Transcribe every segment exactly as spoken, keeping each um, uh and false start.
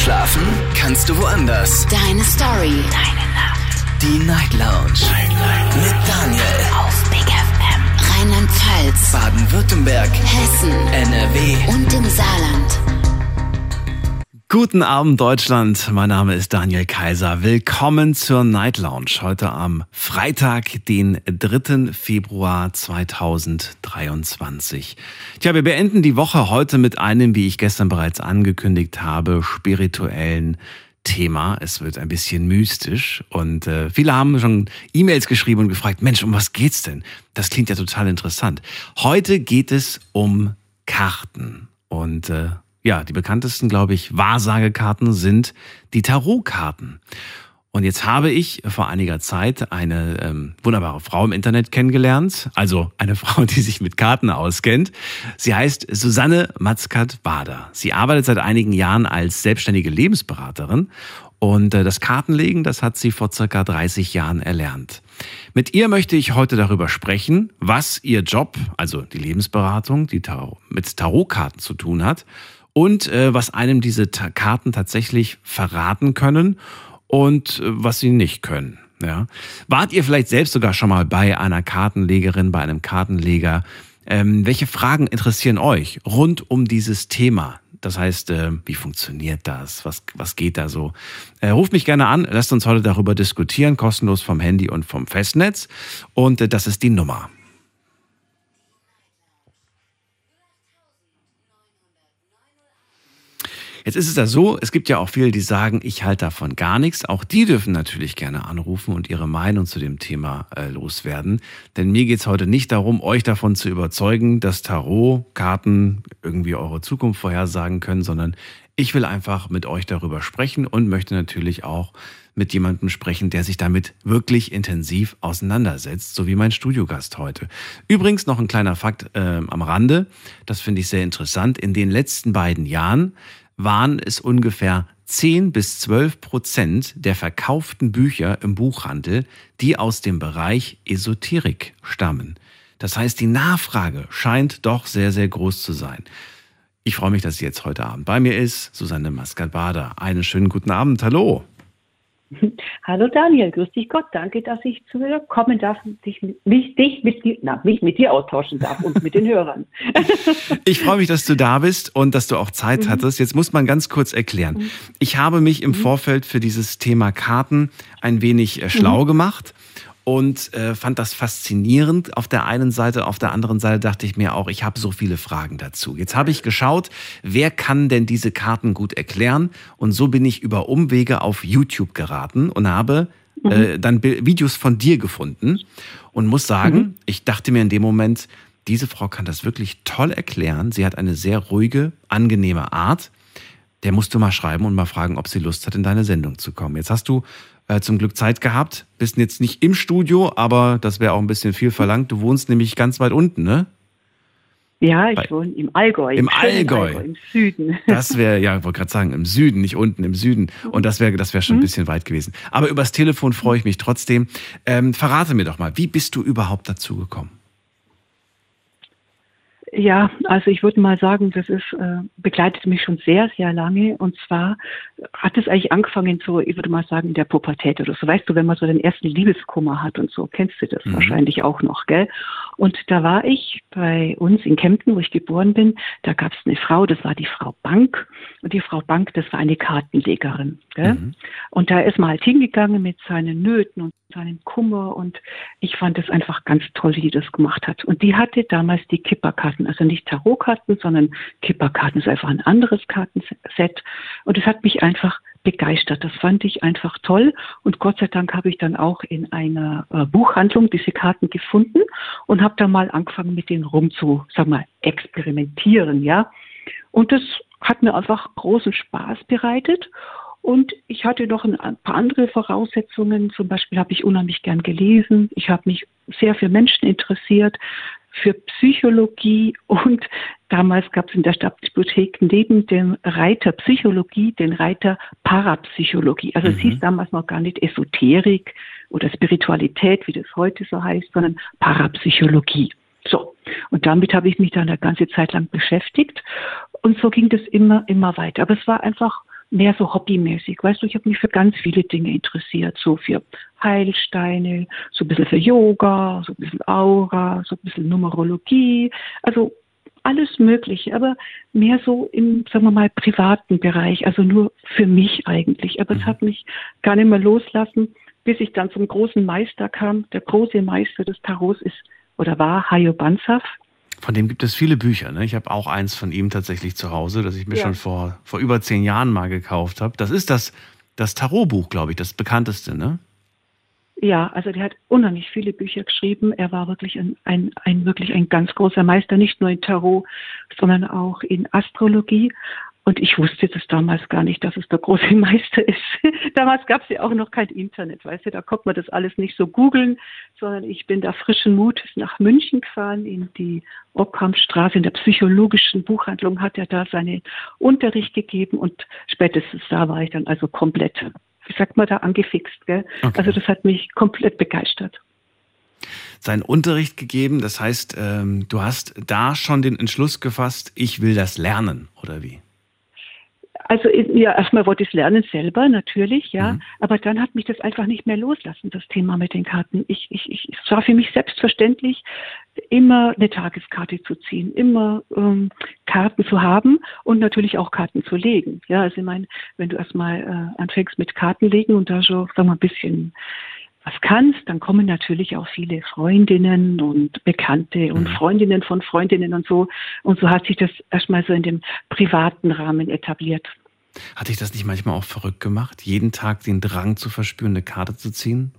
Schlafen kannst du woanders. Deine Story. Deine Nacht. Die Night Lounge. Night, Night. Mit Daniel. Auf Big F M. Rheinland-Pfalz. Baden-Württemberg. Hessen. N R W. Und im Saarland. Guten Abend, Deutschland. Mein Name ist Daniel Kaiser. Willkommen zur Night Lounge. Heute am Freitag, den dritten Februar zweitausenddreiundzwanzig. Tja, wir beenden die Woche heute mit einem, wie ich gestern bereits angekündigt habe, spirituellen Thema. Es wird ein bisschen mystisch und äh, viele haben schon E-Mails geschrieben und gefragt, Mensch, um was geht's denn? Das klingt ja total interessant. Heute geht es um Karten und äh, ja, die bekanntesten, glaube ich, Wahrsagekarten sind die Tarotkarten. Und jetzt habe ich vor einiger Zeit eine ähm, wunderbare Frau im Internet kennengelernt, also eine Frau, die sich mit Karten auskennt. Sie heißt Susanne Matzkat-Bader. Sie arbeitet seit einigen Jahren als selbstständige Lebensberaterin und äh, das Kartenlegen, das hat sie vor circa dreißig Jahren erlernt. Mit ihr möchte ich heute darüber sprechen, was ihr Job, also die Lebensberatung, die Tarot, mit Tarotkarten zu tun hat und äh, was einem diese Ta- Karten tatsächlich verraten können und äh, was sie nicht können. Ja. Wart ihr vielleicht selbst sogar schon mal bei einer Kartenlegerin, bei einem Kartenleger? Ähm, welche Fragen interessieren euch rund um dieses Thema? Das heißt, äh, wie funktioniert das? Was, was geht da so? Äh, ruft mich gerne an, lasst uns heute darüber diskutieren, kostenlos vom Handy und vom Festnetz. Und äh, das ist die Nummer. Jetzt ist es ja so, es gibt ja auch viele, die sagen, ich halte davon gar nichts. Auch die dürfen natürlich gerne anrufen und ihre Meinung zu dem Thema äh, loswerden. Denn mir geht es heute nicht darum, euch davon zu überzeugen, dass Tarotkarten irgendwie eure Zukunft vorhersagen können, sondern ich will einfach mit euch darüber sprechen und möchte natürlich auch mit jemandem sprechen, der sich damit wirklich intensiv auseinandersetzt, so wie mein Studiogast heute. Übrigens noch ein kleiner Fakt äh, am Rande, das finde ich sehr interessant. In den letzten beiden Jahren waren es ungefähr zehn bis zwölf Prozent der verkauften Bücher im Buchhandel, die aus dem Bereich Esoterik stammen. Das heißt, die Nachfrage scheint doch sehr, sehr groß zu sein. Ich freue mich, dass sie jetzt heute Abend bei mir ist, Susanne Matzkat-Bader. Einen schönen guten Abend, hallo. Hallo Daniel, grüß dich Gott, danke, dass ich zu dir kommen darf und dich, mich, dich mit, na, mich mit dir austauschen darf und mit den Hörern. Ich freue mich, dass du da bist und dass du auch Zeit mhm. hattest. Jetzt muss man ganz kurz erklären. Mhm. Ich habe mich im mhm. Vorfeld für dieses Thema Karten ein wenig äh, schlau mhm. gemacht und äh, fand das faszinierend auf der einen Seite. Auf der anderen Seite dachte ich mir auch, ich habe so viele Fragen dazu. Jetzt habe ich geschaut, wer kann denn diese Karten gut erklären? Und so bin ich über Umwege auf YouTube geraten und habe mhm. äh, dann Bi- Videos von dir gefunden und muss sagen, mhm. ich dachte mir in dem Moment, diese Frau kann das wirklich toll erklären. Sie hat eine sehr ruhige, angenehme Art. Der musst du mal schreiben und mal fragen, ob sie Lust hat, in deine Sendung zu kommen. Jetzt hast du äh, zum Glück Zeit gehabt. Bist jetzt nicht im Studio, aber das wäre auch ein bisschen viel verlangt. Du wohnst nämlich ganz weit unten, ne? Ja, ich Bei, wohne im Allgäu. Im Allgäu. Allgäu. Im Süden. Das wäre, ja, ich wollte gerade sagen, im Süden, nicht unten, im Süden. Und das wäre das wäre schon ein bisschen weit gewesen. Aber übers Telefon freue ich mich trotzdem. Ähm, verrate mir doch mal, wie bist du überhaupt dazu gekommen? Ja, also ich würde mal sagen, das ist äh, begleitet mich schon sehr, sehr lange. Und zwar hat es eigentlich angefangen so, ich würde mal sagen, in der Pubertät oder so. Weißt du, wenn man so den ersten Liebeskummer hat und so, kennst du das mhm. wahrscheinlich auch noch, gell? Und da war ich bei uns in Kempten, wo ich geboren bin, da gab es eine Frau, das war die Frau Bank. Und die Frau Bank, das war eine Kartenlegerin, gell? Mhm. Und da ist man halt hingegangen mit seinen Nöten und seinem Kummer und ich fand es einfach ganz toll, wie die das gemacht hat. Und die hatte damals die Kipperkarten, also nicht Tarotkarten, sondern Kipperkarten, das ist einfach ein anderes Kartenset und es hat mich einfach begeistert. Das fand ich einfach toll und Gott sei Dank habe ich dann auch in einer äh, Buchhandlung diese Karten gefunden und habe da mal angefangen mit denen rum zu, sag mal, experimentieren, ja. Und das hat mir einfach großen Spaß bereitet. Und ich hatte noch ein paar andere Voraussetzungen. Zum Beispiel habe ich unheimlich gern gelesen. Ich habe mich sehr für Menschen interessiert, für Psychologie. Und damals gab es in der Stadtbibliothek neben dem Reiter Psychologie den Reiter Parapsychologie. Also mhm. es hieß damals noch gar nicht Esoterik oder Spiritualität, wie das heute so heißt, sondern Parapsychologie. So, und damit habe ich mich dann eine ganze Zeit lang beschäftigt. Und so ging das immer, immer weiter. Aber es war einfach mehr so hobbymäßig. Weißt du, ich habe mich für ganz viele Dinge interessiert, so für Heilsteine, so ein bisschen für Yoga, so ein bisschen Aura, so ein bisschen Numerologie, also alles Mögliche, aber mehr so im, sagen wir mal, privaten Bereich, also nur für mich eigentlich. Aber es hat mich gar nicht mehr loslassen, bis ich dann zum großen Meister kam. Der große Meister des Tarots ist oder war Hajo Banzhaf. Von dem gibt es viele Bücher. Ne? Ich habe auch eins von ihm tatsächlich zu Hause, das ich mir ja. schon vor, vor über zehn Jahren mal gekauft habe. Das ist das, das Tarotbuch, glaube ich, das bekannteste, ne? Ja, also der hat unheimlich viele Bücher geschrieben. Er war wirklich ein, ein, ein, wirklich ein ganz großer Meister, nicht nur in Tarot, sondern auch in Astrologie. Und ich wusste das damals gar nicht, dass es der große Meister ist. Damals gab es ja auch noch kein Internet, weißt du, da konnte man das alles nicht so googeln, sondern ich bin da frischen Mutes nach München gefahren, in die Ockhamstraße, in der psychologischen Buchhandlung hat er da seinen Unterricht gegeben und spätestens da war ich dann also komplett, wie sagt man da, angefixt, gell? Okay. Also das hat mich komplett begeistert. Seinen Unterricht gegeben, das heißt, ähm, du hast da schon den Entschluss gefasst, ich will das lernen, oder wie? Also ja, erstmal wollte ich es lernen selber, natürlich, ja. Mhm. Aber dann hat mich das einfach nicht mehr loslassen, das Thema mit den Karten. Ich, ich, ich, es war für mich selbstverständlich, immer eine Tageskarte zu ziehen, immer ähm, Karten zu haben und natürlich auch Karten zu legen. Ja, also ich meine, wenn du erstmal äh, anfängst mit Kartenlegen und da schon, sagen wir, ein bisschen was kannst, dann kommen natürlich auch viele Freundinnen und Bekannte und Freundinnen von Freundinnen und so. Und so hat sich das erstmal so in dem privaten Rahmen etabliert. Hat dich das nicht manchmal auch verrückt gemacht, jeden Tag den Drang zu verspüren, eine Karte zu ziehen?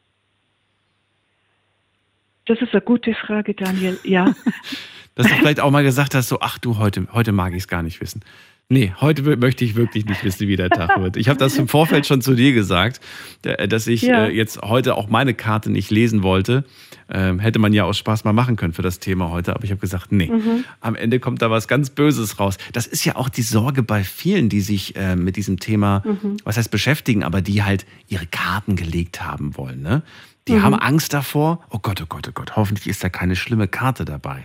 Das ist eine gute Frage, Daniel, ja. Dass du vielleicht auch mal gesagt hast, so, ach du, heute, heute mag ich es gar nicht wissen. Nee, heute möchte ich wirklich nicht wissen, wie der Tag wird. Ich habe das im Vorfeld schon zu dir gesagt, dass ich ja. äh, jetzt heute auch meine Karte nicht lesen wollte. Ähm, hätte man ja aus Spaß mal machen können für das Thema heute. Aber ich habe gesagt, nee, mhm. am Ende kommt da was ganz Böses raus. Das ist ja auch die Sorge bei vielen, die sich äh, mit diesem Thema, mhm. was heißt beschäftigen, aber die halt ihre Karten gelegt haben wollen. Ne? Die mhm. haben Angst davor, oh Gott, oh Gott, oh Gott, hoffentlich ist da keine schlimme Karte dabei.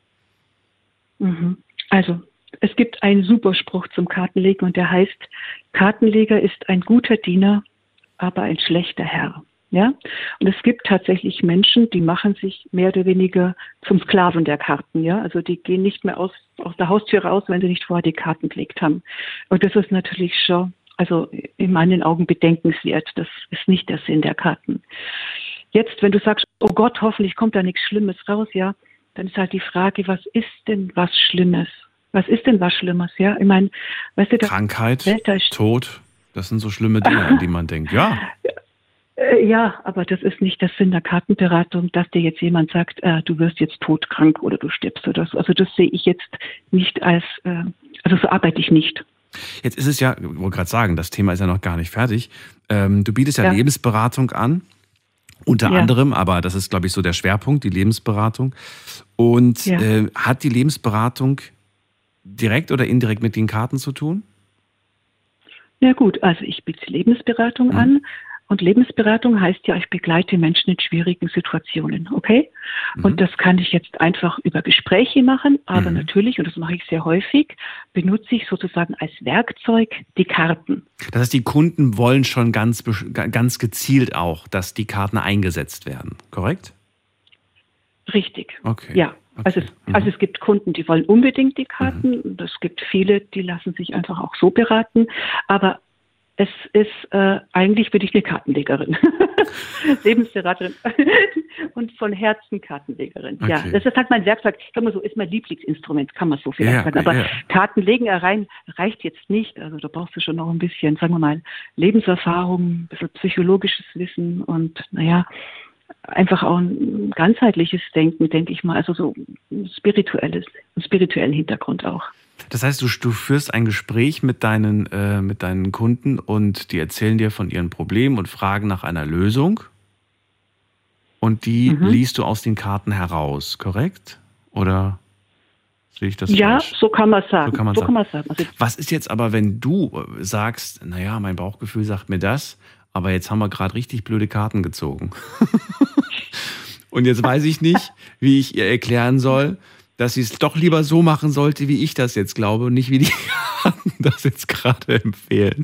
Mhm. Also, es gibt einen Superspruch zum Kartenlegen und der heißt, Kartenleger ist ein guter Diener, aber ein schlechter Herr. Ja? Und es gibt tatsächlich Menschen, die machen sich mehr oder weniger zum Sklaven der Karten. Ja? Also die gehen nicht mehr aus, aus der Haustür raus, wenn sie nicht vorher die Karten gelegt haben. Und das ist natürlich schon, also in meinen Augen bedenkenswert. Das ist nicht der Sinn der Karten. Jetzt, wenn du sagst, oh Gott, hoffentlich kommt da nichts Schlimmes raus, ja, dann ist halt die Frage, was ist denn was Schlimmes? Was ist denn was Schlimmes, ja? Ich meine, weißt du, Krankheit, Tod, das sind so schlimme Dinge, an die man denkt, ja. Ja, aber das ist nicht der Sinn der Kartenberatung, dass dir jetzt jemand sagt, äh, du wirst jetzt todkrank oder du stirbst oder so. Also das sehe ich jetzt nicht als, äh, also so arbeite ich nicht. Jetzt ist es ja, ich wollte gerade sagen, das Thema ist ja noch gar nicht fertig. Ähm, du bietest ja, ja Lebensberatung an, unter ja. anderem, aber das ist, glaube ich, so der Schwerpunkt, die Lebensberatung. Und ja. äh, hat die Lebensberatung direkt oder indirekt mit den Karten zu tun? Ja gut, also ich biete Lebensberatung mhm. an und Lebensberatung heißt ja, ich begleite Menschen in schwierigen Situationen, okay? Mhm. Und das kann ich jetzt einfach über Gespräche machen, aber mhm. natürlich, und das mache ich sehr häufig, benutze ich sozusagen als Werkzeug die Karten. Das heißt, die Kunden wollen schon ganz, ganz gezielt auch, dass die Karten eingesetzt werden, korrekt? Richtig, okay. ja. Okay. Also, es, also es gibt Kunden, die wollen unbedingt die Karten. Mhm. Es gibt viele, die lassen sich einfach auch so beraten. Aber es ist, äh, eigentlich bin ich eine Kartenlegerin. Lebensberaterin und von Herzen Kartenlegerin. Okay. Ja, das ist halt mein Werkzeug. Ich sag mal so, ist mein Lieblingsinstrument, kann man so vielleicht ja, sagen. Aber ja. Kartenlegen rein reicht jetzt nicht. Also da brauchst du schon noch ein bisschen, sagen wir mal, Lebenserfahrung, ein bisschen psychologisches Wissen und naja, einfach auch ein ganzheitliches Denken, denke ich mal, also so ein spirituelles, einen spirituellen Hintergrund auch. Das heißt, du, du führst ein Gespräch mit deinen, äh, mit deinen Kunden und die erzählen dir von ihren Problemen und fragen nach einer Lösung und die mhm. liest du aus den Karten heraus, korrekt? Oder sehe ich das ja, falsch? So kann man sagen. So kann man so sagen. Kann man sagen. Also, was ist jetzt aber, wenn du sagst, naja, mein Bauchgefühl sagt mir das, aber jetzt haben wir gerade richtig blöde Karten gezogen. Und jetzt weiß ich nicht, wie ich ihr erklären soll, dass sie es doch lieber so machen sollte, wie ich das jetzt glaube und nicht wie die Karten das jetzt gerade empfehlen.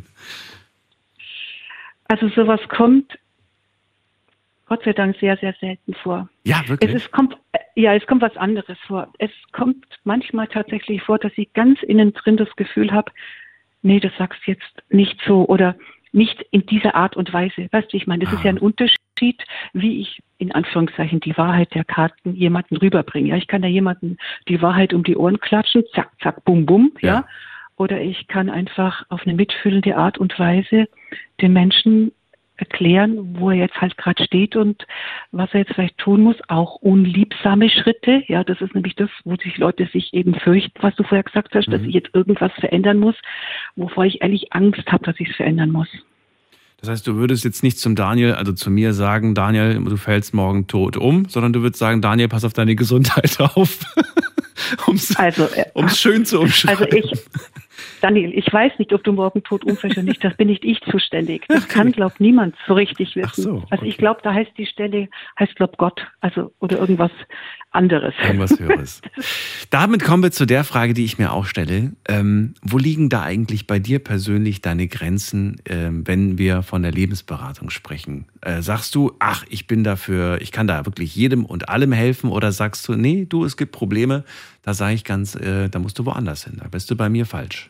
Also sowas kommt Gott sei Dank sehr, sehr selten vor. Ja, wirklich? Es ist, kommt, ja, es kommt was anderes vor. Es kommt manchmal tatsächlich vor, dass ich ganz innen drin das Gefühl habe, nee, das sagst du jetzt nicht so oder nicht in dieser Art und Weise. Weißt du, ich meine, das ah. ist ja ein Unterschied, wie ich in Anführungszeichen die Wahrheit der Karten jemanden rüberbringe. Ja, ich kann ja jemanden die Wahrheit um die Ohren klatschen, zack, zack, bum, bum, ja. ja. Oder ich kann einfach auf eine mitfühlende Art und Weise den Menschen erklären, wo er jetzt halt gerade steht und was er jetzt vielleicht tun muss, auch unliebsame Schritte. Ja, das ist nämlich das, wo sich Leute sich eben fürchten, was du vorher gesagt hast, mhm. dass ich jetzt irgendwas verändern muss, wovor ich ehrlich Angst habe, dass ich es verändern muss. Das heißt, du würdest jetzt nicht zum Daniel, also zu mir sagen, Daniel, du fällst morgen tot um, sondern du würdest sagen, Daniel, pass auf deine Gesundheit auf, um es also, äh, schön zu umschreiben. Also ich, Daniel, ich weiß nicht, ob du morgen tot umfällst oder nicht, das bin nicht ich zuständig. Das okay. kann, glaube ich, niemand so richtig wissen. Ach so, okay. Also ich glaube, da heißt die Stelle, heißt, glaube Gott, also oder irgendwas anderes. Irgendwas Höheres. Damit kommen wir zu der Frage, die ich mir auch stelle. Ähm, wo liegen da eigentlich bei dir persönlich deine Grenzen, ähm, wenn wir von der Lebensberatung sprechen? Äh, sagst du, ach, ich bin dafür, ich kann da wirklich jedem und allem helfen, oder sagst du, nee, du, es gibt Probleme, da sage ich ganz, äh, da musst du woanders hin, da bist du bei mir falsch.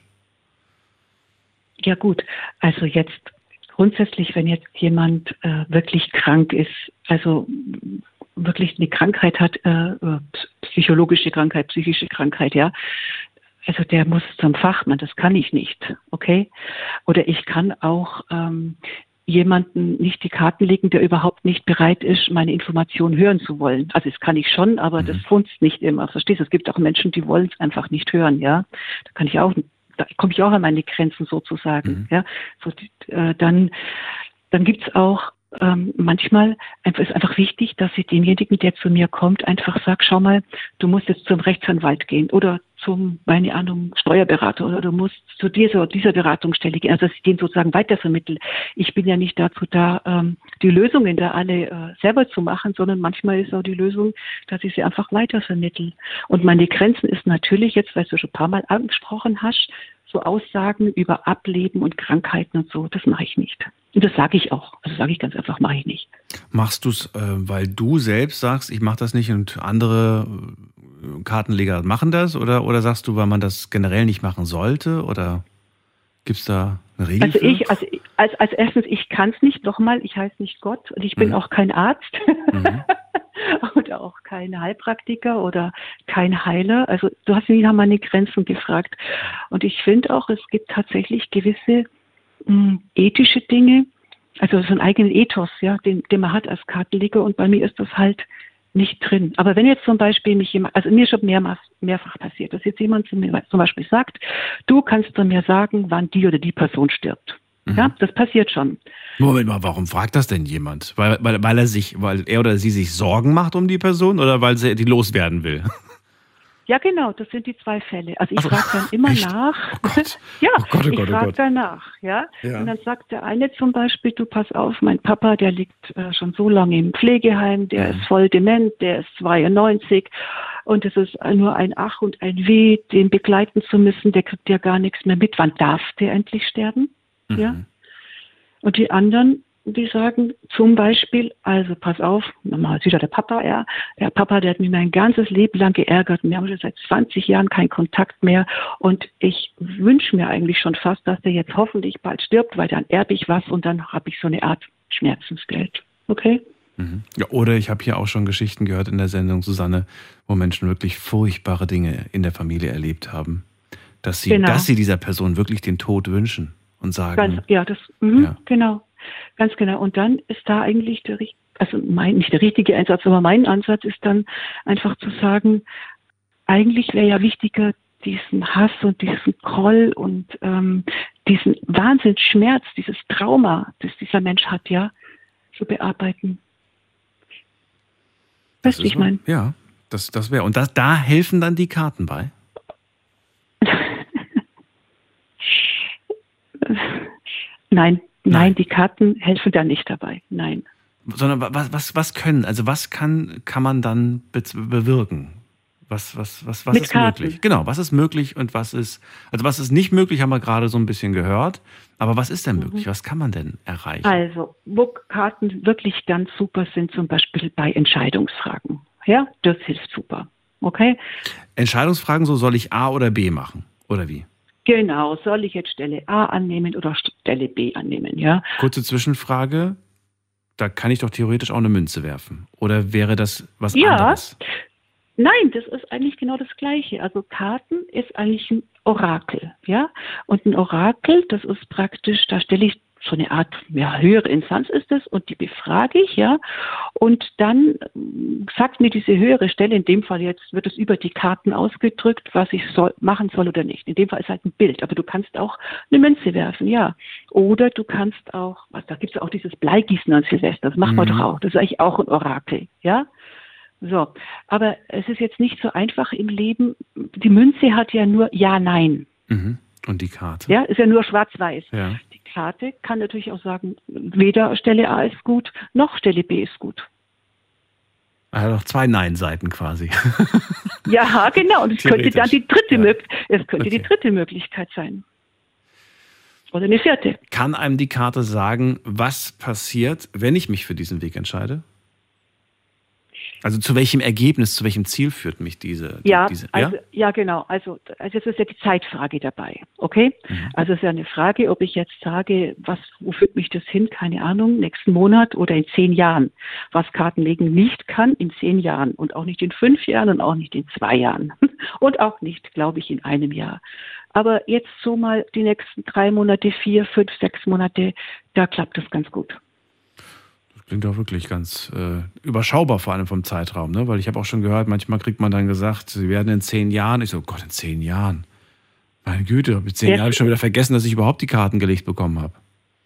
Ja gut, also jetzt grundsätzlich, wenn jetzt jemand äh, wirklich krank ist, also wirklich eine Krankheit hat, äh, psychologische Krankheit, psychische Krankheit, ja, also der muss zum Fachmann, das kann ich nicht, okay? Oder ich kann auch ähm, jemanden nicht die Karten legen, der überhaupt nicht bereit ist, meine Informationen hören zu wollen. Also das kann ich schon, aber mhm. das funzt nicht immer, verstehst du? Es gibt auch Menschen, die wollen es einfach nicht hören, ja. Da kann ich auch Da komme ich auch an meine Grenzen sozusagen. Mhm. Ja, so, äh, dann dann gibt es auch ähm, manchmal einfach, ist einfach wichtig, dass ich demjenigen, der zu mir kommt, einfach sage, schau mal, du musst jetzt zum Rechtsanwalt gehen oder zum, meine Ahnung, Steuerberater oder du musst zu dieser, dieser Beratungsstelle gehen, also dass ich den sozusagen weitervermittle. Ich bin ja nicht dazu da, ähm, die Lösungen da alle äh, selber zu machen, sondern manchmal ist auch die Lösung, dass ich sie einfach weitervermittle. Und meine Grenzen ist natürlich jetzt, weil du schon ein paar Mal angesprochen hast, so Aussagen über Ableben und Krankheiten und so, das mache ich nicht. Und das sage ich auch. Also sage ich ganz einfach, mache ich nicht. Machst du es, äh, weil du selbst sagst, ich mache das nicht und andere Kartenleger machen das? Oder, oder sagst du, weil man das generell nicht machen sollte? Oder gibt es da eine Regel also für? Ich, also als, als erstens, ich kann es nicht. Nochmal, ich heiße nicht Gott und ich bin mhm. auch kein Arzt. Mhm. Oder auch kein Heilpraktiker oder kein Heiler. Also du hast mich nach meine Grenzen gefragt. Und ich finde auch, es gibt tatsächlich gewisse mh, ethische Dinge, also so einen eigenen Ethos, ja, den, den man hat als Kartenleger. Und bei mir ist das halt nicht drin. Aber wenn jetzt zum Beispiel mich jemand, also mir ist schon mehrmals, mehrfach passiert, dass jetzt jemand zu mir zum Beispiel sagt, du kannst zu mir sagen, wann die oder die Person stirbt. Mhm. Ja, das passiert schon. Moment mal, warum fragt das denn jemand? Weil, weil, weil er sich, weil er oder sie sich Sorgen macht um die Person oder weil sie die loswerden will? Ja, genau, das sind die zwei Fälle. Also ich frage dann immer Echt? nach. Oh Gott. Ja, oh Gott, oh ich Gott, frage oh Gott. danach. Ja? Ja. Und dann sagt der eine zum Beispiel, du pass auf, mein Papa, der liegt äh, schon so lange im Pflegeheim, der mhm. ist voll dement, der ist zweiundneunzig und es ist nur ein Ach und ein Weh, den begleiten zu müssen, der kriegt ja gar nichts mehr mit. Wann darf der endlich sterben? Mhm. Ja. Und die anderen, die sagen zum Beispiel, also pass auf, nochmal wieder der Papa, ja, der Papa, der hat mich mein ganzes Leben lang geärgert und wir haben schon seit zwanzig Jahren keinen Kontakt mehr und ich wünsche mir eigentlich schon fast, dass der jetzt hoffentlich bald stirbt, weil dann erbe ich was und dann habe ich so eine Art Schmerzensgeld. Okay? Mhm. Ja, oder ich habe hier auch schon Geschichten gehört in der Sendung, Susanne, wo Menschen wirklich furchtbare Dinge in der Familie erlebt haben, dass sie, genau. dass sie dieser Person wirklich den Tod wünschen und sagen. Ganz, ja, das, mh, ja, genau. Ganz genau. Und dann ist da eigentlich der, also mein, nicht der richtige Einsatz, aber mein Ansatz ist dann einfach zu sagen, eigentlich wäre ja wichtiger, diesen Hass und diesen Groll und ähm, diesen Wahnsinnsschmerz, dieses Trauma, das dieser Mensch hat, ja, zu bearbeiten. Weißt du, ich meine? Ja, das, das wäre. Und das, da helfen dann die Karten bei? Nein. Nein, die Karten helfen da nicht dabei. Nein. Sondern was, was, was können, also was kann, kann man dann be- bewirken? Was, was, was, was Mit ist Karten. möglich? Genau, was ist möglich und was ist, also was ist nicht möglich, haben wir gerade so ein bisschen gehört. Aber was ist denn möglich? Was kann man denn erreichen? Also, wo Karten wirklich ganz super sind, zum Beispiel bei Entscheidungsfragen. Ja, das hilft super. Okay? Entscheidungsfragen, so soll ich A oder B machen? Oder wie? Genau, soll ich jetzt Stelle A annehmen oder Stelle B annehmen, ja? Kurze Zwischenfrage, da kann ich doch theoretisch auch eine Münze werfen. Oder wäre das was Ja. anderes? Nein, das ist eigentlich genau das Gleiche. Also Karten ist eigentlich ein Orakel, ja. Und ein Orakel, das ist praktisch, da stelle ich so eine Art, ja, höhere Instanz ist es und die befrage ich, ja. Und dann ähm, sagt mir diese höhere Stelle, in dem Fall jetzt wird es über die Karten ausgedrückt, was ich soll, machen soll oder nicht. In dem Fall ist halt ein Bild, aber du kannst auch eine Münze werfen, ja. Oder du kannst auch, was, da gibt es auch dieses Bleigießen an Silvester, das machen wir Mhm. doch auch. Das ist eigentlich auch ein Orakel, ja. So, aber es ist jetzt nicht so einfach im Leben. Die Münze hat ja nur Ja, Nein. Mhm. Und die Karte? Ja, ist ja nur schwarz-weiß. Ja. Die Karte kann natürlich auch sagen, weder Stelle A ist gut, noch Stelle B ist gut. Er hat auch zwei Nein-Seiten quasi. Ja, genau. Und es könnte dann die dritte, Ja. Mög- es könnte Okay. die dritte Möglichkeit sein. Oder eine vierte. Kann einem die Karte sagen, was passiert, wenn ich mich für diesen Weg entscheide? Also zu welchem Ergebnis, zu welchem Ziel führt mich diese? die- Ja, diese also, ja, genau. Also, also es ist ja die Zeitfrage dabei, okay? Mhm. Also es ist ja eine Frage, ob ich jetzt sage, was, wo führt mich das hin? Keine Ahnung, nächsten Monat oder in zehn Jahren. Was Kartenlegen nicht kann, in zehn Jahren und auch nicht in fünf Jahren und auch nicht in zwei Jahren und auch nicht, glaube ich, in einem Jahr. Aber jetzt so mal die nächsten drei Monate, vier, fünf, sechs Monate, da klappt das ganz gut. Klingt doch wirklich ganz äh, überschaubar, vor allem vom Zeitraum, ne? Weil ich habe auch schon gehört, manchmal kriegt man dann gesagt, sie werden in zehn Jahren. Ich so, Gott, in zehn Jahren. Meine Güte, in zehn Ja. Jahren habe ich schon wieder vergessen, dass ich überhaupt die Karten gelegt bekommen habe.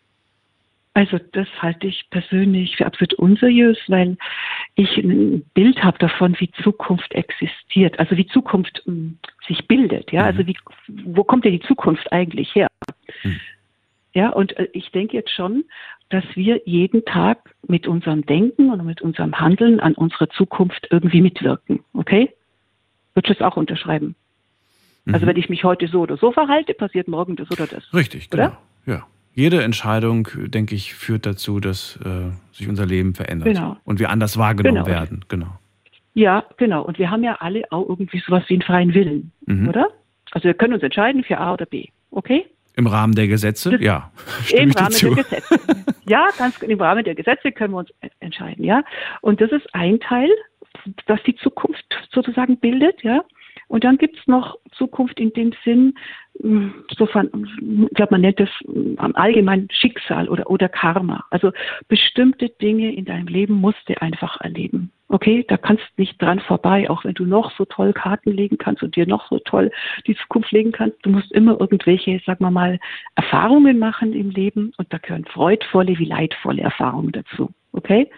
Also das halte ich persönlich für absolut unseriös, weil ich ein Bild habe davon, wie Zukunft existiert, also wie Zukunft ähm, sich bildet. Ja, Mhm. also wie, wo kommt denn die Zukunft eigentlich her? Mhm. Ja, und äh, ich denke jetzt schon, dass wir jeden Tag mit unserem Denken und mit unserem Handeln an unserer Zukunft irgendwie mitwirken. Okay? Würdest du das auch unterschreiben? Mhm. Also wenn ich mich heute so oder so verhalte, passiert morgen das oder das. Richtig, Oder? genau. Ja. Jede Entscheidung, denke ich, führt dazu, dass äh, sich unser Leben verändert. Genau. Und wir anders wahrgenommen Genau. werden. Genau. Ja, genau. Und wir haben ja alle auch irgendwie sowas wie einen freien Willen, Mhm. oder? Also wir können uns entscheiden für A oder B. Okay? Im Rahmen der Gesetze? Das- Ja. Stimme Im ich dir Rahmen zu. der Gesetze. Ja, ganz im Rahmen der Gesetze können wir uns e- entscheiden, ja. Und das ist ein Teil, das die Zukunft sozusagen bildet, ja. Und dann gibt es noch Zukunft in dem Sinn, mh, so von, ich glaube, man nennt das mh, allgemein Schicksal oder, oder Karma. Also bestimmte Dinge in deinem Leben musst du einfach erleben. Okay, da kannst du nicht dran vorbei, auch wenn du noch so toll Karten legen kannst und dir noch so toll die Zukunft legen kannst. Du musst immer irgendwelche, sagen wir mal, Erfahrungen machen im Leben und da gehören freudvolle wie leidvolle Erfahrungen dazu. Okay?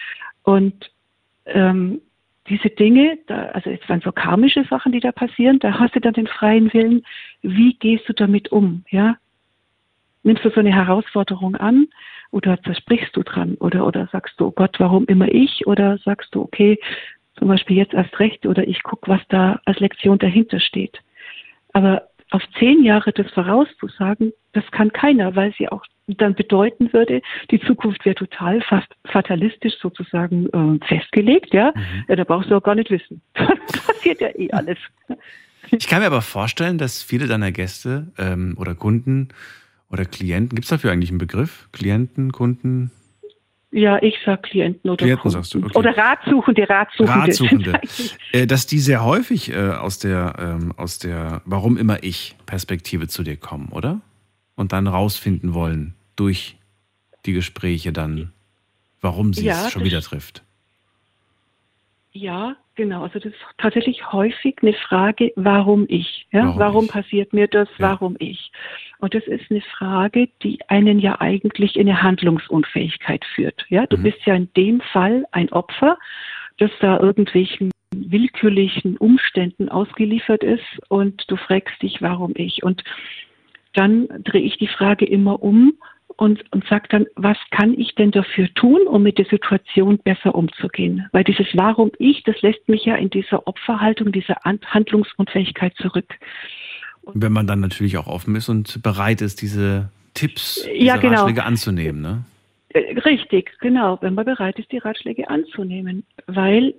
Und ähm, diese Dinge, da, also es waren so karmische Sachen, die da passieren, da hast du dann den freien Willen. Wie gehst du damit um? Ja? Nimmst du so eine Herausforderung an oder zersprichst du dran? Oder, oder sagst du, oh Gott, warum immer ich? Oder sagst du, okay, zum Beispiel jetzt erst recht oder ich gucke, was da als Lektion dahinter steht. Aber auf zehn Jahre das vorauszusagen, das kann keiner, weil sie auch dann bedeuten würde, die Zukunft wäre total fast fatalistisch sozusagen äh, festgelegt. Ja? Mhm. Ja, da brauchst du auch gar nicht wissen. Das passiert ja eh alles. Ich kann mir aber vorstellen, dass viele deiner Gäste ähm, oder Kunden oder Klienten, gibt es dafür eigentlich einen Begriff? Klienten, Kunden? Ja, ich sag Klienten oder Klienten Kunden. sagst du, okay. Oder Ratsuchende, Ratsuchende. Ratsuchende. Äh, dass die sehr häufig äh, aus der, ähm, aus der Warum immer ich Perspektive zu dir kommen, oder? Und dann rausfinden wollen durch die Gespräche dann, warum sie Ja, es schon das- wieder trifft. Ja, genau. Also das ist tatsächlich häufig eine Frage, warum ich? Ja? Warum Warum, ich? passiert mir das? Ja. Warum ich? Und das ist eine Frage, die einen ja eigentlich in eine Handlungsunfähigkeit führt. Ja, du Mhm. bist ja in dem Fall ein Opfer, das da irgendwelchen willkürlichen Umständen ausgeliefert ist und du fragst dich, warum ich? Und dann drehe ich die Frage immer um und, und sage dann, was kann ich denn dafür tun, um mit der Situation besser umzugehen? Weil dieses Warum ich, das lässt mich ja in dieser Opferhaltung, dieser Handlungsunfähigkeit zurück. Und wenn man dann natürlich auch offen ist und bereit ist, diese Tipps, diese ja, genau. Ratschläge anzunehmen, ne? Richtig, genau, wenn man bereit ist, die Ratschläge anzunehmen. Weil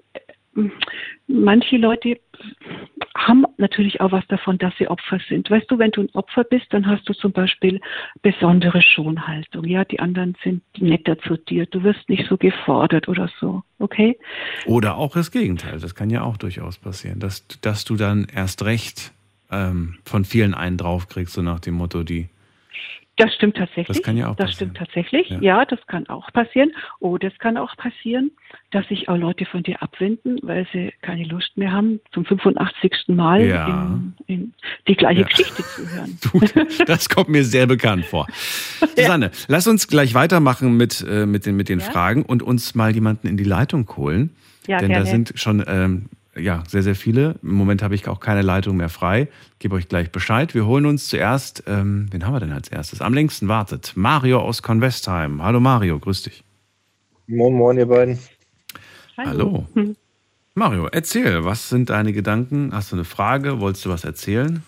manche Leute haben natürlich auch was davon, dass sie Opfer sind. Weißt du, wenn du ein Opfer bist, dann hast du zum Beispiel besondere Schonhaltung. Ja, die anderen sind netter zu dir. Du wirst nicht so gefordert oder so. Okay? Oder auch das Gegenteil. Das kann ja auch durchaus passieren, dass, dass du dann erst recht ähm, von vielen einen draufkriegst, so nach dem Motto, die Das stimmt tatsächlich. Das kann ja auch Das passieren. stimmt tatsächlich. Ja. Ja, das kann auch passieren. Oder es kann auch passieren, dass sich auch Leute von dir abwenden, weil sie keine Lust mehr haben, zum fünfundachtzigsten Mal Ja. in, in die gleiche Ja. Geschichte zu hören. Du, das kommt mir sehr bekannt vor. Susanne, lass uns gleich weitermachen mit, äh, mit den, mit den Ja. Fragen und uns mal jemanden in die Leitung holen. Ja, Denn gerne. da sind schon ähm, ja, sehr, sehr viele. Im Moment habe ich auch keine Leitung mehr frei. Gebe euch gleich Bescheid. Wir holen uns zuerst, ähm, wen haben wir denn als erstes? Am längsten wartet Mario aus Convestheim. Hallo Mario, grüß dich. Moin, moin, ihr beiden. Hallo. Hm. Mario, erzähl, was sind deine Gedanken? Hast du eine Frage? Wolltest du was erzählen?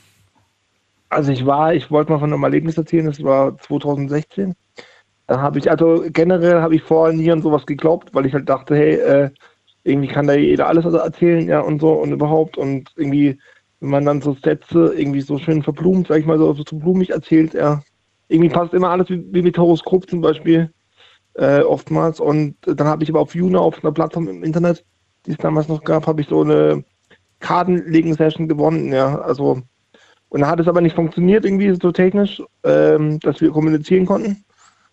Also ich war, ich wollte mal von einem Erlebnis erzählen, das war zweitausendsechzehn. Da habe ich, also generell habe ich vorher nie an sowas geglaubt, weil ich halt dachte, hey, äh, irgendwie kann da jeder alles erzählen, ja, und so und überhaupt. Und irgendwie, wenn man dann so Sätze irgendwie so schön verblumt, sag ich mal, so, so blumig erzählt, ja, irgendwie passt immer alles wie, wie mit Horoskop zum Beispiel, äh, oftmals. Und dann habe ich aber auf YouNow, auf einer Plattform im Internet, die es damals noch gab, habe ich so eine Kartenlegen-Session gewonnen, ja, also. Und da hat es aber nicht funktioniert, irgendwie so technisch, ähm, dass wir kommunizieren konnten.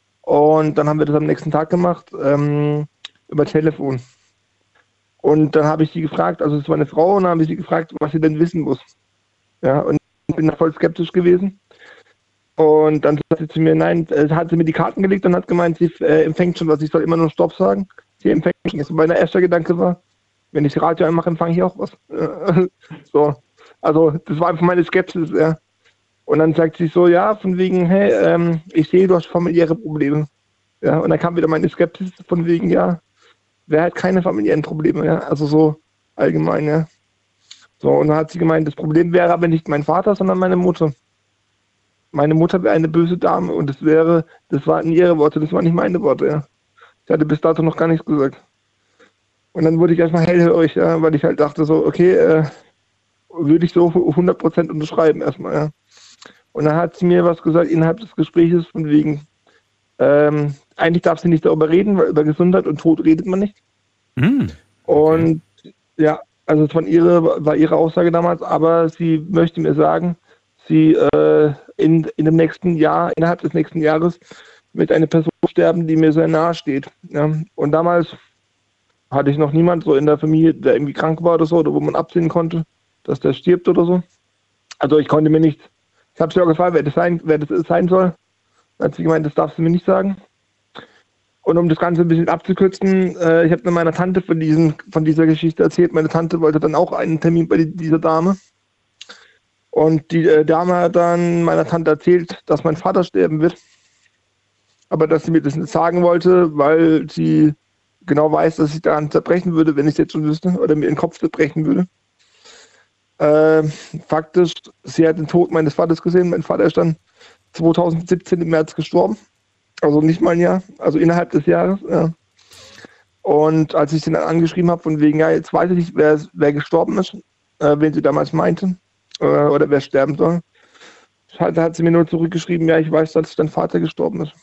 Und dann haben wir das am nächsten Tag gemacht, ähm, über Telefon. Und dann habe ich sie gefragt, also es war eine Frau, und dann habe ich sie gefragt, was sie denn wissen muss. Ja, und ich bin da voll skeptisch gewesen. Und dann sagte sie zu mir, nein, äh, hat sie mir die Karten gelegt und hat gemeint, sie äh, empfängt schon was, ich soll immer nur Stopp sagen. Sie empfängt schon was. Und mein erster Gedanke war, wenn ich das Radio anmache, empfange ich auch was. So, also das war einfach meine Skepsis, ja. Und dann sagt sie so, ja, von wegen, hey, ähm, ich sehe, du hast familiäre Probleme. Ja, und dann kam wieder meine Skepsis von wegen, ja, wer hat keine familiären Probleme, ja, also so allgemein, ja. So, und dann hat sie gemeint, das Problem wäre aber nicht mein Vater, sondern meine Mutter. Meine Mutter wäre eine böse Dame und das wäre, das waren ihre Worte, das waren nicht meine Worte, ja. Ich hatte bis dato noch gar nichts gesagt. Und dann wurde ich erstmal hellhörig, ja, weil ich halt dachte so, okay, äh, würde ich so hundert Prozent unterschreiben erstmal, ja. Und dann hat sie mir was gesagt innerhalb des Gesprächs von wegen, ähm, eigentlich darf sie nicht darüber reden, weil über Gesundheit und Tod redet man nicht. Mm, okay. Und ja, also es war ihre, war ihre Aussage damals, aber sie möchte mir sagen, sie äh, in, in dem nächsten Jahr, innerhalb des nächsten Jahres mit einer Person sterben, die mir sehr nahe steht. Ja. Und damals hatte ich noch niemand so in der Familie, der irgendwie krank war oder so, oder wo man absehen konnte, dass der stirbt oder so. Also ich konnte mir nicht, ich habe sie auch gefragt, wer das sein, wer das sein soll. Dann hat sie gemeint, das darfst du mir nicht sagen. Und um das Ganze ein bisschen abzukürzen, äh, ich habe dann meiner Tante von, diesen, von dieser Geschichte erzählt. Meine Tante wollte dann auch einen Termin bei die, dieser Dame. Und die äh, Dame hat dann meiner Tante erzählt, dass mein Vater sterben wird. Aber dass sie mir das nicht sagen wollte, weil sie genau weiß, dass ich daran zerbrechen würde, wenn ich es jetzt schon wüsste, oder mir den Kopf zerbrechen würde. Äh, faktisch, sie hat den Tod meines Vaters gesehen. Mein Vater ist dann zweitausendsiebzehn im März gestorben. Also nicht mal ein Jahr, also innerhalb des Jahres. Ja. Und als ich sie dann angeschrieben habe, von wegen, ja, jetzt weiß ich nicht, wer, wer gestorben ist, äh, wen sie damals meinte, äh, oder wer sterben soll, hat, hat sie mir nur zurückgeschrieben, ja, ich weiß, dass dein Vater gestorben ist.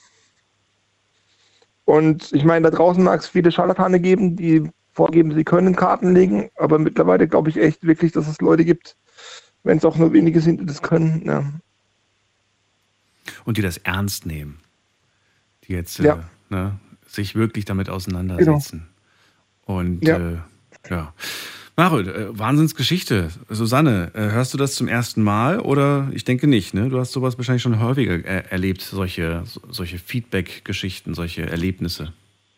Und ich meine, da draußen mag es viele Scharlatane geben, die vorgeben, sie können Karten legen, aber mittlerweile glaube ich echt wirklich, dass es Leute gibt, wenn es auch nur wenige sind, die das können. Ja. Und die das ernst nehmen. Die jetzt Ja. äh, ne, sich wirklich damit auseinandersetzen. Genau. Und Ja. Äh, ja. Mario, äh, Wahnsinnsgeschichte. Susanne, äh, hörst du das zum ersten Mal oder ich denke nicht, ne? Du hast sowas wahrscheinlich schon häufiger äh, erlebt, solche, so, solche Feedback-Geschichten, solche Erlebnisse.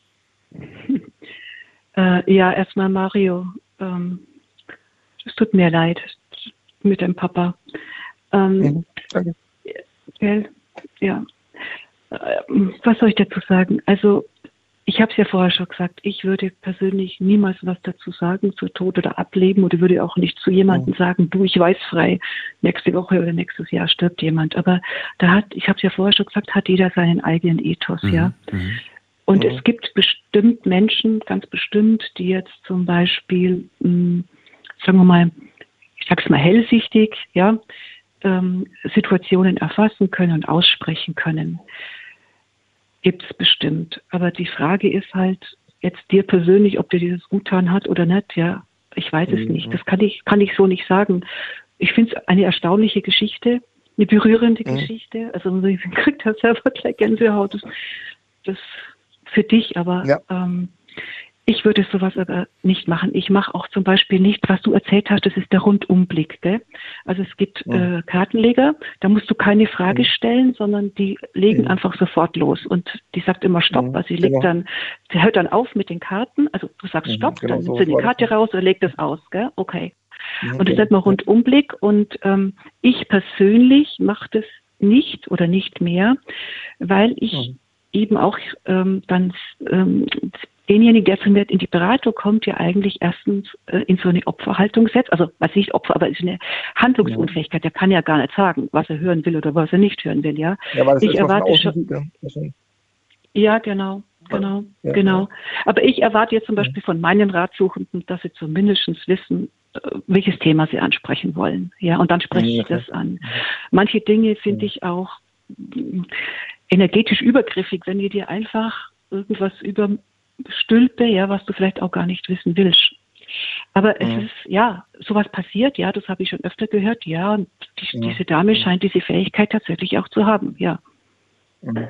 Äh, ja, erstmal Mario. Ähm, es tut mir leid mit dem Papa. Ähm, Mhm. Danke. Gell? Ja. was soll ich dazu sagen? Also ich habe es ja vorher schon gesagt, ich würde persönlich niemals was dazu sagen zu Tod oder Ableben oder würde auch nicht zu jemandem sagen, du, ich weiß frei, nächste Woche oder nächstes Jahr stirbt jemand. Aber da hat, ich habe es ja vorher schon gesagt, hat jeder seinen eigenen Ethos, mhm. ja. Mhm. Und mhm. es gibt bestimmt Menschen, ganz bestimmt, die jetzt zum Beispiel, mh, sagen wir mal, ich sag's mal hellsichtig, ja, ähm, Situationen erfassen können und aussprechen können. Gibt es bestimmt. Aber die Frage ist halt jetzt dir persönlich, ob dir dieses gut getan hat oder nicht. Ja, ich weiß es mhm. nicht. Das kann ich, kann ich so nicht sagen. Ich finde es eine erstaunliche Geschichte, eine berührende mhm. Geschichte. Also man kriegt ja selber gleich Gänsehaut. Das, das für dich, aber ja. ähm, ich würde sowas aber nicht machen. Ich mache auch zum Beispiel nicht, was du erzählt hast, das ist der Rundumblick. Gell? Also es gibt ja. äh, Kartenleger, da musst du keine Frage ja. stellen, sondern die legen ja. einfach sofort los. Und die sagt immer Stopp. Ja, also sie legt genau. dann, sie hört dann auf mit den Karten. Also du sagst Stopp, ja, genau, dann nimmt so sie die Karte raus oder legt das aus. Gell? Okay. Ja, und das nennt man Rundumblick. Und ähm, ich persönlich mache das nicht oder nicht mehr, weil ich ja. eben auch ähm, dann ähm, denjenigen, der zu mir in die Beratung kommt, ja eigentlich erstens äh, in so eine Opferhaltung setzt. Also, was nicht Opfer, aber ist eine Handlungsunfähigkeit. Der kann ja gar nicht sagen, was er hören will oder was er nicht hören will, ja. Ja, weil das ich ist erwarte schon. Sieht, ja. ja, genau, genau, ja, genau. Ja. Aber ich erwarte jetzt zum Beispiel von meinen Ratsuchenden, dass sie zumindest wissen, welches Thema sie ansprechen wollen. Ja, und dann spreche ich das an. Manche Dinge finde ich auch energetisch übergriffig, wenn ihr dir einfach irgendwas über Stülpe, ja, was du vielleicht auch gar nicht wissen willst. Aber es mhm. ist, ja, sowas passiert, ja, das habe ich schon öfter gehört, ja, und die, ja. diese Dame scheint diese Fähigkeit tatsächlich auch zu haben, ja. Mhm.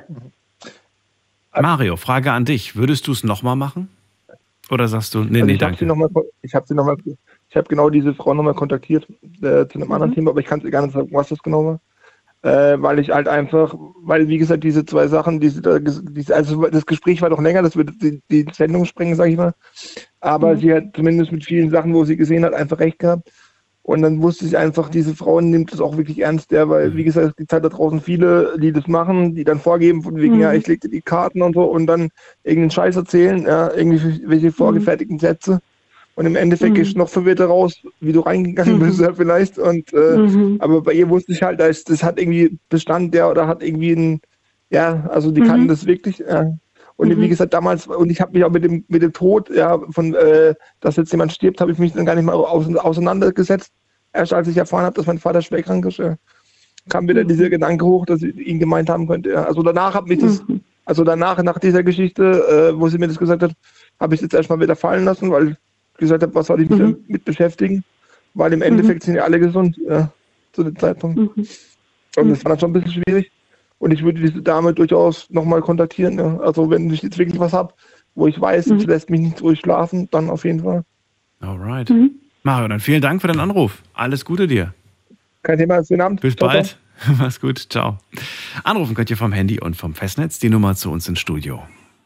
Mario, Frage an dich, würdest du es nochmal machen? Oder sagst du, nee, also nee, ich danke. Noch mal, ich habe sie nochmal, ich habe genau diese Frau nochmal kontaktiert, äh, zu einem mhm. anderen Thema, aber ich kann dir gar nicht sagen, was das genau war. Äh, weil ich halt einfach, weil wie gesagt, diese zwei Sachen, diese, diese, also das Gespräch war doch länger, das würde die, die Sendung sprengen, sag ich mal. Aber mhm. sie hat zumindest mit vielen Sachen, wo sie gesehen hat, einfach recht gehabt. Und dann wusste ich einfach, diese Frau nimmt das auch wirklich ernst, ja, weil, wie gesagt, es gibt halt da draußen viele, die das machen, die dann vorgeben, von wegen, mhm. ja, ich leg dir die Karten und so und dann irgendeinen Scheiß erzählen, ja, irgendwelche vorgefertigten mhm. Sätze. Und im Endeffekt mhm. gehst du noch verwirrter raus, wie du reingegangen bist, ja, vielleicht. Und, äh, mhm. Aber bei ihr wusste ich halt, das, das hat irgendwie Bestand, ja, oder hat irgendwie ein, ja, also die mhm. kann das wirklich. Ja. Und mhm. wie gesagt, damals, und ich habe mich auch mit dem, mit dem Tod, ja, von, äh, dass jetzt jemand stirbt, habe ich mich dann gar nicht mal auseinandergesetzt. Erst als ich erfahren habe, dass mein Vater schwer krank ist, ja, kam wieder mhm. dieser Gedanke hoch, dass ich ihn gemeint haben könnte. Ja. Also danach habe ich das, mhm. also danach, nach dieser Geschichte, äh, wo sie mir das gesagt hat, habe ich es jetzt erstmal wieder fallen lassen, weil gesagt habe, was soll ich mich mhm. mit beschäftigen, weil im Endeffekt mhm. sind ja alle gesund ja, zu dem Zeitpunkt. Mhm. Und das war dann schon ein bisschen schwierig. Und ich würde diese Dame durchaus nochmal kontaktieren. Ja. Also wenn ich jetzt wirklich was habe, wo ich weiß, es mhm. lässt mich nicht ruhig schlafen, dann auf jeden Fall. Alright. Mhm. Mario, dann vielen Dank für deinen Anruf. Alles Gute dir. Kein Thema, schönen Abend. Bis ciao, bald. Ciao. Mach's gut. Ciao. Anrufen könnt ihr vom Handy und vom Festnetz. Die Nummer zu uns ins Studio.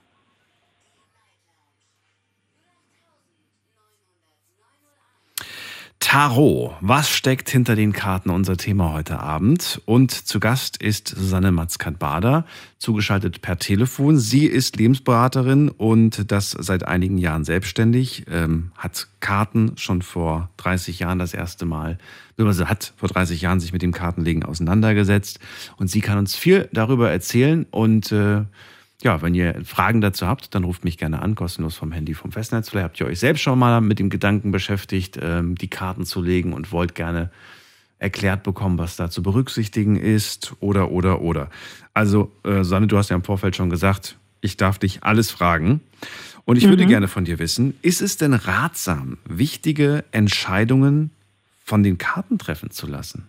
Tarot. Was steckt hinter den Karten? Unser Thema heute Abend. Und zu Gast ist Susanne Matzkat-Bader, zugeschaltet per Telefon. Sie ist Lebensberaterin und das seit einigen Jahren selbstständig, ähm, hat Karten schon vor dreißig Jahren das erste Mal, also hat vor dreißig Jahren sich mit dem Kartenlegen auseinandergesetzt. Und sie kann uns viel darüber erzählen und äh, ja, wenn ihr Fragen dazu habt, dann ruft mich gerne an, kostenlos vom Handy, vom Festnetz. Vielleicht habt ihr euch selbst schon mal mit dem Gedanken beschäftigt, die Karten zu legen und wollt gerne erklärt bekommen, was da zu berücksichtigen ist oder, oder, oder. Also, äh, Sanne, du hast ja im Vorfeld schon gesagt, ich darf dich alles fragen. Und ich mhm. würde gerne von dir wissen, ist es denn ratsam, wichtige Entscheidungen von den Karten treffen zu lassen?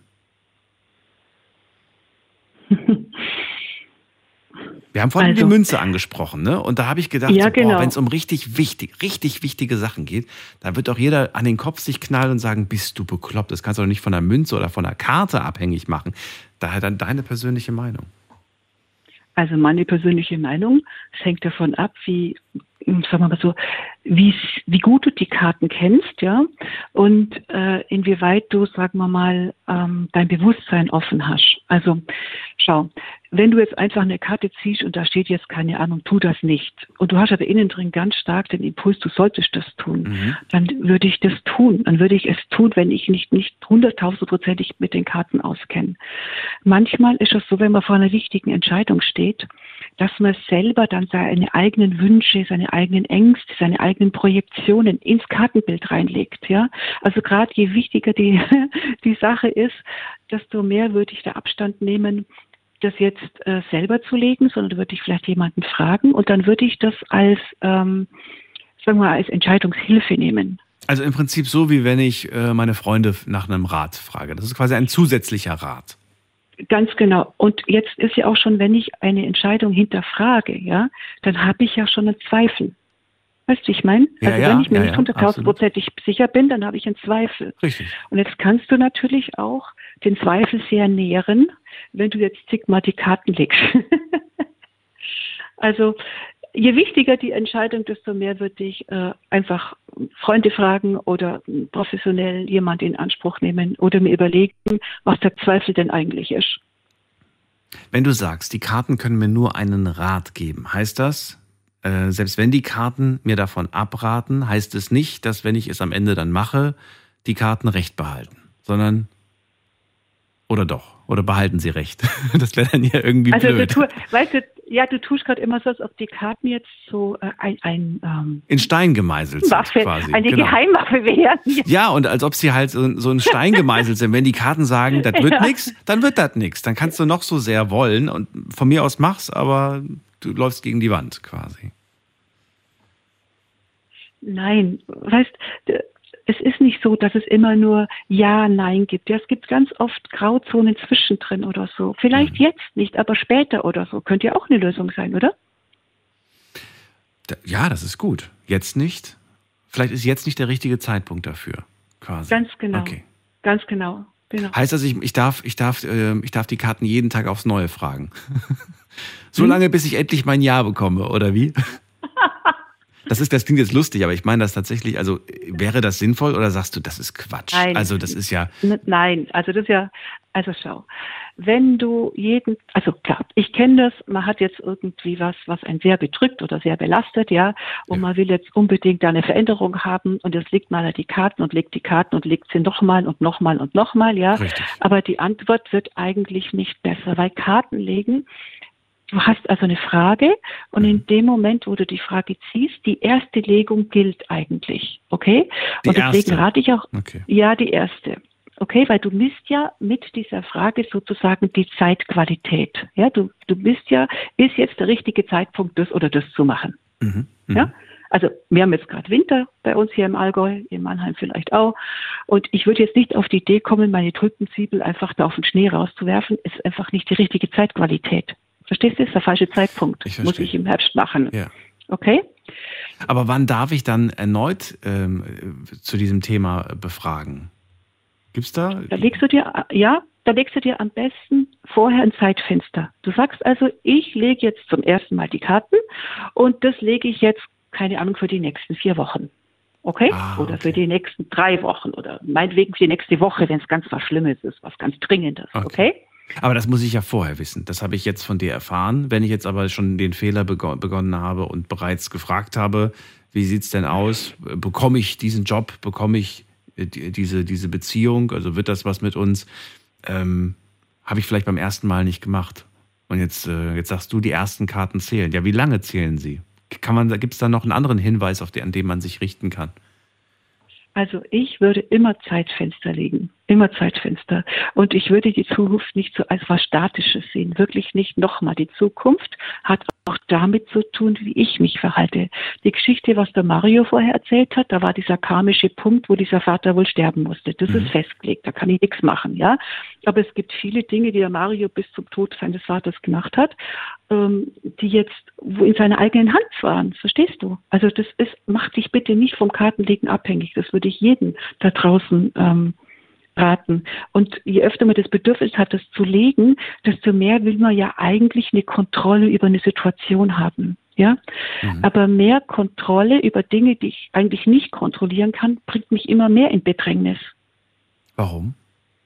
Wir haben vorhin also, die Münze angesprochen, ne? Und da habe ich gedacht, ja, so, genau. wenn es um richtig wichtig, richtig wichtige Sachen geht, da wird doch jeder an den Kopf sich knallen und sagen, bist du bekloppt? Das kannst du doch nicht von der Münze oder von der Karte abhängig machen. Daher dann deine persönliche Meinung. Also meine persönliche Meinung, es hängt davon ab, wie, sagen wir mal so, wie, wie gut du die Karten kennst, ja, und äh, inwieweit du, sagen wir mal, ähm, dein Bewusstsein offen hast. Also schau, wenn du jetzt einfach eine Karte ziehst und da steht jetzt, keine Ahnung, tu das nicht, und du hast aber innen drin ganz stark den Impuls, du solltest das tun, mhm. dann würde ich das tun. Dann würde ich es tun, wenn ich nicht nicht hunderttausendprozentig mit den Karten auskenne. Manchmal ist es so, wenn man vor einer wichtigen Entscheidung steht, dass man selber dann seine eigenen Wünsche, seine eigenen Ängste, seine eigenen Projektionen ins Kartenbild reinlegt. Ja? Also gerade je wichtiger die, die Sache ist, desto mehr würde ich da Abstand nehmen, das jetzt äh, selber zu legen, sondern würde ich vielleicht jemanden fragen und dann würde ich das als, ähm, sagen wir mal, als Entscheidungshilfe nehmen. Also im Prinzip so, wie wenn ich äh, meine Freunde nach einem Rat frage. Das ist quasi ein zusätzlicher Rat. Ganz genau. Und jetzt ist ja auch schon, wenn ich eine Entscheidung hinterfrage, ja, dann habe ich ja schon einen Zweifel. Weißt du, ich meine? Ja, also ja, wenn ich mir ja, nicht hunderttausendprozentig sicher bin, dann habe ich einen Zweifel. Richtig. Und jetzt kannst du natürlich auch den Zweifel sehr nähren, wenn du jetzt zigmal die Karten legst. Also je wichtiger die Entscheidung, desto mehr würde ich äh, einfach Freunde fragen oder professionell jemand in Anspruch nehmen oder mir überlegen, was der Zweifel denn eigentlich ist. Wenn du sagst, die Karten können mir nur einen Rat geben, heißt das, äh, selbst wenn die Karten mir davon abraten, heißt es nicht, dass wenn ich es am Ende dann mache, die Karten Recht behalten, sondern oder doch, oder behalten sie Recht? Das wäre dann ja irgendwie also blöd. Du, weißt du, ja, du tust gerade immer so, als ob die Karten jetzt so äh, ein, ein ähm, in Stein gemeißelt Waffe, sind quasi. Eine genau. Geheimwaffe wären. Ja, und als ob sie halt so, so in Stein gemeißelt sind. Wenn die Karten sagen, das wird ja nichts, dann wird das nichts. Dann kannst du noch so sehr wollen und von mir aus mach's, aber du läufst gegen die Wand quasi. Nein, weißt du, es ist nicht so, dass es immer nur Ja, Nein gibt. Ja, es gibt ganz oft Grauzonen zwischendrin oder so. Vielleicht mhm. jetzt nicht, aber später oder so. Könnte ja auch eine Lösung sein, oder? Ja, das ist gut. Jetzt nicht. Vielleicht ist jetzt nicht der richtige Zeitpunkt dafür, quasi. Ganz genau. Okay. Ganz genau. genau. Heißt das, ich, ich, darf, ich, darf, äh, ich darf die Karten jeden Tag aufs Neue fragen? So hm? lange, bis ich endlich mein Ja bekomme, oder wie? Das ist, das klingt jetzt lustig, aber ich meine das tatsächlich, also wäre das sinnvoll oder sagst du, das ist Quatsch? Nein. Also das ist ja... Nein, also das ist ja, also schau, wenn du jeden, also klar, ich kenne das, man hat jetzt irgendwie was, was einen sehr bedrückt oder sehr belastet, ja, und ja. man will jetzt unbedingt da eine Veränderung haben und jetzt legt man da die Karten und legt die Karten und legt sie nochmal und nochmal und nochmal, ja. Richtig. Aber die Antwort wird eigentlich nicht besser, weil Karten legen, du hast also eine Frage und in dem Moment, wo du die Frage ziehst, die erste Legung gilt eigentlich, okay? Die und deswegen erste. rate ich auch, okay. ja, die erste. Okay, weil du misst ja mit dieser Frage sozusagen die Zeitqualität. Ja, du, du misst ja, ist jetzt der richtige Zeitpunkt, das oder das zu machen. Mhm. Mhm. Ja? Also wir haben jetzt gerade Winter bei uns hier im Allgäu, in Mannheim vielleicht auch. Und ich würde jetzt nicht auf die Idee kommen, meine Tulpenzwiebel einfach da auf den Schnee rauszuwerfen. Ist einfach nicht die richtige Zeitqualität. Verstehst du? Das ist der falsche Zeitpunkt. Ich Muss ich im Herbst machen. Ja. Okay? Aber wann darf ich dann erneut ähm, zu diesem Thema befragen? Gibt's da? Da legst du dir, ja, da legst du dir am besten vorher ein Zeitfenster. Du sagst also, ich lege jetzt zum ersten Mal die Karten und das lege ich jetzt, keine Ahnung, für die nächsten vier Wochen. Okay? Ah, oder okay. für die nächsten drei Wochen oder meinetwegen für die nächste Woche, wenn es ganz was Schlimmes ist, was ganz Dringendes. Okay? okay? Aber das muss ich ja vorher wissen. Das habe ich jetzt von dir erfahren. Wenn ich jetzt aber schon den Fehler bego- begonnen habe und bereits gefragt habe, wie sieht's denn aus? Bekomme ich diesen Job? Bekomme ich die, diese, diese Beziehung? Also wird das was mit uns? Ähm, habe ich vielleicht beim ersten Mal nicht gemacht. Und jetzt, äh, jetzt sagst du, die ersten Karten zählen. Ja, wie lange zählen sie? Kann man, gibt es da noch einen anderen Hinweis, auf den, an den man sich richten kann? Also ich würde immer Zeitfenster legen, immer Zeitfenster. Und ich würde die Zukunft nicht so als was Statisches sehen, wirklich nicht nochmal. Die Zukunft hat auch damit zu tun, wie ich mich verhalte. Die Geschichte, was der Mario vorher erzählt hat, da war dieser karmische Punkt, wo dieser Vater wohl sterben musste. Das mhm. ist festgelegt, da kann ich nichts machen, ja. Aber es gibt viele Dinge, die der Mario bis zum Tod seines Vaters gemacht hat, ähm, die jetzt wo in seiner eigenen Hand waren, verstehst du? Also das ist, macht dich bitte nicht vom Kartenlegen abhängig. Das würde ich jedem da draußen ähm, raten. Und je öfter man das Bedürfnis hat, das zu legen, desto mehr will man ja eigentlich eine Kontrolle über eine Situation haben. Ja, Mhm. aber mehr Kontrolle über Dinge, die ich eigentlich nicht kontrollieren kann, bringt mich immer mehr in Bedrängnis. Warum?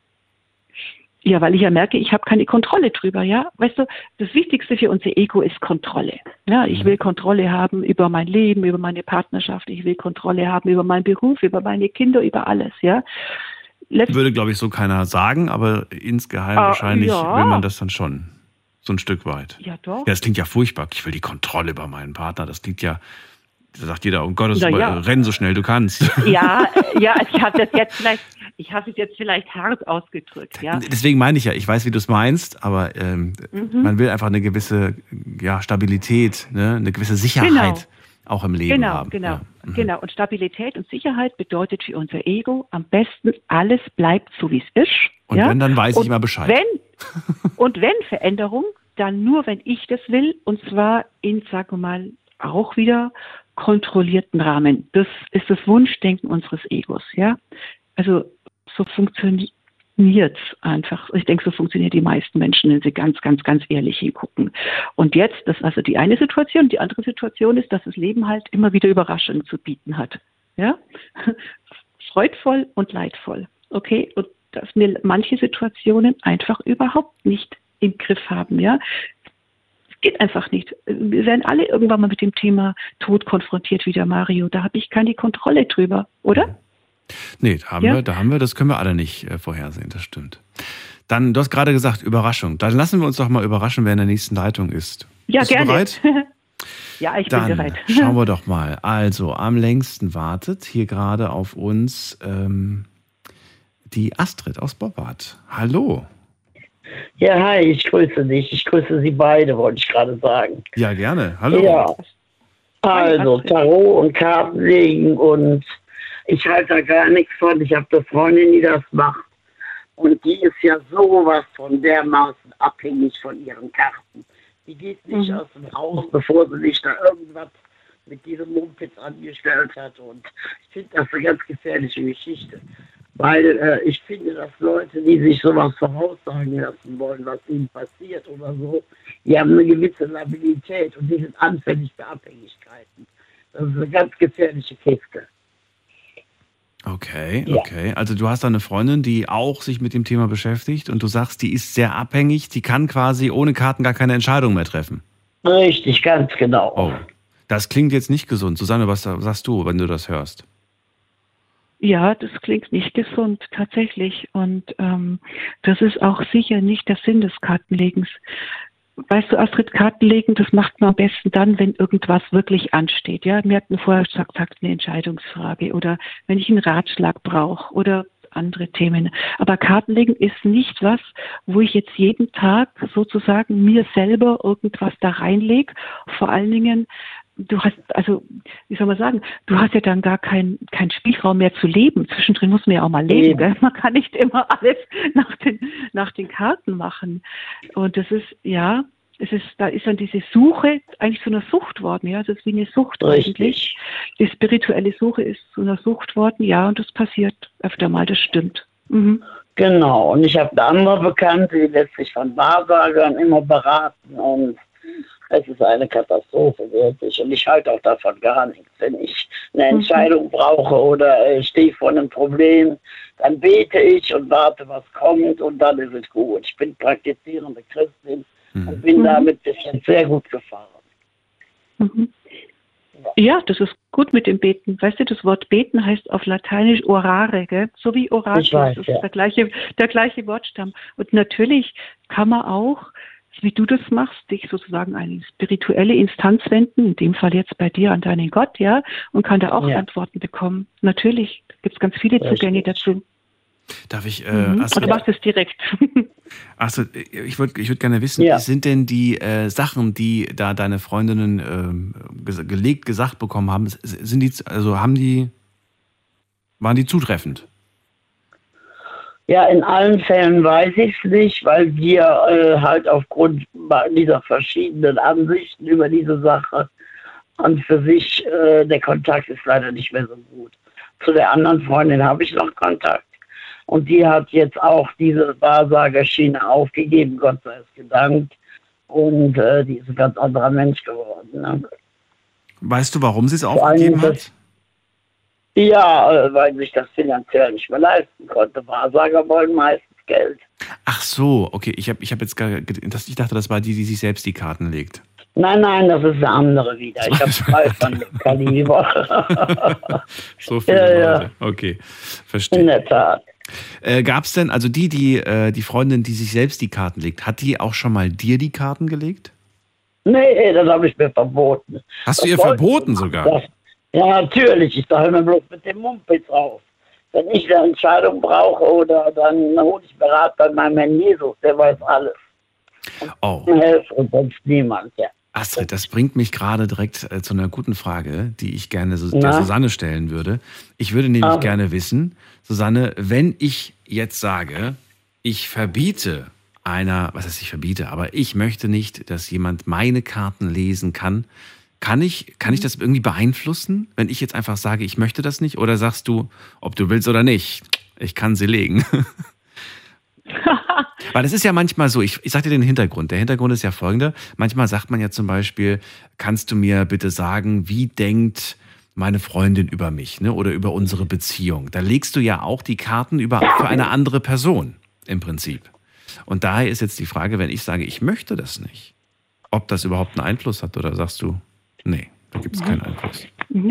Ja, weil ich ja merke, ich habe keine Kontrolle drüber, ja. Weißt du, das Wichtigste für unser Ego ist Kontrolle. Ja, ich will Kontrolle haben über mein Leben, über meine Partnerschaft, ich will Kontrolle haben über meinen Beruf, über meine Kinder, über alles, ja. Letzt- Würde, glaube ich, so keiner sagen, aber insgeheim Ah, wahrscheinlich ja. will man das dann schon. So ein Stück weit. Ja, doch. Ja, das klingt ja furchtbar. Ich will die Kontrolle über meinen Partner. Das klingt ja, da sagt jeder, um Gottes Na Willen, ja. renn so schnell du kannst. Ja, äh, ja, ich habe das jetzt vielleicht, ich habe es jetzt vielleicht hart ausgedrückt, ja. Deswegen meine ich ja, ich weiß, wie du es meinst, aber ähm, Mhm. man will einfach eine gewisse ja, Stabilität, ne? Eine gewisse Sicherheit auch im Leben Genau, haben. genau, Ja. Mhm. genau. Und Stabilität und Sicherheit bedeutet für unser Ego am besten, alles bleibt so, wie es ist. Und ja? wenn, dann weiß und ich mal Bescheid. Wenn, und wenn Veränderung, dann nur, wenn ich das will, und zwar in, sagen wir mal, auch wieder kontrollierten Rahmen. Das ist das Wunschdenken unseres Egos, ja. Also so funktioniert es einfach. Ich denke, so funktionieren die meisten Menschen, wenn sie ganz, ganz, ganz ehrlich hingucken. Und jetzt, das ist also die eine Situation. Die andere Situation ist, dass das Leben halt immer wieder Überraschungen zu bieten hat. Ja? Freudvoll und leidvoll. Okay? Und dass wir manche Situationen einfach überhaupt nicht im Griff haben. Ja? Es geht einfach nicht. Wir werden alle irgendwann mal mit dem Thema Tod konfrontiert, wie der Mario. Da habe ich keine Kontrolle drüber, oder? Nee, da haben, Ja. wir, da haben wir, das können wir alle nicht äh, vorhersehen, das stimmt. Dann, du hast gerade gesagt, Überraschung. Dann lassen wir uns doch mal überraschen, wer in der nächsten Leitung ist. Ja, Bist gerne. du bereit? Ja, ich Dann bin bereit. schauen wir doch mal. Also, am längsten wartet hier gerade auf uns ähm, die Astrid aus Boppard. Hallo. Ja, hi, ich grüße dich. Ich grüße Sie beide, wollte ich gerade sagen. Ja, gerne. Hallo. Ja, also Astrid. Tarot und Kartenlegen und ich halte da gar nichts von. Ich habe eine Freundin, die das macht und die ist ja sowas von dermaßen abhängig von ihren Karten. Die geht nicht Mhm. aus dem Haus, bevor sie nicht da irgendwas mit diesem Mumpitz angestellt hat und ich finde das eine ganz gefährliche Geschichte. Weil äh, ich finde, dass Leute, die sich sowas voraussagen lassen wollen, was ihnen passiert oder so, die haben eine gewisse Labilität und die sind anfällig für Abhängigkeiten. Das ist eine ganz gefährliche Kiste. Okay, Ja. okay. Also du hast da eine Freundin, die auch sich mit dem Thema beschäftigt und du sagst, die ist sehr abhängig, die kann quasi ohne Karten gar keine Entscheidung mehr treffen. Richtig, ganz genau. Oh, das klingt jetzt nicht gesund. Susanne, was sagst du, wenn du das hörst? Ja, das klingt nicht gesund, tatsächlich. Und ähm, das ist auch sicher nicht der Sinn des Kartenlegens. Weißt du, Astrid, Kartenlegen, das macht man am besten dann, wenn irgendwas wirklich ansteht. Ja, wir hatten vorher gesagt, gesagt, eine Entscheidungsfrage oder wenn ich einen Ratschlag brauche oder andere Themen. Aber Kartenlegen ist nicht was, wo ich jetzt jeden Tag sozusagen mir selber irgendwas da reinlege. Vor allen Dingen, du hast, also, wie soll man sagen, du hast ja dann gar keinen keinen Spielraum mehr zu leben. Zwischendrin muss man ja auch mal leben, Eben. gell? Man kann nicht immer alles nach den, nach den Karten machen. Und das ist, ja, es ist, da ist dann diese Suche eigentlich zu einer Sucht worden, ja. Das ist wie eine Sucht eigentlich. Richtig. Die spirituelle Suche ist zu einer Sucht worden, ja, und das passiert öfter mal, das stimmt. Mhm. Genau. Und ich habe eine andere Bekannte, die lässt sich von Wahrsagern immer beraten und es ist eine Katastrophe, wirklich. Und ich halte auch davon gar nichts. Wenn ich eine Entscheidung brauche oder ich stehe vor einem Problem, dann bete ich und warte, was kommt und dann ist es gut. Ich bin praktizierende Christin und bin Mhm. damit bis jetzt sehr gut gefahren. Mhm. Ja, das ist gut mit dem Beten. Weißt du, das Wort beten heißt auf Lateinisch orare, gell? So wie Orakel. Ich weiß, das ist ja. der gleiche, der gleiche Wortstamm. Und natürlich kann man auch, wie du das machst, dich sozusagen an eine spirituelle Instanz wenden, in dem Fall jetzt bei dir an deinen Gott, ja, und kann da auch Ja. Antworten bekommen. Natürlich, da gibt es ganz viele Richtig. Zugänge dazu. Darf ich, äh, Mhm. Astrid, Und du machst es direkt. Astrid, ich würde ich würd gerne wissen, Ja. sind denn die äh, Sachen, die da deine Freundinnen ähm, ges gelegt, gesagt bekommen haben, s- sind die, also haben die, waren die zutreffend? Ja, in allen Fällen weiß ich es nicht, weil wir äh, halt aufgrund dieser verschiedenen Ansichten über diese Sache an für sich, äh, der Kontakt ist leider nicht mehr so gut. Zu der anderen Freundin habe ich noch Kontakt und die hat jetzt auch diese Wahrsagerschiene aufgegeben, Gott sei es gedankt, und äh, die ist ein ganz anderer Mensch geworden. geworden. Ne? Weißt du, warum sie es Vor allem aufgegeben hat? das- Ja, äh, weil sich das finanziell nicht mehr leisten konnte. Wahrsager wollen meistens Geld. Ach so, okay. Ich habe ich hab jetzt gar, ged- das, ich dachte, das war die, die sich selbst die Karten legt. Nein, nein, das ist eine andere wieder. Ich habe zwei von dem Kaliber. So viele Ja, ja. Leute. Okay, In verstehe. der Tat. Äh, Gab es denn, also die, die, äh, die Freundin, die sich selbst die Karten legt, hat die auch schon mal dir die Karten gelegt? Nee, das habe ich mir verboten. Hast du Das ihr wollte verboten ich sogar? Das, ja, natürlich. Ich sage immer bloß mit dem Mumpitz auf. Wenn ich eine Entscheidung brauche, oder dann hole ich mir Rat bei meinem Herrn Jesus, der weiß alles. Oh, Mir hilft und sonst niemand, ja. Astrid, das bringt mich gerade direkt äh, zu einer guten Frage, die ich gerne so, der Na? Susanne stellen würde. Ich würde nämlich Ah. gerne wissen, Susanne, wenn ich jetzt sage, ich verbiete einer, was heißt ich verbiete, aber ich möchte nicht, dass jemand meine Karten lesen kann, kann ich, kann ich das irgendwie beeinflussen, wenn ich jetzt einfach sage, ich möchte das nicht? Oder sagst du, ob du willst oder nicht, ich kann sie legen? Weil es ist ja manchmal so, ich, ich sag dir den Hintergrund. Der Hintergrund ist ja folgender. Manchmal sagt man ja zum Beispiel, kannst du mir bitte sagen, wie denkt meine Freundin über mich, ne? Oder über unsere Beziehung? Da legst du ja auch die Karten über für eine andere Person im Prinzip. Und daher ist jetzt die Frage, wenn ich sage, ich möchte das nicht, ob das überhaupt einen Einfluss hat oder sagst du, nee, da gibt es keinen Einfluss. Mhm.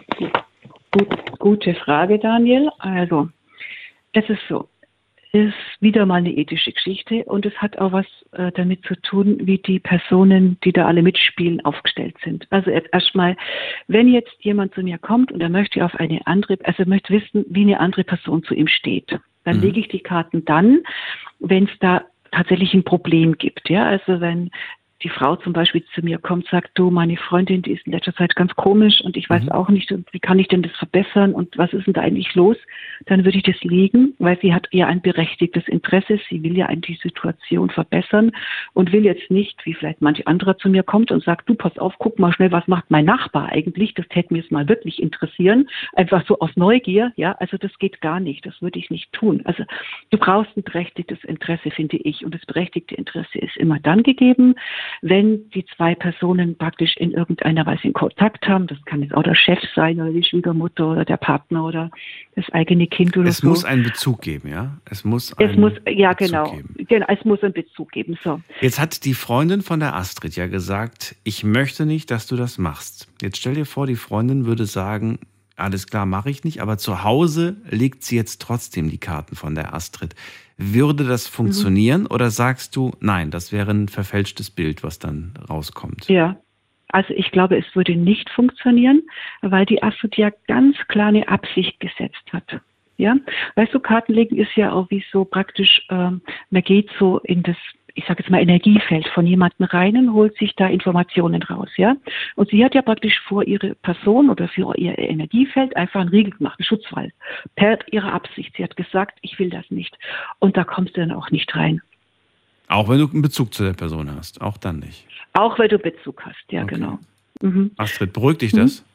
Gut, gute Frage, Daniel. Also, es ist so, es ist wieder mal eine ethische Geschichte und es hat auch was äh, damit zu tun, wie die Personen, die da alle mitspielen, aufgestellt sind. Also jetzt erstmal, wenn jetzt jemand zu mir kommt und er möchte auf eine andere, also er möchte wissen, wie eine andere Person zu ihm steht, dann Mhm. lege ich die Karten dann, wenn es da tatsächlich ein Problem gibt. Ja, also wenn die Frau zum Beispiel zu mir kommt, sagt, du, meine Freundin, die ist in letzter Zeit ganz komisch und ich weiß Mhm. auch nicht, wie kann ich denn das verbessern und was ist denn da eigentlich los? Dann würde ich das legen, weil sie hat ja ein berechtigtes Interesse. Sie will ja eigentlich die Situation verbessern und will jetzt nicht, wie vielleicht manch anderer zu mir kommt und sagt, du, pass auf, guck mal schnell, was macht mein Nachbar eigentlich? Das täte mir jetzt mal wirklich interessieren. Einfach so aus Neugier, ja, also das geht gar nicht. Das würde ich nicht tun. Also du brauchst ein berechtigtes Interesse, finde ich. Und das berechtigte Interesse ist immer dann gegeben, wenn die zwei Personen praktisch in irgendeiner Weise in Kontakt haben. Das kann jetzt auch der Chef sein oder die Schwiegermutter oder der Partner oder das eigene Kind oder Es so. muss einen Bezug geben, ja? Es muss es einen muss, ja Bezug genau, geben. genau, es muss einen Bezug geben. So. Jetzt hat die Freundin von der Astrid ja gesagt, ich möchte nicht, dass du das machst. Jetzt stell dir vor, die Freundin würde sagen, alles klar, mache ich nicht, aber zu Hause legt sie jetzt trotzdem die Karten von der Astrid. Würde das funktionieren mhm. oder sagst du, nein, das wäre ein verfälschtes Bild, was dann rauskommt? Ja, also ich glaube, es würde nicht funktionieren, weil die Astrid ja ganz klar eine Absicht gesetzt hat. Ja, weißt du, Kartenlegen ist ja auch wie so praktisch, ähm, man geht so in das, ich sage jetzt mal, Energiefeld von jemandem rein und holt sich da Informationen raus, ja. Und sie hat ja praktisch vor ihre Person oder für ihr Energiefeld einfach einen Riegel gemacht, einen Schutzwall, per ihrer Absicht. Sie hat gesagt, ich will das nicht. Und da kommst du dann auch nicht rein. Auch wenn du einen Bezug zu der Person hast, auch dann nicht. Auch wenn du Bezug hast, ja, Okay. genau. Mhm. Astrid, beruhigt dich das?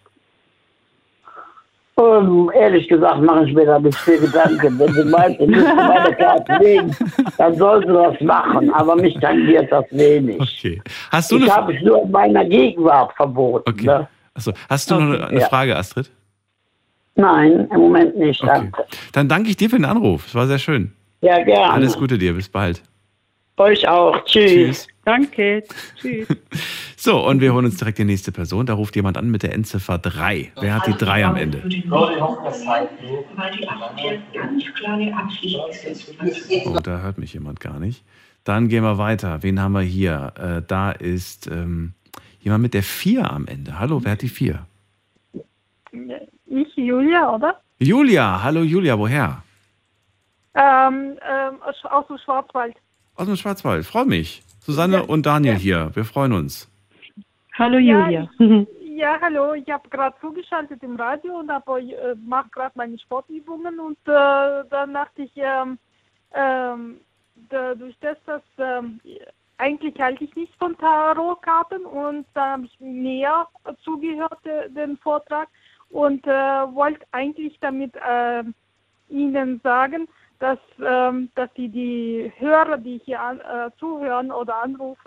Ähm, ehrlich gesagt mache ich mir da nicht viel Gedanken. Wenn sie meint, sie müssen meine Karten legen, dann soll sie das machen. Aber mich tangiert das wenig. Okay. Hast du Ich eine, habe es nur in meiner Gegenwart verboten. okay. Ne? Achso. Hast du noch eine, eine ja. Frage, Astrid? Nein, im Moment nicht. Okay. Danke. Dann danke ich dir für den Anruf. Es war sehr schön. Ja, gerne. Alles Gute dir. Bis bald. Euch auch. Tschüss. Tschüss. Danke. Tschüss. So, und wir holen uns direkt die nächste Person. Da ruft jemand an mit der Endziffer drei. Wer hat die drei am Ende? Weil die Astrid ganz klare Absicht gesetzt hat. Oh, da hört mich jemand gar nicht. Dann gehen wir weiter. Wen haben wir hier? Äh, da ist ähm, jemand mit der vier am Ende. Hallo, wer hat die vier? Ich, Julia, oder? Julia. Hallo Julia, woher? Ähm, ähm, aus aus dem Schwarzwald. Aus dem Schwarzwald. Freue mich. Susanne Ja. und Daniel hier. Wir freuen uns. Hallo Ja, Julia. Ja, hallo, ich habe gerade zugeschaltet im Radio und äh, mache gerade meine Sportübungen und äh, dann dachte ich, ähm, ähm, da, durch das, dass ähm, eigentlich halte ich nicht von Tarotkarten und da habe ich näher zugehört, de, den Vortrag und äh, wollte eigentlich damit äh, Ihnen sagen, dass, ähm, dass die, die Hörer, die hier an, äh, zuhören oder anrufen,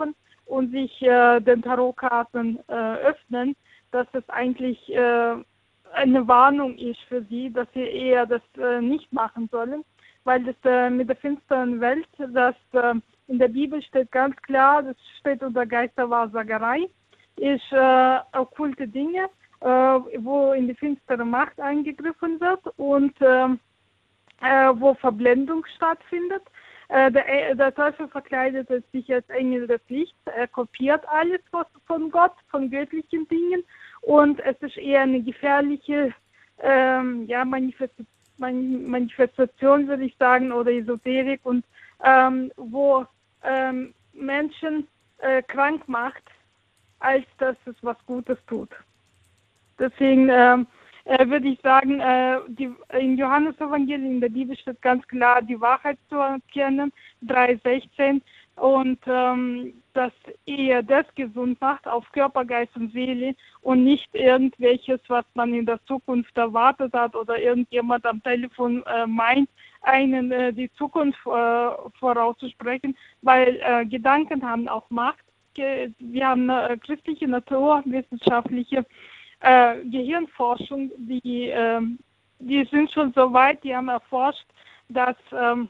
und sich äh, den Tarotkarten äh, öffnen, dass es eigentlich äh, eine Warnung ist für sie, dass sie eher das äh, nicht machen sollen, weil das äh, mit der finsteren Welt, das äh, in der Bibel steht ganz klar, das steht unter Geisterwahrsagerei, ist äh, okkulte Dinge, äh, wo in die finstere Macht eingegriffen wird und äh, äh, wo Verblendung stattfindet. Äh, der, der Teufel verkleidet sich als Engel des Lichts, er kopiert alles was von Gott, von göttlichen Dingen, und es ist eher eine gefährliche ähm, ja, Manifestation, Manifestation, würde ich sagen, oder Esoterik, und ähm, wo ähm, Menschen äh, krank macht, als dass es was Gutes tut. Deswegen ähm, äh, würde ich sagen, äh, die, im Johannes-Evangelium in der Bibel steht ganz klar, die Wahrheit zu erkennen, drei sechzehn, und ähm, dass eher das gesund macht auf Körper, Geist und Seele und nicht irgendwelches, was man in der Zukunft erwartet hat oder irgendjemand am Telefon äh, meint, einen äh, die Zukunft äh, vorauszusprechen, weil äh, Gedanken haben auch Macht. Ge- Wir haben äh, christliche, naturwissenschaftliche äh, Gehirnforschung, die, äh, die sind schon so weit, die haben erforscht, dass ähm,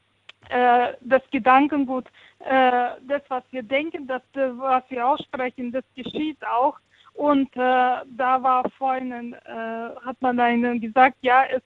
äh, das Gedankengut, äh, das, was wir denken, das, das, was wir aussprechen, das geschieht auch. Und äh, da war vorhin, ein, äh, hat man einen gesagt, ja, es,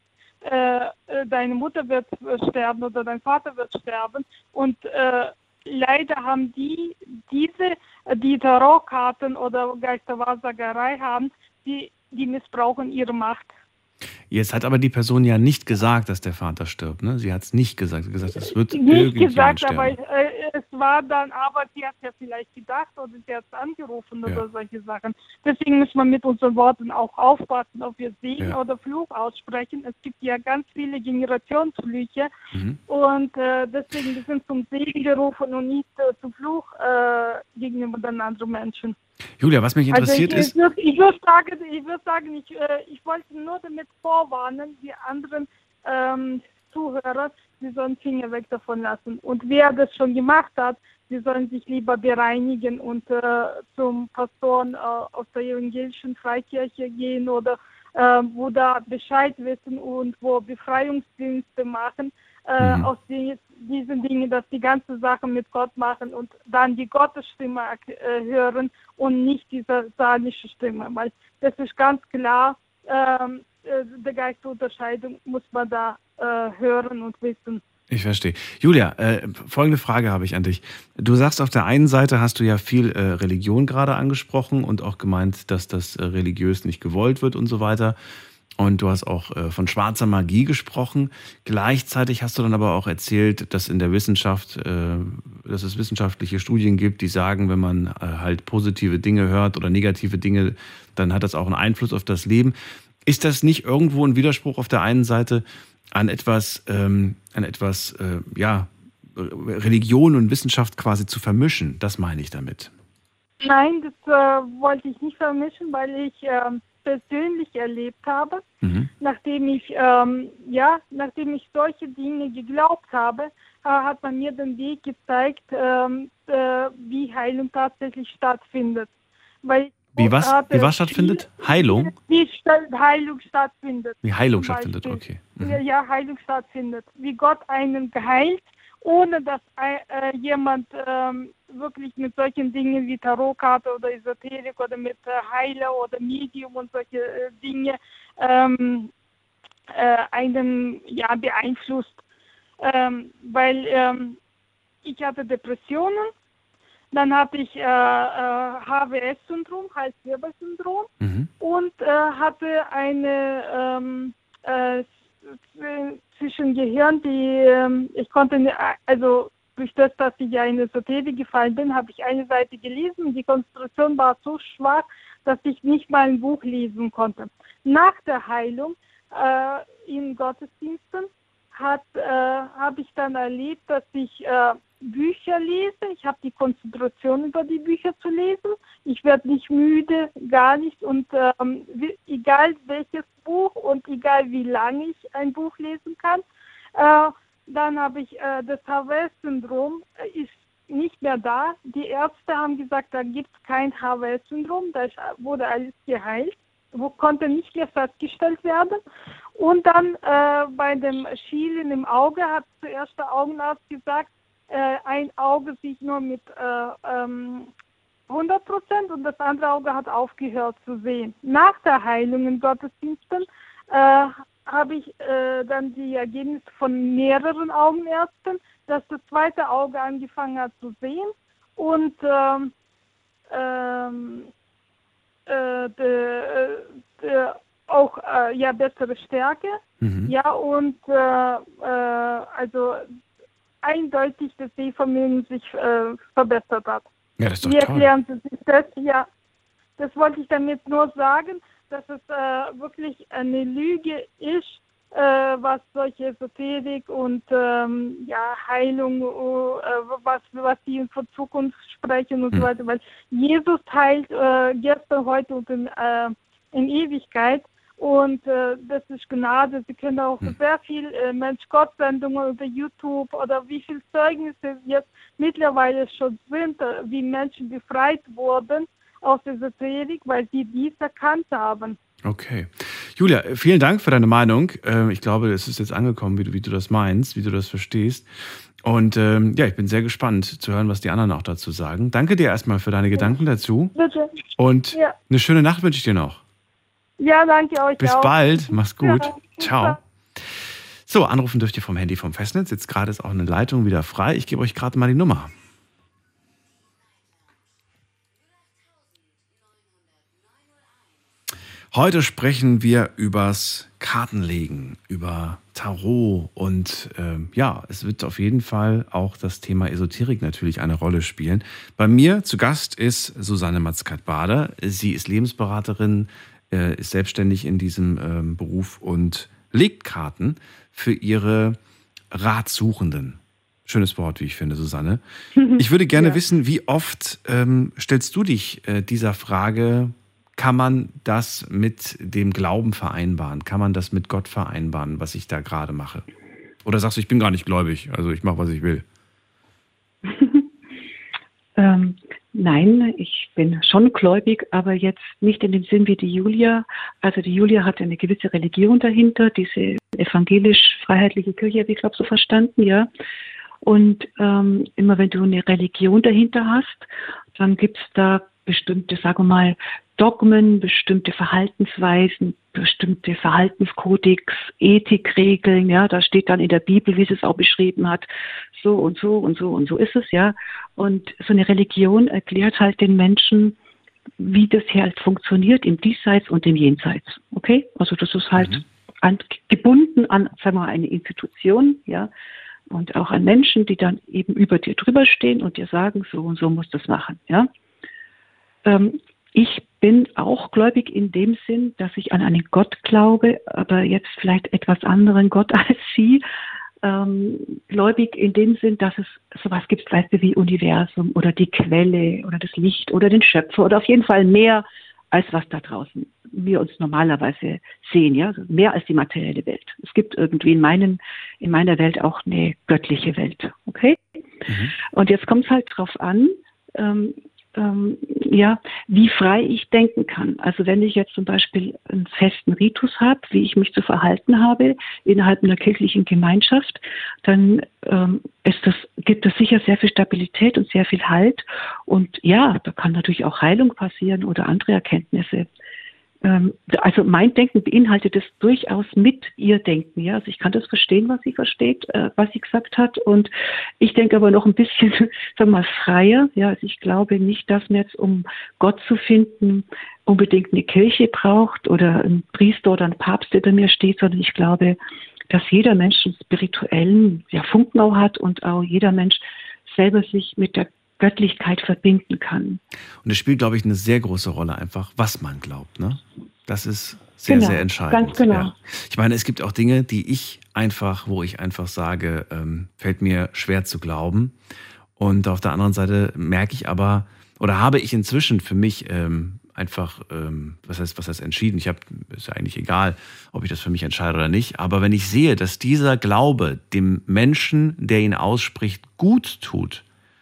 äh, deine Mutter wird sterben oder dein Vater wird sterben. Und äh, leider haben die, diese, die Tarotkarten oder Geisterwahrsagerei haben, die, die missbrauchen ihre Macht. Jetzt hat aber die Person ja nicht gesagt, dass der Vater stirbt. Ne? Sie hat es nicht gesagt. Sie hat gesagt, es wird Nicht irgendjemand gesagt, sterben. aber äh, es war dann, aber sie hat ja vielleicht gedacht oder sie hat angerufen Ja. oder solche Sachen. Deswegen muss man mit unseren Worten auch aufpassen, ob wir Segen Ja. oder Fluch aussprechen. Es gibt ja ganz viele Generationsflüche Mhm. und äh, deswegen wir sind zum Segen gerufen und nicht äh, zum Fluch äh, gegenüber den anderen Menschen. Julia, was mich interessiert also ich, ist, ich würde ich würd sagen, ich, würd sagen ich, äh, ich wollte nur damit vorwarnen, die anderen ähm, Zuhörer, sie sollen Finger weg davon lassen. Und wer das schon gemacht hat, sie sollen sich lieber bereinigen und äh, zum Pastoren äh, aus der evangelischen Freikirche gehen oder äh, wo da Bescheid wissen und wo Befreiungsdienste machen, äh, Mhm. aus die, diesen Dingen, dass die ganze Sache mit Gott machen und dann die Gottesstimme äh, hören und nicht diese satanische Stimme, weil das ist ganz klar, ähm, äh, der Geistunterscheidung muss man da äh, hören und wissen. ich verstehe. Julia, äh, folgende Frage habe ich an dich. Du sagst, auf der einen Seite hast du ja viel äh, Religion gerade angesprochen und auch gemeint, dass das äh, religiös nicht gewollt wird und so weiter. Und du hast auch äh, von schwarzer Magie gesprochen. Gleichzeitig hast du dann aber auch erzählt, dass in der Wissenschaft, äh, dass es wissenschaftliche Studien gibt, die sagen, wenn man äh, halt positive Dinge hört oder negative Dinge, dann hat das auch einen Einfluss auf das Leben. Ist das nicht irgendwo ein Widerspruch auf der einen Seite an etwas, ähm, an etwas, äh, ja, Religion und Wissenschaft quasi zu vermischen? Das meine ich damit. Nein, das äh, wollte ich nicht vermischen, weil ich äh, persönlich erlebt habe, Mhm. nachdem ich ähm, ja, nachdem ich solche Dinge geglaubt habe, äh, hat man mir den Weg gezeigt, ähm, äh, wie Heilung tatsächlich stattfindet. Weil Wie was, hatte wie was stattfindet? viel- Heilung? Wie sta- Heilung stattfindet. Wie Heilung zum stattfindet, Beispiel. okay. Mhm. Ja, ja, Heilung stattfindet. Wie Gott einen geheilt, ohne dass äh, jemand ähm, wirklich mit solchen Dingen wie Tarotkarte oder Esoterik oder mit äh, Heiler oder Medium und solche äh, Dinge ähm, äh, einen ja, beeinflusst. Ähm, weil ähm, ich hatte Depressionen, dann hatte ich äh, äh, H W S-Syndrom, Hals-Wirbel-Syndrom Mhm. und äh, hatte eine ähm, äh, z- zwischen Gehirn, die ähm, ich konnte, ne- also durch das, dass ich ja in Esoterik gefallen bin, habe ich eine Seite gelesen. Die Konzentration war so schwach, dass ich nicht mal ein Buch lesen konnte. Nach der Heilung äh, in Gottesdiensten hat, äh, habe ich dann erlebt, dass ich äh, Bücher lese. Ich habe die Konzentration über die Bücher zu lesen. Ich werde nicht müde, gar nicht. Und ähm, wie, egal welches Buch und egal wie lange ich ein Buch lesen kann, äh, dann habe ich äh, das H W S-Syndrom, äh, ist nicht mehr da. Die Ärzte haben gesagt, da gibt es kein H W L-Syndrom, da wurde alles geheilt, wo konnte nicht mehr festgestellt werden. Und dann äh, bei dem Schielen im Auge hat zuerst der Augenarzt gesagt, äh, ein Auge sieht nur mit äh, ähm, hundert Prozent und das andere Auge hat aufgehört zu sehen. Nach der Heilung in Gottesdiensten äh, habe ich äh, dann die Ergebnisse von mehreren Augenärzten, dass das zweite Auge angefangen hat zu sehen und ähm, ähm, äh, de, de, auch äh, ja bessere Stärke, mhm. ja und äh, äh, also eindeutig das Sehvermögen sich äh, verbessert hat. Ja, das ist doch Wie toll. erklären Sie sich das? Ja, das wollte ich damit nur sagen, dass es äh, wirklich eine Lüge ist, äh, was solche Esoterik und ähm, ja, Heilung, äh, was, was die von Zukunft sprechen und hm. so weiter, weil Jesus heilt äh, gestern, heute und in, äh, in Ewigkeit und äh, das ist Gnade. Sie können auch hm. sehr viel äh, Mensch-Gott-Sendungen über YouTube oder wie viele Zeugnisse jetzt mittlerweile schon sind, äh, wie Menschen befreit wurden aus der Esoterik, weil sie dies erkannt haben. Okay. Julia, vielen Dank für deine Meinung. Ich glaube, es ist jetzt angekommen, wie du, wie du das meinst, wie du das verstehst. Und ähm, ja, ich bin sehr gespannt zu hören, was die anderen auch dazu sagen. Danke dir erstmal für deine Gedanken dazu. Bitte. Und ja. eine schöne Nacht wünsche ich dir noch. Ja, danke euch Bis auch. bald. Mach's gut. Ja, ciao. So, anrufen dürft ihr vom Handy vom Festnetz. Jetzt gerade ist auch eine Leitung wieder frei. Ich gebe euch gerade mal die Nummer. Heute sprechen wir übers Kartenlegen, über Tarot und äh, ja, es wird auf jeden Fall auch das Thema Esoterik natürlich eine Rolle spielen. Bei mir zu Gast ist Susanne Matzkat-Bader. Sie ist Lebensberaterin, äh, ist selbstständig in diesem äh, Beruf und legt Karten für ihre Ratsuchenden. Schönes Wort, wie ich finde, Susanne. Ich würde gerne ja. wissen, wie oft ähm, stellst du dich äh, dieser Frage, kann man das mit dem Glauben vereinbaren? Kann man das mit Gott vereinbaren, was ich da gerade mache? Oder sagst du, ich bin gar nicht gläubig, also ich mache, was ich will? ähm, nein, ich bin schon gläubig, aber jetzt nicht in dem Sinn wie die Julia. Also die Julia hatte eine gewisse Religion dahinter, diese evangelisch-freiheitliche Kirche, habe ich glaube so verstanden, ja. Und ähm, immer wenn du eine Religion dahinter hast, dann gibt es da bestimmte, sagen wir mal, Dogmen, bestimmte Verhaltensweisen, bestimmte Verhaltenskodex, Ethikregeln, ja, da steht dann in der Bibel, wie sie es auch beschrieben hat, so und so und so und so ist es, ja. Und so eine Religion erklärt halt den Menschen, wie das hier halt funktioniert im Diesseits und im Jenseits, okay? Also das ist halt mhm. an, gebunden an, sagen wir mal, eine Institution, ja, und auch an Menschen, die dann eben über dir drüber stehen und dir sagen, so und so musst du es machen, ja. Ähm, Ich bin auch gläubig in dem Sinn, dass ich an einen Gott glaube, aber jetzt vielleicht etwas anderen Gott als Sie. Ähm, gläubig in dem Sinn, dass es sowas gibt, weißt du, wie Universum oder die Quelle oder das Licht oder den Schöpfer oder auf jeden Fall mehr, als was da draußen wir uns normalerweise sehen, ja, also mehr als die materielle Welt. Es gibt irgendwie in, meinen, in meiner Welt auch eine göttliche Welt, okay? Mhm. Und jetzt kommt es halt drauf an, ähm, Ähm, ja, wie frei ich denken kann. Also wenn ich jetzt zum Beispiel einen festen Ritus habe, wie ich mich zu verhalten habe innerhalb einer kirchlichen Gemeinschaft, dann ähm, ist das, gibt es sicher sehr viel Stabilität und sehr viel Halt. Und ja, da kann natürlich auch Heilung passieren oder andere Erkenntnisse. Ähm, also mein Denken beinhaltet es durchaus mit ihr Denken. Ja? Also ich kann das verstehen, was sie versteht, äh, was sie gesagt hat. Und ich denke aber noch ein bisschen, sagen wir mal, freier. Ja? Also ich glaube nicht, dass man jetzt, um Gott zu finden, unbedingt eine Kirche braucht oder ein Priester oder ein Papst, der bei mir steht, sondern ich glaube, dass jeder Mensch einen spirituellen ja, Funken auch hat und auch jeder Mensch selber sich mit der Göttlichkeit verbinden kann. Und es spielt, glaube ich, eine sehr große Rolle einfach, was man glaubt. Ne? Das ist sehr, genau, sehr entscheidend. Ganz genau. Ja. Ich meine, es gibt auch Dinge, die ich einfach, wo ich einfach sage, ähm, fällt mir schwer zu glauben. Und auf der anderen Seite merke ich aber, oder habe ich inzwischen für mich ähm, einfach, ähm, was heißt, was heißt entschieden? Ich habe, ist ja eigentlich egal, ob ich das für mich entscheide oder nicht. Aber wenn ich sehe, dass dieser Glaube dem Menschen, der ihn ausspricht, gut tut,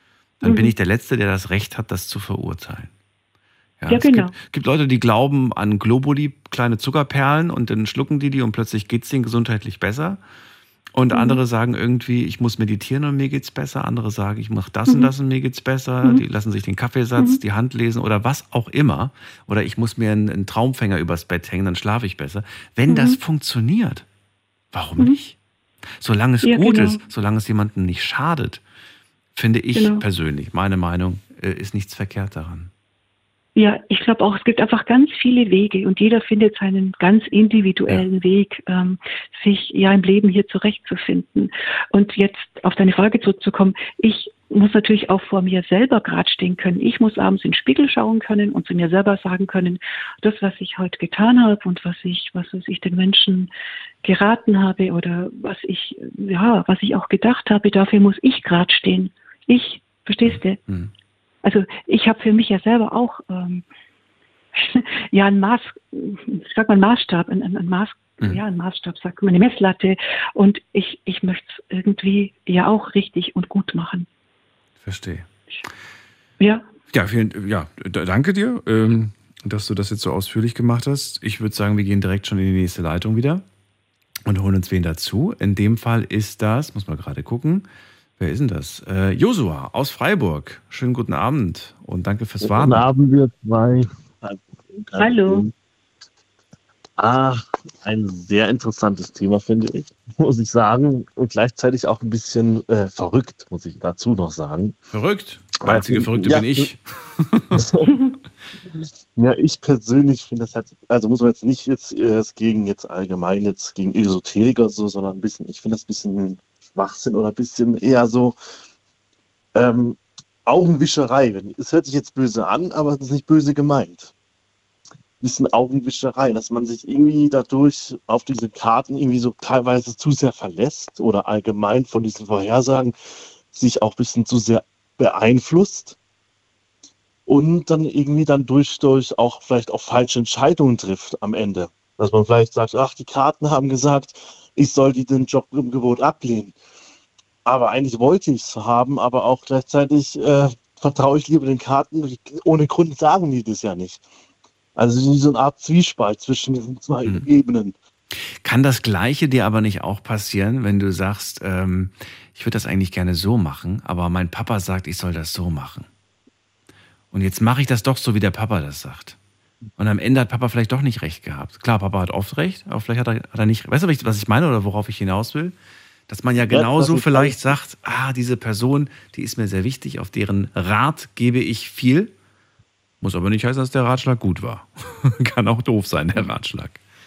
dann Mhm. bin ich der Letzte, der das Recht hat, das zu verurteilen. Ja, Ja, es genau. gibt, gibt Leute, die glauben an Globuli, kleine Zuckerperlen, und dann schlucken die die und plötzlich geht es denen gesundheitlich besser. Und Mhm. andere sagen irgendwie, ich muss meditieren und mir geht's besser. Andere sagen, ich mache das und Mhm. das und mir geht's besser. Mhm. Die lassen sich den Kaffeesatz, Mhm. die Hand lesen oder was auch immer. Oder ich muss mir einen, einen Traumfänger übers Bett hängen, dann schlafe ich besser. Wenn Mhm. das funktioniert, warum Mhm. nicht? Solange es Ja, gut genau. ist, solange es jemandem nicht schadet, finde ich Genau. persönlich, meine Meinung, äh, ist nichts verkehrt daran. Ja, ich glaube auch, es gibt einfach ganz viele Wege und jeder findet seinen ganz individuellen Weg, ähm, sich ja im Leben hier zurechtzufinden. Und jetzt auf deine Frage zurückzukommen, ich muss natürlich auch vor mir selber gerade stehen können. Ich muss abends in den Spiegel schauen können und zu mir selber sagen können, das, was ich heute getan habe und was ich, was ich den Menschen geraten habe oder was ich, ja, was ich auch gedacht habe, dafür muss ich gerade stehen. Ich, verstehst du? Hm. Also ich habe für mich ja selber auch ähm, ja ein Maß, ich sag mal einen Maßstab, ein, ein, ein Maß, Mhm. ja ein Maßstab, sagt man, eine Messlatte, und ich ich möchte es irgendwie ja auch richtig und gut machen. Verstehe. Ja, Ja, vielen, ja, d- danke dir, ähm, dass du das jetzt so ausführlich gemacht hast. Ich würde sagen, wir gehen direkt schon in die nächste Leitung wieder und holen uns wen dazu. In dem Fall ist das, muss man gerade gucken, wer ist denn das? Äh, Josua aus Freiburg. Schönen guten Abend und danke fürs Guten Warten. Abend, wir zwei. Kein Problem, kein Hallo. Problem. Ah, ein sehr interessantes Thema, finde ich, muss ich sagen. Und gleichzeitig auch ein bisschen äh, verrückt, muss ich dazu noch sagen. Verrückt. Der einzige Verrückte Ja. bin ich. Ja, ich persönlich finde das halt, also muss man jetzt nicht jetzt äh, gegen jetzt allgemein jetzt gegen Esoterik oder so, sondern ein bisschen, ich finde das ein bisschen Schwachsinn oder ein bisschen eher so ähm, Augenwischerei. Es hört sich jetzt böse an, aber es ist nicht böse gemeint. Ein bisschen Augenwischerei, dass man sich irgendwie dadurch auf diese Karten irgendwie so teilweise zu sehr verlässt oder allgemein von diesen Vorhersagen sich auch ein bisschen zu sehr beeinflusst und dann irgendwie dann durch, durch auch vielleicht auch falsche Entscheidungen trifft am Ende. Dass man vielleicht sagt, ach, die Karten haben gesagt, ich soll die den Jobgebot ablehnen. Aber eigentlich wollte ich es haben, aber auch gleichzeitig äh, vertraue ich lieber den Karten. Ohne Grund sagen die das ja nicht. Also so eine Art Zwiespalt zwischen diesen zwei Mhm. Ebenen. Kann das Gleiche dir aber nicht auch passieren, wenn du sagst, ähm, ich würde das eigentlich gerne so machen, aber mein Papa sagt, ich soll das so machen. Und jetzt mache ich das doch so, wie der Papa das sagt. Und am Ende hat Papa vielleicht doch nicht recht gehabt. Klar, Papa hat oft recht, aber vielleicht hat er, hat er nicht. Weißt du, was ich meine oder worauf ich hinaus will? Dass man ja genauso das ist vielleicht sagt, ah, diese Person, die ist mir sehr wichtig, auf deren Rat gebe ich viel. Muss aber nicht heißen, dass der Ratschlag gut war. Kann auch doof sein, der Ratschlag.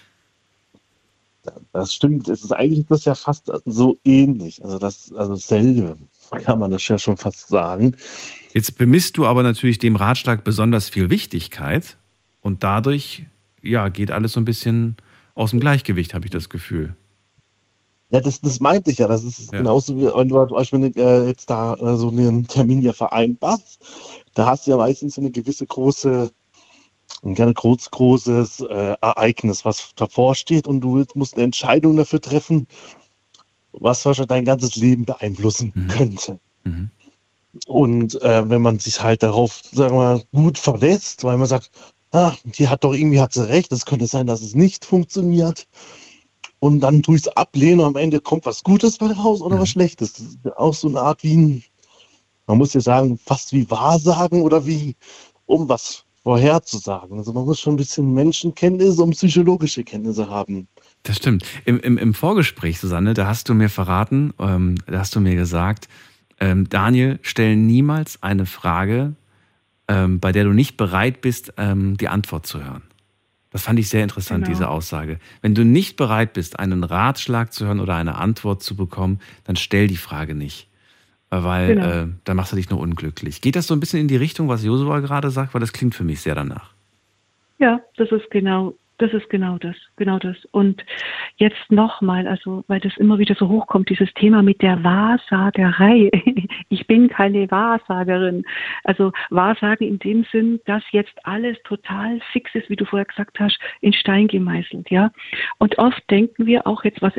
Das stimmt, es ist eigentlich das ja fast so ähnlich. Also das, also dasselbe kann man das ja schon fast sagen. Jetzt bemisst du aber natürlich dem Ratschlag besonders viel Wichtigkeit und dadurch, ja, geht alles so ein bisschen aus dem Gleichgewicht, habe ich das Gefühl. Ja, das, das meinte ich ja. Das ist Ja. genauso wie wenn du zum Beispiel äh, jetzt da äh, so einen Termin ja vereinbarst. Da hast du ja meistens so eine gewisse große, ein ganz groß, großes äh, Ereignis, was davor steht, und du willst, musst eine Entscheidung dafür treffen, was wahrscheinlich dein ganzes Leben beeinflussen Mhm. könnte. Mhm. Und äh, wenn man sich halt darauf, sagen wir mal, gut verlässt, weil man sagt, ah, die hat doch irgendwie hat sie recht, es könnte sein, dass es nicht funktioniert. Und dann tue ich es ablehnen und am Ende kommt was Gutes bei raus oder Mhm. was Schlechtes. Das ist auch so eine Art wie ein, man muss ja sagen, fast wie Wahrsagen oder wie, um was vorherzusagen. Also man muss schon ein bisschen Menschenkenntnisse und psychologische Kenntnisse haben. Das stimmt. Im, im, Im Vorgespräch, Susanne, da hast du mir verraten, ähm, da hast du mir gesagt, ähm, Daniel, stell niemals eine Frage, ähm, bei der du nicht bereit bist, ähm, die Antwort zu hören. Das fand ich sehr interessant, Genau. diese Aussage. Wenn du nicht bereit bist, einen Ratschlag zu hören oder eine Antwort zu bekommen, dann stell die Frage nicht. Äh, Weil Genau. äh, dann machst du dich nur unglücklich. Geht das so ein bisschen in die Richtung, was Josua gerade sagt? Weil das klingt für mich sehr danach. Ja, das ist genau, das ist genau das, genau das. Und jetzt nochmal, also weil das immer wieder so hochkommt, dieses Thema mit der Wahrsagerei. Ich bin keine Wahrsagerin. Also Wahrsagen in dem Sinn, dass jetzt alles total fix ist, wie du vorher gesagt hast, in Stein gemeißelt, ja. Und oft denken wir auch jetzt, was Entscheidungen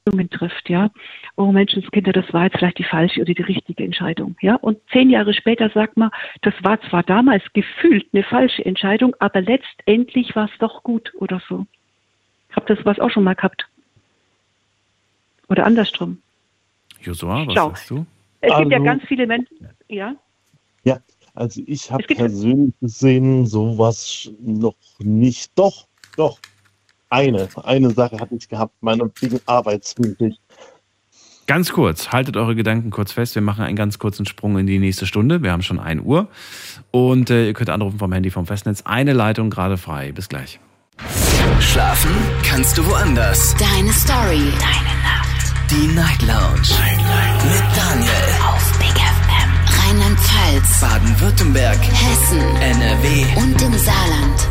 trifft, ja. Oh Menschenskinder, das war jetzt vielleicht die falsche oder die richtige Entscheidung, ja. Und zehn Jahre später sagt man, das war zwar damals gefühlt eine falsche Entscheidung, aber letztendlich war es doch gut oder so. Habt ihr sowas auch schon mal gehabt? Oder andersrum? Josua, was Schau. sagst du? Es Also, gibt ja ganz viele Menschen, ja. Ja, also ich habe Es gibt- persönlich gesehen, sowas noch nicht. Doch, doch. Eine, eine Sache hatte ich gehabt, meine wegen arbeitsmäßig. Ganz kurz, haltet eure Gedanken kurz fest. Wir machen einen ganz kurzen Sprung in die nächste Stunde. Wir haben schon ein Uhr. Und äh, ihr könnt anrufen vom Handy, vom Festnetz. Eine Leitung gerade frei. Bis gleich. Schlafen kannst du woanders. Deine Story. Deine Nacht. Die Night Lounge. Night, Night. Mit Daniel. Auf Big F M. Rheinland-Pfalz. Baden-Württemberg. Hessen. N R W. Und im Saarland.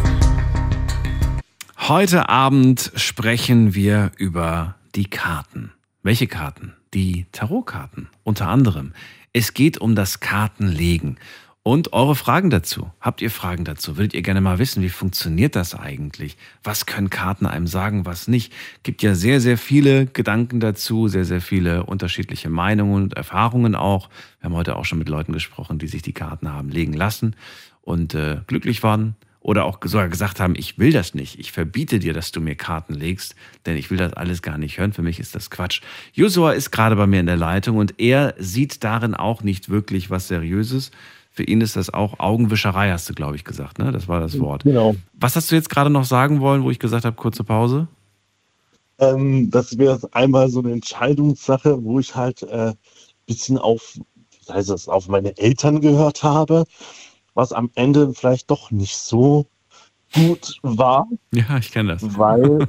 Heute Abend sprechen wir über die Karten. Welche Karten? Die Tarotkarten unter anderem. Es geht um das Kartenlegen und eure Fragen dazu. Habt ihr Fragen dazu? Würdet ihr gerne mal wissen, wie funktioniert das eigentlich? Was können Karten einem sagen, was nicht? Gibt ja sehr, sehr viele Gedanken dazu, sehr, sehr viele unterschiedliche Meinungen und Erfahrungen auch. Wir haben heute auch schon mit Leuten gesprochen, die sich die Karten haben legen lassen und äh, glücklich waren. Oder auch sogar gesagt haben, ich will das nicht. Ich verbiete dir, dass du mir Karten legst, denn ich will das alles gar nicht hören. Für mich ist das Quatsch. Josua ist gerade bei mir in der Leitung und er sieht darin auch nicht wirklich was Seriöses. Für ihn ist das auch Augenwischerei, hast du, glaube ich, gesagt, ne? Das war das Wort. Genau. Was hast du jetzt gerade noch sagen wollen, wo ich gesagt habe, kurze Pause? Ähm, das wäre einmal so eine Entscheidungssache, wo ich halt ein äh, bisschen auf, wie heißt das, auf meine Eltern gehört habe, was am Ende vielleicht doch nicht so gut war, Ja, ich kenne das. weil,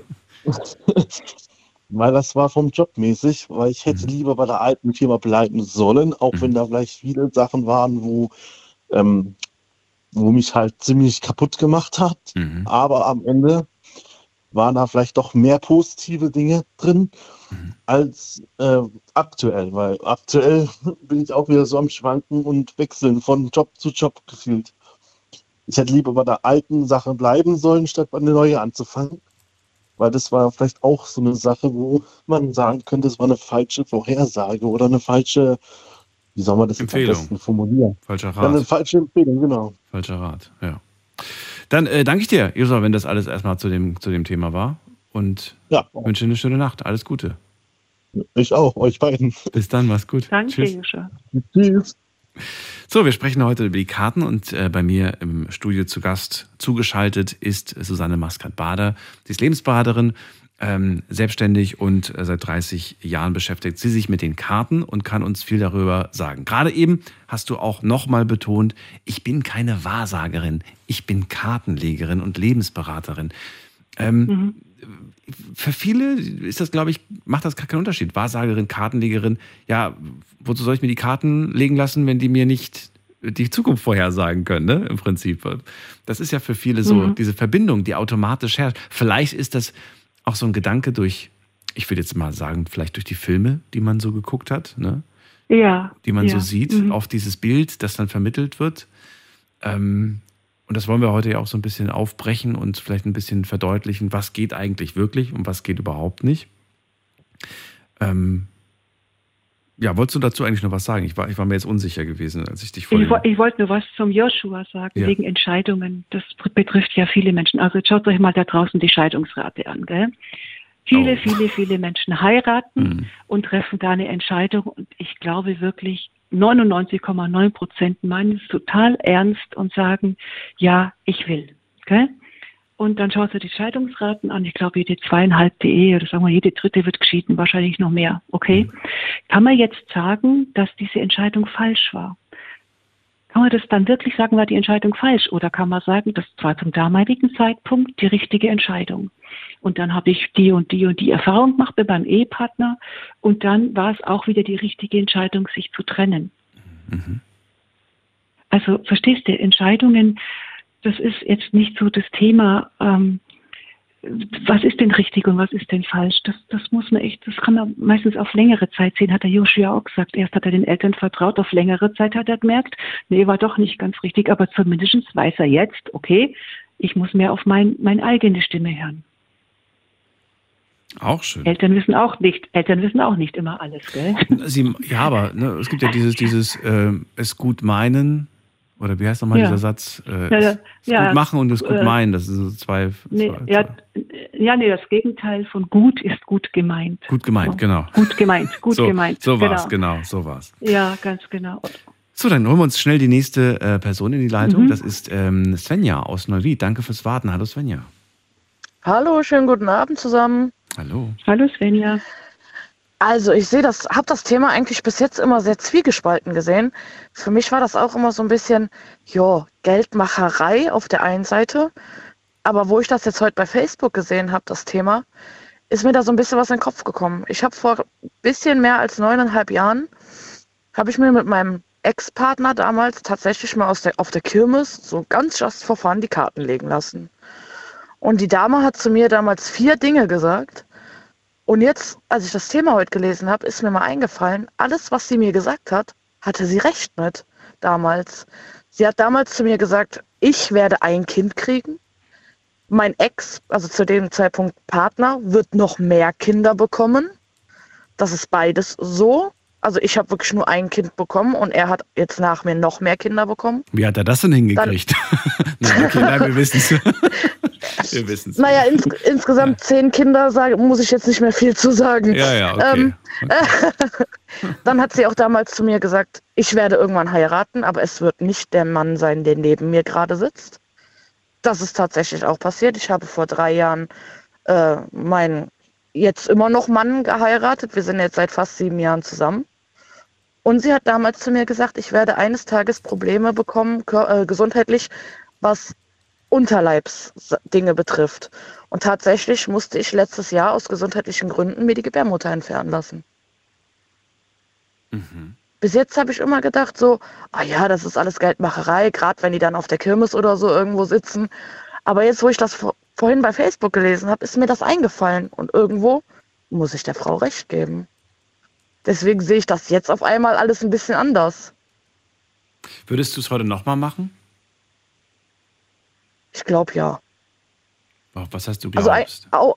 weil das war vom Job mäßig, weil ich hätte Mhm. lieber bei der alten Firma bleiben sollen, auch Mhm. wenn da vielleicht viele Sachen waren, wo, ähm, wo mich halt ziemlich kaputt gemacht hat. Mhm. Aber am Ende waren da vielleicht doch mehr positive Dinge drin Mhm. als äh, aktuell, weil aktuell bin ich auch wieder so am Schwanken und wechseln von Job zu Job gefühlt. Ich hätte lieber bei der alten Sache bleiben sollen, statt bei der neuen anzufangen, weil das war vielleicht auch so eine Sache, wo man sagen könnte, es war eine falsche Vorhersage oder eine falsche, wie soll man das jetzt am Empfehlung. besten formulieren? Falscher Ja, eine Rat. falsche Empfehlung, genau. Falscher Rat, ja. Dann äh, danke ich dir, Josua, wenn das alles erstmal zu dem, zu dem Thema war. Und Ja, wünsche eine schöne Nacht. Alles Gute. ich auch, euch beiden. Bis dann, mach's gut. Danke, Tschüss. Joscha. Tschüss. So, wir sprechen heute über die Karten und äh, bei mir im Studio zu Gast zugeschaltet ist Susanne Maskat-Bader. Sie ist Lebensberaterin, ähm, selbstständig und äh, seit dreißig Jahren beschäftigt sie sich mit den Karten und kann uns viel darüber sagen. Gerade eben hast du auch nochmal betont, ich bin keine Wahrsagerin, ich bin Kartenlegerin und Lebensberaterin. Ähm, Mhm. Für viele ist das, glaube ich, macht das gar keinen Unterschied. Wahrsagerin, Kartenlegerin, ja, wozu soll ich mir die Karten legen lassen, wenn die mir nicht die Zukunft vorhersagen können, ne? Im Prinzip. Das ist ja für viele so, Mhm. diese Verbindung, die automatisch herrscht. Vielleicht ist das auch so ein Gedanke durch, ich würde jetzt mal sagen, vielleicht durch die Filme, die man so geguckt hat, ne? Ja. Die man ja. so sieht, Mhm. auf dieses Bild, das dann vermittelt wird. Ähm, und das wollen wir heute ja auch so ein bisschen aufbrechen und vielleicht ein bisschen verdeutlichen, was geht eigentlich wirklich und was geht überhaupt nicht. Ähm, ja, wolltest du dazu eigentlich noch was sagen? Ich war, ich war mir jetzt unsicher gewesen, als ich dich Ich, vorhin... wo- ich wollte nur was zum Joshua sagen, Ja. wegen Entscheidungen. Das betrifft ja viele Menschen. Also schaut euch mal da draußen die Scheidungsrate an, gell? Viele, Oh. viele, viele Menschen heiraten Mhm. und treffen da eine Entscheidung. Und ich glaube wirklich, neunundneunzig Komma neun Prozent meinen es total ernst und sagen, ja, ich will. Gell? Und dann schaust du die Scheidungsraten an. Ich glaube, jede zweieinhalbte Ehe oder sagen wir, jede dritte wird geschieden, wahrscheinlich noch mehr. Okay? Kann man jetzt sagen, dass diese Entscheidung falsch war? Kann man das dann wirklich sagen, war die Entscheidung falsch? Oder kann man sagen, das war zum damaligen Zeitpunkt die richtige Entscheidung? Und dann habe ich die und die und die Erfahrung gemacht mit meinem Ehepartner. Und dann war es auch wieder die richtige Entscheidung, sich zu trennen. Mhm. Also verstehst du, Entscheidungen, das ist jetzt nicht so das Thema, ähm, was ist denn richtig und was ist denn falsch? Das, das muss man echt, das kann man meistens auf längere Zeit sehen, hat der Joshua auch gesagt. Erst hat er den Eltern vertraut, auf längere Zeit hat er gemerkt, nee, war doch nicht ganz richtig, aber zumindest weiß er jetzt, okay, ich muss mehr auf mein, meine eigene Stimme hören. Auch schön. Eltern wissen auch nicht, Eltern wissen auch nicht immer alles, gell? Sie, ja, aber ne, es gibt ja dieses, dieses äh, es gut meinen, oder wie heißt nochmal Ja. dieser Satz? Äh, Ja, ja, es, es ja, gut machen und es gut äh, meinen. Das sind so zwei. Nee, zwei, ja, zwei. ja, nee, das Gegenteil von gut ist gut gemeint. Gut gemeint, So. genau. Gut gemeint, gut so, gemeint. So war's, genau. genau, so war's. Ja, ganz genau. So, dann holen wir uns schnell die nächste äh, Person in die Leitung. Mhm. Das ist ähm, Svenja aus Neuwied. Danke fürs Warten. Hallo Svenja. Hallo, schönen guten Abend zusammen. Hallo. Hallo Svenja. Also ich sehe das, habe das Thema eigentlich bis jetzt immer sehr zwiegespalten gesehen. Für mich war das auch immer so ein bisschen, ja, Geldmacherei auf der einen Seite. Aber wo ich das jetzt heute bei Facebook gesehen habe, das Thema, ist mir da so ein bisschen was in den Kopf gekommen. Ich habe vor ein bisschen mehr als neuneinhalb Jahren, habe ich mir mit meinem Ex-Partner damals tatsächlich mal aus der, auf der Kirmes so ganz just for fun die Karten legen lassen. Und die Dame hat zu mir damals vier Dinge gesagt. Und jetzt, als ich das Thema heute gelesen habe, ist mir mal eingefallen, alles, was sie mir gesagt hat, hatte sie recht mit damals. Sie hat damals zu mir gesagt, ich werde ein Kind kriegen. Mein Ex, also zu dem Zeitpunkt Partner, wird noch mehr Kinder bekommen. Das ist beides so. Also ich habe wirklich nur ein Kind bekommen und er hat jetzt nach mir noch mehr Kinder bekommen. Wie hat er das denn hingekriegt? nein, okay, nein, wir wissen es. Wir wissen es. Naja, ins, insgesamt ja. zehn Kinder, sage, muss ich jetzt nicht mehr viel zu sagen. Ja, ja, okay. Ähm, okay. Dann hat sie auch damals zu mir gesagt, ich werde irgendwann heiraten, aber es wird nicht der Mann sein, der neben mir gerade sitzt. Das ist tatsächlich auch passiert. Ich habe vor drei Jahren äh, meinen jetzt immer noch Mann geheiratet. Wir sind jetzt seit fast sieben Jahren zusammen. Und sie hat damals zu mir gesagt, ich werde eines Tages Probleme bekommen, äh, gesundheitlich, was Unterleibsdinge betrifft. Und tatsächlich musste ich letztes Jahr aus gesundheitlichen Gründen mir die Gebärmutter entfernen lassen. Mhm. Bis jetzt habe ich immer gedacht so, ah ja, das ist alles Geldmacherei, gerade wenn die dann auf der Kirmes oder so irgendwo sitzen. Aber jetzt, wo ich das vor, vorhin bei Facebook gelesen habe, ist mir das eingefallen. Und irgendwo muss ich der Frau recht geben. Deswegen sehe ich das jetzt auf einmal alles ein bisschen anders. Würdest du es heute nochmal machen? Ich glaube ja. Was hast du Also, glaubst? au,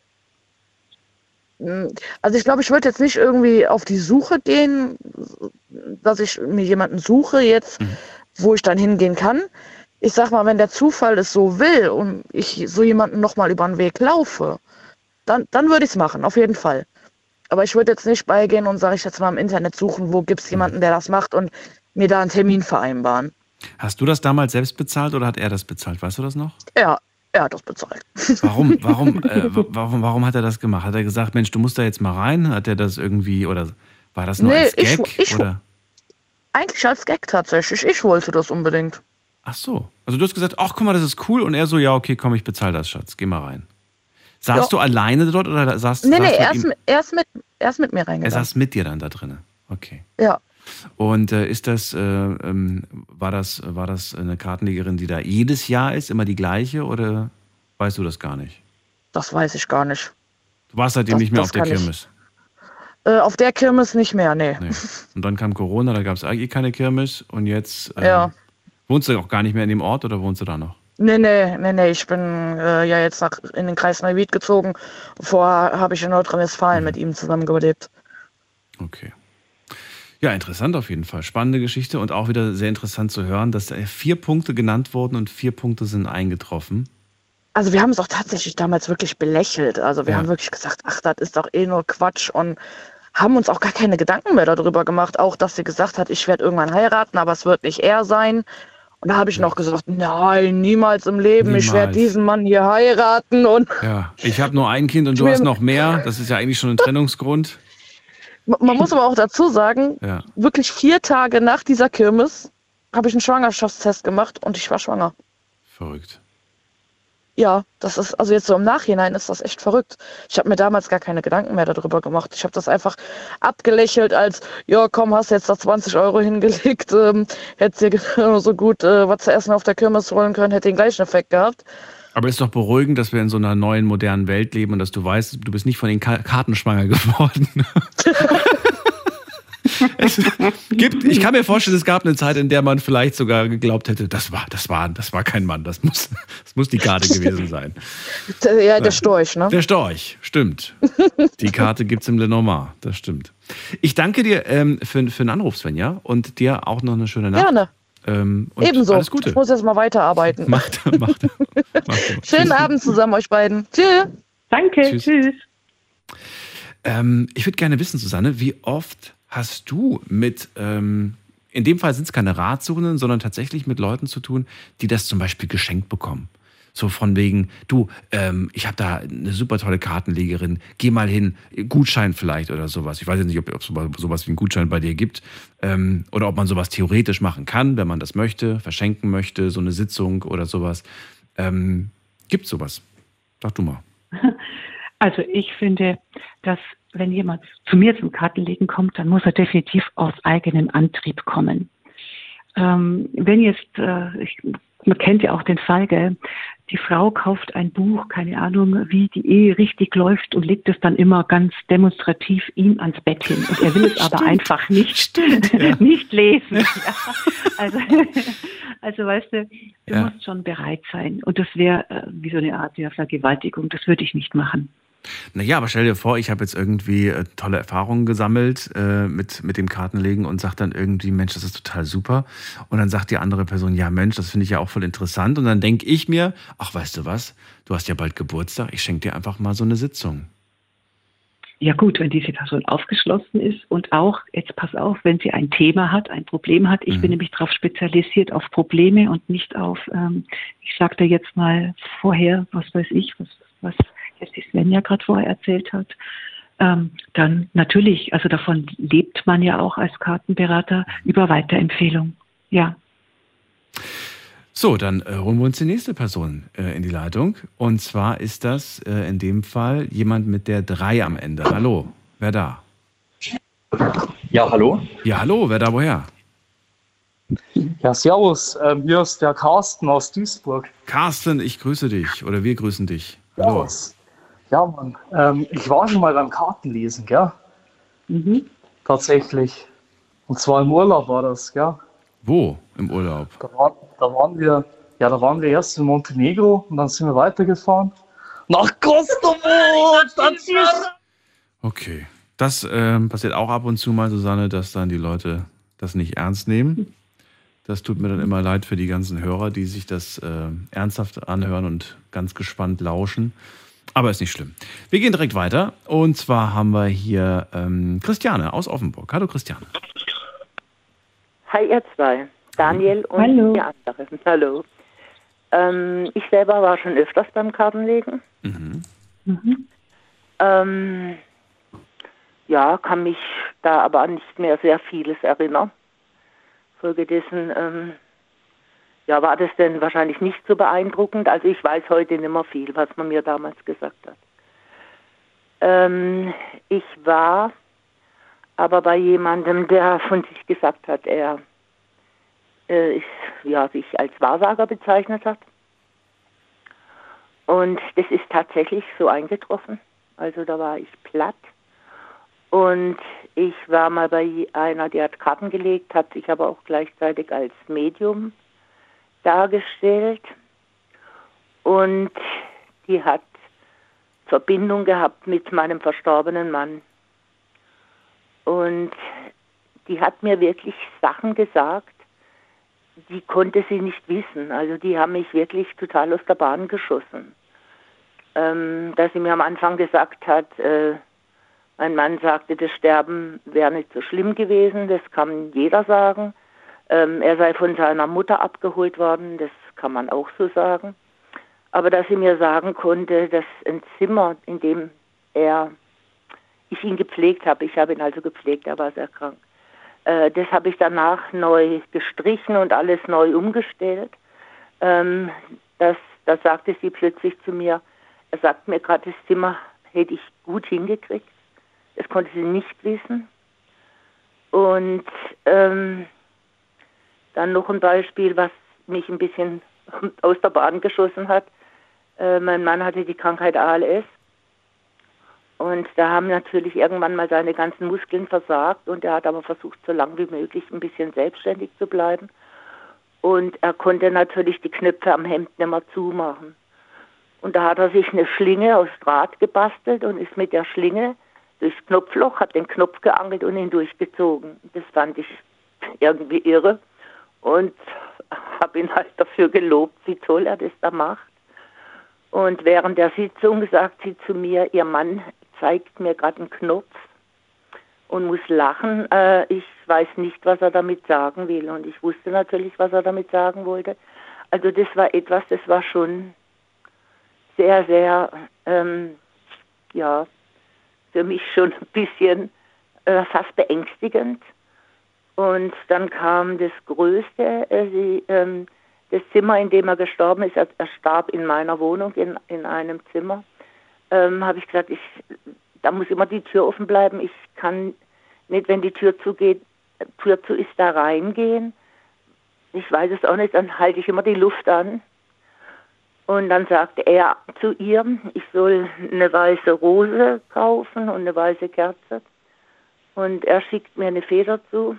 also ich glaube, ich würde jetzt nicht irgendwie auf die Suche gehen, dass ich mir jemanden suche jetzt, mhm. wo ich dann hingehen kann. Ich sag mal, wenn der Zufall es so will und ich so jemanden nochmal über den Weg laufe, dann, dann würde ich es machen, auf jeden Fall. Aber ich würde jetzt nicht beigehen und, sage ich jetzt mal, im Internet suchen, wo gibt es jemanden, der das macht und mir da einen Termin vereinbaren. Hast du das damals selbst bezahlt oder hat er das bezahlt? Weißt du das noch? Ja, er hat das bezahlt. Warum, warum, äh, warum, warum hat er das gemacht? Hat er gesagt, Mensch, du musst da jetzt mal rein? Hat er das irgendwie, oder war das nur nee, als Gag? Ich, ich, oder? Eigentlich als Gag tatsächlich. Ich wollte das unbedingt. Ach so. Also du hast gesagt, ach guck mal, das ist cool. Und er so, ja okay, komm, ich bezahle das, Schatz. Geh mal rein. Saßt ja. du alleine dort oder saßt du? Nee, nee, saßt er ist, mit, er, ist mit, er ist mit mir reingegangen. Er saß mit dir dann da drin. Okay. Ja. Und äh, ist das, äh, ähm, war das, war das eine Kartenlegerin, die da jedes Jahr ist, immer die gleiche oder weißt du das gar nicht? Das weiß ich gar nicht. Du warst seitdem das, nicht mehr auf der Kirmes? Äh, auf der Kirmes nicht mehr, nee. nee. Und dann kam Corona, da gab es eigentlich keine Kirmes und jetzt äh, ja. wohnst du auch gar nicht mehr in dem Ort oder wohnst du da noch? Nee, nee, nee, nee. Ich bin äh, ja jetzt nach, in den Kreis Neuwied gezogen. Vorher habe ich in Nordrhein-Westfalen mhm. mit ihm zusammen gelebt. Okay. Ja, interessant auf jeden Fall. Spannende Geschichte und auch wieder sehr interessant zu hören, dass vier Punkte genannt wurden und vier Punkte sind eingetroffen. Also wir haben es auch tatsächlich damals wirklich belächelt. Also wir ja. haben wirklich gesagt, ach, das ist doch eh nur Quatsch und haben uns auch gar keine Gedanken mehr darüber gemacht. Auch, dass sie gesagt hat, ich werde irgendwann heiraten, aber es wird nicht er sein. Und da habe ich ja. noch gesagt, nein, niemals im Leben, niemals. Ich werde diesen Mann hier heiraten. Und ja, ich habe nur ein Kind und du hast noch mehr. Das ist ja eigentlich schon ein Trennungsgrund. Man muss aber auch dazu sagen, ja. wirklich vier Tage nach dieser Kirmes habe ich einen Schwangerschaftstest gemacht und ich war schwanger. Verrückt. Ja, das ist, also jetzt so im Nachhinein ist das echt verrückt. Ich habe mir damals gar keine Gedanken mehr darüber gemacht. Ich habe das einfach abgelächelt als, ja komm, hast jetzt da zwanzig Euro hingelegt, ähm, hättest dir so gut äh, was zu essen auf der Kirmes holen können, hätte den gleichen Effekt gehabt. Aber es ist doch beruhigend, dass wir in so einer neuen, modernen Welt leben und dass du weißt, du bist nicht von den Karten schwanger geworden. Es gibt, ich kann mir vorstellen, es gab eine Zeit, in der man vielleicht sogar geglaubt hätte, das war, das war, das war kein Mann, das muss, das muss die Karte gewesen sein. Ja, der Storch, ne? Der Storch, stimmt. Die Karte gibt es im Lenormand, das stimmt. Ich danke dir ähm, für, für den Anruf, Svenja, und dir auch noch eine schöne Nacht. Gerne. Ähm, und Ebenso. Alles Gute. Ich muss jetzt mal weiterarbeiten. Macht, macht, macht. Schönen Abend zusammen, euch beiden. Tschüss. Danke, Tschüss. tschüss. Ähm, ich würde gerne wissen, Susanne, wie oft hast du mit, ähm, in dem Fall sind es keine Ratsuchenden, sondern tatsächlich mit Leuten zu tun, die das zum Beispiel geschenkt bekommen? So von wegen, du, ähm, ich habe da eine super tolle Kartenlegerin, geh mal hin, Gutschein vielleicht oder sowas. Ich weiß jetzt nicht, ob es sowas wie einen Gutschein bei dir gibt ähm, oder ob man sowas theoretisch machen kann, wenn man das möchte, verschenken möchte, so eine Sitzung oder sowas. Ähm, gibt sowas? Sag du mal. Also ich finde, dass wenn jemand zu mir zum Kartenlegen kommt, dann muss er definitiv aus eigenem Antrieb kommen. Ähm, wenn jetzt, äh, ich, man kennt ja auch den Fall, gell? Die Frau kauft ein Buch, keine Ahnung, wie die Ehe richtig läuft und legt es dann immer ganz demonstrativ ihm ans Bett hin. Und er will es aber einfach nicht, Stimmt, ja. nicht lesen. Ja. Also, also weißt du, du Ja. musst schon bereit sein. Und das wäre äh, wie so eine Art der Vergewaltigung. Das würde ich nicht machen. Naja, aber stell dir vor, ich habe jetzt irgendwie äh, tolle Erfahrungen gesammelt äh, mit, mit dem Kartenlegen und sage dann irgendwie, Mensch, das ist total super. Und dann sagt die andere Person, ja Mensch, das finde ich ja auch voll interessant. Und dann denke ich mir, ach weißt du was, du hast ja bald Geburtstag, ich schenke dir einfach mal so eine Sitzung. Ja gut, wenn diese Person aufgeschlossen ist und auch, jetzt pass auf, wenn sie ein Thema hat, ein Problem hat. Ich Mhm. bin nämlich darauf spezialisiert, auf Probleme und nicht auf, ähm, ich sagte jetzt mal vorher, was weiß ich, was, was jetzt die Svenja gerade vorher erzählt hat. Ähm, dann natürlich, also davon lebt man ja auch als Kartenberater über Weiterempfehlung. Ja. So, dann äh, holen wir uns die nächste Person äh, in die Leitung. Und zwar ist das äh, in dem Fall jemand mit der drei am Ende. Hallo, wer da? Ja, hallo. Ja, hallo, wer da woher? Ja, servus. Ähm, hier ist der Carsten aus Duisburg. Carsten, ich grüße dich oder wir grüßen dich. Hallo. Servus. Ja, Mann. Ähm, ich war schon mal beim Kartenlesen, gell? Mhm. Tatsächlich. Und zwar im Urlaub war das, gell? Wo im Urlaub? Da, war, da waren wir, ja, da waren wir erst in Montenegro und dann sind wir weitergefahren. Nach Kosovo! Okay. Das ähm, passiert auch ab und zu mal, Susanne, dass dann die Leute das nicht ernst nehmen. Das tut mir dann immer leid für die ganzen Hörer, die sich das äh, ernsthaft anhören und ganz gespannt lauschen. Aber ist nicht schlimm. Wir gehen direkt weiter. Und zwar haben wir hier ähm, Christiane aus Offenburg. Hallo Christiane. Hi ihr zwei, Daniel und Hallo. die anderen. Hallo. Ähm, ich selber war schon öfters beim Kartenlegen. Mhm. Mhm. Ähm, ja, kann mich da aber an nicht mehr sehr vieles erinnern. Folgedessen, ähm, ja, war das denn wahrscheinlich nicht so beeindruckend. Also ich weiß heute nicht mehr viel, was man mir damals gesagt hat. Ähm, ich war aber bei jemandem, der von sich gesagt hat, er äh, ist, ja, sich als Wahrsager bezeichnet hat. Und das ist tatsächlich so eingetroffen. Also da war ich platt. Und ich war mal bei einer, die hat Karten gelegt, hat sich aber auch gleichzeitig als Medium dargestellt. Und die hat Verbindung gehabt mit meinem verstorbenen Mann. Und die hat mir wirklich Sachen gesagt, die konnte sie nicht wissen. Also die haben mich wirklich total aus der Bahn geschossen. Ähm, dass sie mir am Anfang gesagt hat, äh, mein Mann sagte, das Sterben wäre nicht so schlimm gewesen, das kann jeder sagen. Ähm, er sei von seiner Mutter abgeholt worden, das kann man auch so sagen. Aber dass sie mir sagen konnte, dass ein Zimmer, in dem er, ich ihn gepflegt habe, ich habe ihn also gepflegt, er war sehr krank. Äh, das habe ich danach neu gestrichen und alles neu umgestellt. Ähm, das, das sagte sie plötzlich zu mir, er sagt mir gerade, das Zimmer hätte ich gut hingekriegt. Das konnte sie nicht wissen. Und ähm, dann noch ein Beispiel, was mich ein bisschen aus der Bahn geschossen hat. Äh, mein Mann hatte die Krankheit A L S Und da haben natürlich irgendwann mal seine ganzen Muskeln versagt und er hat aber versucht, so lange wie möglich ein bisschen selbstständig zu bleiben. Und er konnte natürlich die Knöpfe am Hemd nicht mehr zumachen. Und da hat er sich eine Schlinge aus Draht gebastelt und ist mit der Schlinge durchs Knopfloch, hat den Knopf geangelt und ihn durchgezogen. Das fand ich irgendwie irre und habe ihn halt dafür gelobt, wie toll er das da macht. Und während der Sitzung sagt sie zu mir, ihr Mann zeigt mir gerade einen Knopf und muss lachen. Äh, ich weiß nicht, was er damit sagen will. Und ich wusste natürlich, was er damit sagen wollte. Also das war etwas, das war schon sehr, sehr, ähm, ja, für mich schon ein bisschen äh, fast beängstigend. Und dann kam das Größte, äh, sie, ähm, das Zimmer, in dem er gestorben ist, er, er starb in meiner Wohnung, in, in einem Zimmer, ähm, habe ich gesagt, ich, da muss immer die Tür offen bleiben. Ich kann nicht, wenn die Tür zugeht, Tür zu ist, da reingehen. Ich weiß es auch nicht, dann halte ich immer die Luft an. Und dann sagte er zu ihr, ich soll eine weiße Rose kaufen und eine weiße Kerze. Und er schickt mir eine Feder zu.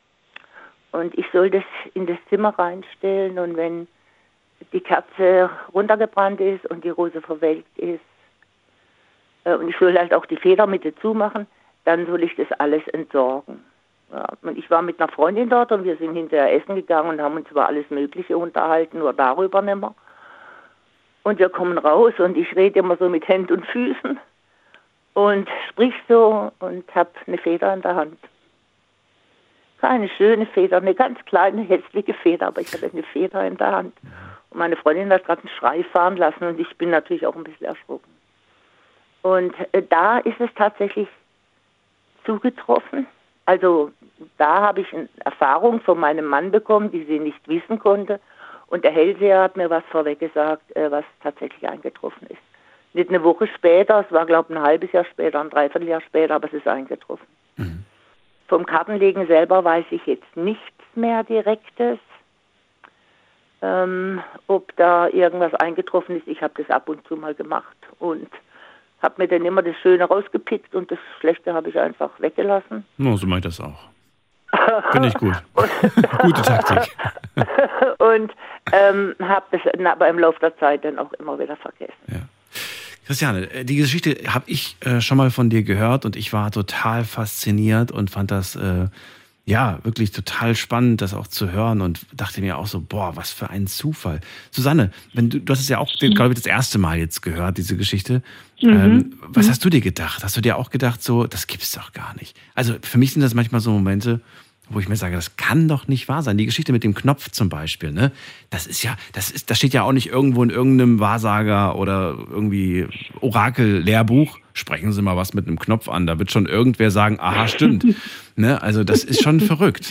Und ich soll das in das Zimmer reinstellen. Und wenn die Kerze runtergebrannt ist und die Rose verwelkt ist, äh, und ich soll halt auch die Feder mit dazu machen, dann soll ich das alles entsorgen. Ja, und ich war mit einer Freundin dort und wir sind hinterher essen gegangen und haben uns über alles Mögliche unterhalten, nur darüber nicht mehr. Und wir kommen raus und ich rede immer so mit Händen und Füßen und sprich so und habe eine Feder in der Hand. Keine schöne Feder, eine ganz kleine, hässliche Feder, aber ich hatte eine Feder in der Hand. Und meine Freundin hat gerade einen Schrei fahren lassen und ich bin natürlich auch ein bisschen erschrocken. Und äh, da ist es tatsächlich zugetroffen. Also da habe ich eine Erfahrung von meinem Mann bekommen, die sie nicht wissen konnte. Und der Hellseher hat mir was vorweg gesagt, äh, was tatsächlich eingetroffen ist. Nicht eine Woche später, es war glaube ich ein halbes Jahr später, ein Dreivierteljahr später, aber es ist eingetroffen. Mhm. Vom Kartenlegen selber weiß ich jetzt nichts mehr Direktes, ähm, ob da irgendwas eingetroffen ist. Ich habe das ab und zu mal gemacht und habe mir dann immer das Schöne rausgepickt und das Schlechte habe ich einfach weggelassen. No, so mache ich das auch. Finde ich gut. Gute Taktik. Und ähm, habe das aber im Laufe der Zeit dann auch immer wieder vergessen. Ja. Christiane, die Geschichte habe ich äh, schon mal von dir gehört und ich war total fasziniert und fand das äh, ja wirklich total spannend, das auch zu hören und dachte mir auch so, boah, was für ein Zufall. Susanne, wenn du, du hast es ja auch, glaube ich, das erste Mal jetzt gehört, diese Geschichte. Mhm. Ähm, was mhm. hast du dir gedacht? Hast du dir auch gedacht, so, das gibt's doch gar nicht? Also für mich sind das manchmal so Momente, wo ich mir sage, das kann doch nicht wahr sein. Die Geschichte mit dem Knopf zum Beispiel, ne? Das ist ja, das ist, das steht ja auch nicht irgendwo in irgendeinem Wahrsager oder irgendwie Orakel-Lehrbuch. Sprechen Sie mal was mit einem Knopf an. Da wird schon irgendwer sagen, aha, stimmt. Ne? Also das ist schon verrückt.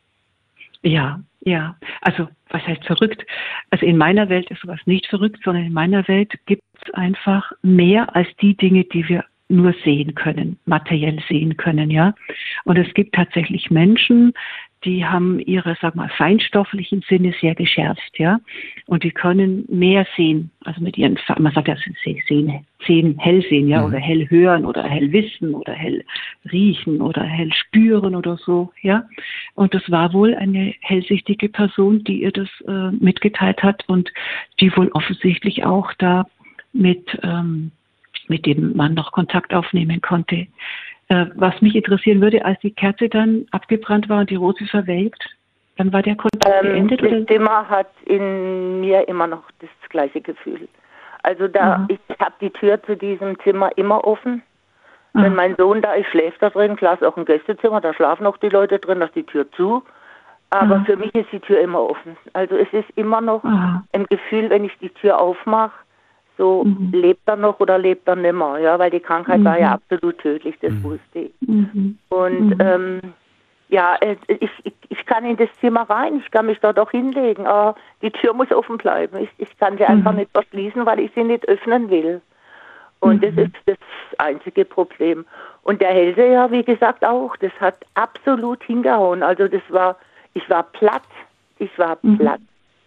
Ja, ja. Also was heißt verrückt? Also in meiner Welt ist sowas nicht verrückt, sondern in meiner Welt gibt es einfach mehr als die Dinge, die wir nur sehen können, materiell sehen können, ja. Und es gibt tatsächlich Menschen, die haben ihre, sag mal, feinstofflichen Sinne sehr geschärft, ja. Und die können mehr sehen, also mit ihren, man sagt ja, sie sehen, sehen, hell sehen, ja, mhm. oder hell hören oder hell wissen oder hell riechen oder hell spüren oder so, ja. Und das war wohl eine hellsichtige Person, die ihr das äh, mitgeteilt hat und die wohl offensichtlich auch da mit, ähm, mit dem man noch Kontakt aufnehmen konnte. Äh, was mich interessieren würde, als die Kerze dann abgebrannt war und die Rose verwelkt, dann war der Kontakt ähm, beendet? Das oder? Zimmer hat in mir immer noch das gleiche Gefühl. Also da, mhm. ich habe die Tür zu diesem Zimmer immer offen. Mhm. Wenn mein Sohn da ist, schläft da drin. Klar, ist auch ein Gästezimmer, da schlafen auch die Leute drin, da ist die Tür zu. Aber mhm. für mich ist die Tür immer offen. Also es ist immer noch mhm. ein Gefühl, wenn ich die Tür aufmache, so mhm. lebt er noch oder lebt er nimmer, ja, weil die Krankheit mhm. war ja absolut tödlich, das mhm. wusste ich. Mhm. Und mhm. Ähm, ja, ich, ich, ich kann in das Zimmer rein, ich kann mich dort auch hinlegen, aber die Tür muss offen bleiben. Ich, ich kann sie mhm. einfach nicht verschließen, weil ich sie nicht öffnen will. Und mhm. das ist das einzige Problem. Und der Hellseher, wie gesagt, auch, das hat absolut hingehauen. Also das war, ich war platt, ich war mhm. platt.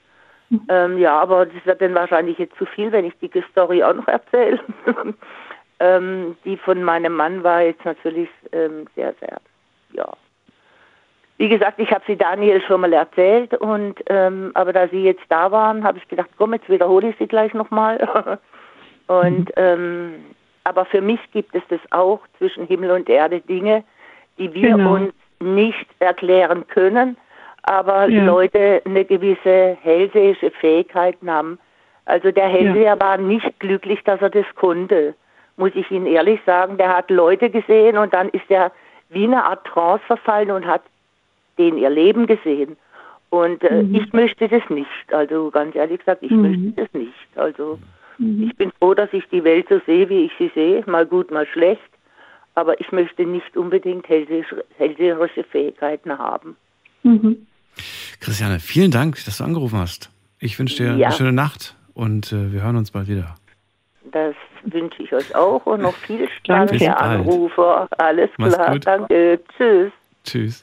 Ähm, ja, aber das wird dann wahrscheinlich jetzt zu viel, wenn ich die Story auch noch erzähle. Ähm, die von meinem Mann war jetzt natürlich ähm, sehr, sehr, ja. Wie gesagt, ich habe sie Daniel schon mal erzählt, und ähm, aber da sie jetzt da waren, habe ich gedacht, komm, jetzt wiederhole ich sie gleich nochmal. und mhm. ähm, aber für mich gibt es das auch zwischen Himmel und Erde, Dinge, die wir genau. uns nicht erklären können, aber ja. Leute eine gewisse hellsehische Fähigkeiten haben. Also der Hellseher ja. war nicht glücklich, dass er das konnte, muss ich Ihnen ehrlich sagen. Der hat Leute gesehen und dann ist er wie eine Art Trance verfallen und hat denen ihr Leben gesehen. Und äh, mhm. ich möchte das nicht. Also ganz ehrlich gesagt, ich mhm. möchte das nicht. Also mhm. ich bin froh, dass ich die Welt so sehe, wie ich sie sehe. Mal gut, mal schlecht. Aber ich möchte nicht unbedingt hellseherische Fähigkeiten haben. Mhm. Christiane, vielen Dank, dass du angerufen hast. Ich wünsche dir ja. eine schöne Nacht und äh, wir hören uns bald wieder. Das wünsche ich euch auch und noch viel Spaß, Herr Anrufer. Alles klar, danke. Tschüss. Tschüss.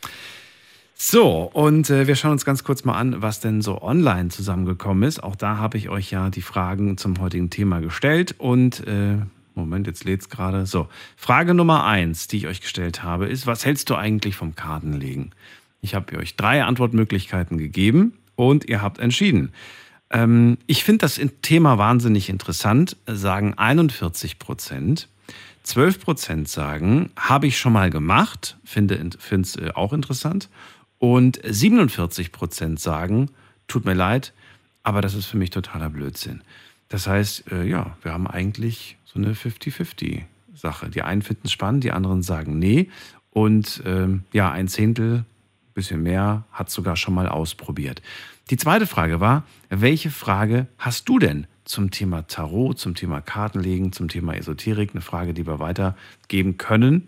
So, und äh, wir schauen uns ganz kurz mal an, was denn so online zusammengekommen ist. Auch da habe ich euch ja die Fragen zum heutigen Thema gestellt. Und, äh, Moment, jetzt lädt es gerade. So, Frage Nummer eins, die ich euch gestellt habe, ist, was hältst du eigentlich vom Kartenlegen? Ich habe euch drei Antwortmöglichkeiten gegeben und ihr habt entschieden. Ähm, ich finde das Thema wahnsinnig interessant, sagen einundvierzig Prozent. zwölf Prozent sagen, habe ich schon mal gemacht, finde es äh, auch interessant. Und siebenundvierzig Prozent sagen, tut mir leid, aber das ist für mich totaler Blödsinn. Das heißt, äh, ja, wir haben eigentlich so eine fünfzig fünfzig Sache. Die einen finden es spannend, die anderen sagen nee. Und ähm, ja, ein Zehntel, bisschen mehr, hat sogar schon mal ausprobiert. Die zweite Frage war, welche Frage hast du denn zum Thema Tarot, zum Thema Kartenlegen, zum Thema Esoterik? Eine Frage, die wir weitergeben können.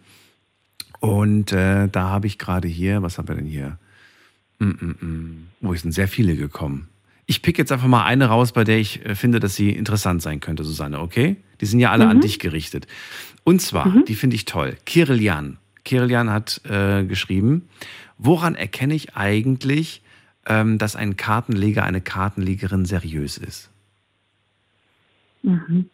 Und äh, da habe ich gerade hier, was haben wir denn hier? Mm, mm, mm. Wo sind sehr viele gekommen. Ich pick jetzt einfach mal eine raus, bei der ich äh, finde, dass sie interessant sein könnte, Susanne, okay? Die sind ja alle mhm. an dich gerichtet. Und zwar, mhm. die finde ich toll, Kirillian. Kirillian hat äh, geschrieben, woran erkenne ich eigentlich, ähm, dass ein Kartenleger, eine Kartenlegerin seriös ist? Mhm.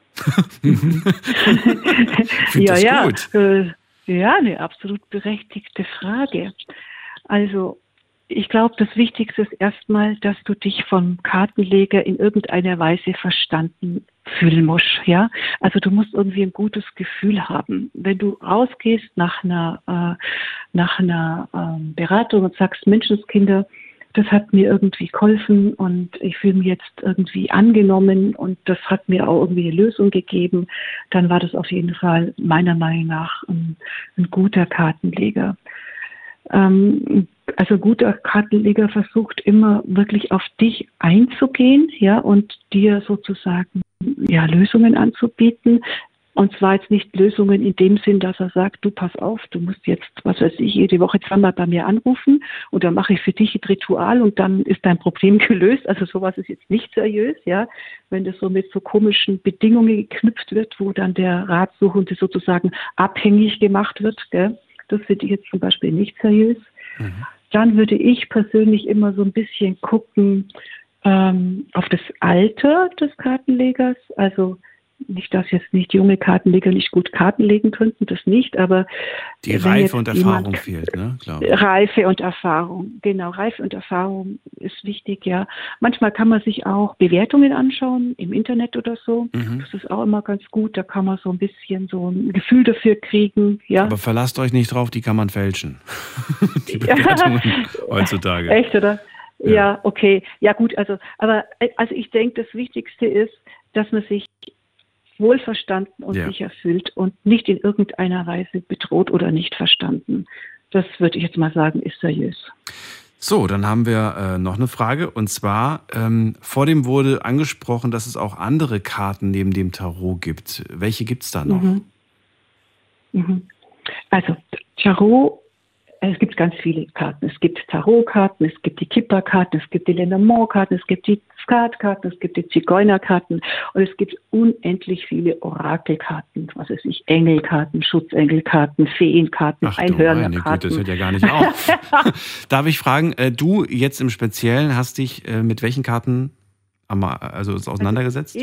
Finde ja, das ja. gut. Äh, Ja, eine absolut berechtigte Frage. Also ich glaube, das Wichtigste ist erstmal, dass du dich vom Kartenleger in irgendeiner Weise verstanden fühlen musst. Ja? Also du musst irgendwie ein gutes Gefühl haben. Wenn du rausgehst nach einer, äh, nach einer äh, Beratung und sagst, Menschenskinder, das hat mir irgendwie geholfen und ich fühle mich jetzt irgendwie angenommen und das hat mir auch irgendwie eine Lösung gegeben, dann war das auf jeden Fall meiner Meinung nach ein, ein guter Kartenleger. Ähm, also ein guter Kartenleger versucht immer wirklich auf dich einzugehen, ja, und dir sozusagen ja Lösungen anzubieten. Und zwar jetzt nicht Lösungen in dem Sinn, dass er sagt, du pass auf, du musst jetzt, was weiß ich, jede Woche zweimal bei mir anrufen und dann mache ich für dich ein Ritual und dann ist dein Problem gelöst. Also sowas ist jetzt nicht seriös, ja. Wenn das so mit so komischen Bedingungen geknüpft wird, wo dann der Ratsuchende sozusagen abhängig gemacht wird, gell? Das finde ich jetzt zum Beispiel nicht seriös. Mhm. Dann würde ich persönlich immer so ein bisschen gucken ähm, auf das Alter des Kartenlegers, also nicht, dass jetzt nicht junge Kartenleger nicht gut Karten legen könnten, das nicht, aber die Reife und Erfahrung fehlt, ne? Glaube ich. Reife und Erfahrung, genau, Reife und Erfahrung ist wichtig, ja. Manchmal kann man sich auch Bewertungen anschauen, im Internet oder so. Mhm. Das ist auch immer ganz gut, da kann man so ein bisschen so ein Gefühl dafür kriegen, ja. Aber verlasst euch nicht drauf, die kann man fälschen. Die Bewertungen heutzutage. Echt, oder? Ja. ja, okay. Ja gut, also, aber also ich denke, das Wichtigste ist, dass man sich wohlverstanden und ja. sicher fühlt und nicht in irgendeiner Weise bedroht oder nicht verstanden. Das würde ich jetzt mal sagen, ist seriös. So, dann haben wir äh, noch eine Frage und zwar, ähm, vor dem wurde angesprochen, dass es auch andere Karten neben dem Tarot gibt. Welche gibt es da noch? Mhm. Mhm. Also Tarot, es gibt ganz viele Karten. Es gibt Tarotkarten, es gibt die Kipperkarten, es gibt die Lenormand-Karten, es gibt die Skatkarten, es gibt die Zigeunerkarten und es gibt unendlich viele Orakelkarten, was weiß ich, Engelkarten, Schutzengelkarten, Feenkarten, Ach, Einhörnerkarten. Ach du das hört ja gar nicht auf. Darf ich fragen, äh, du jetzt im Speziellen hast dich äh, mit welchen Karten also auseinandergesetzt? Also ich,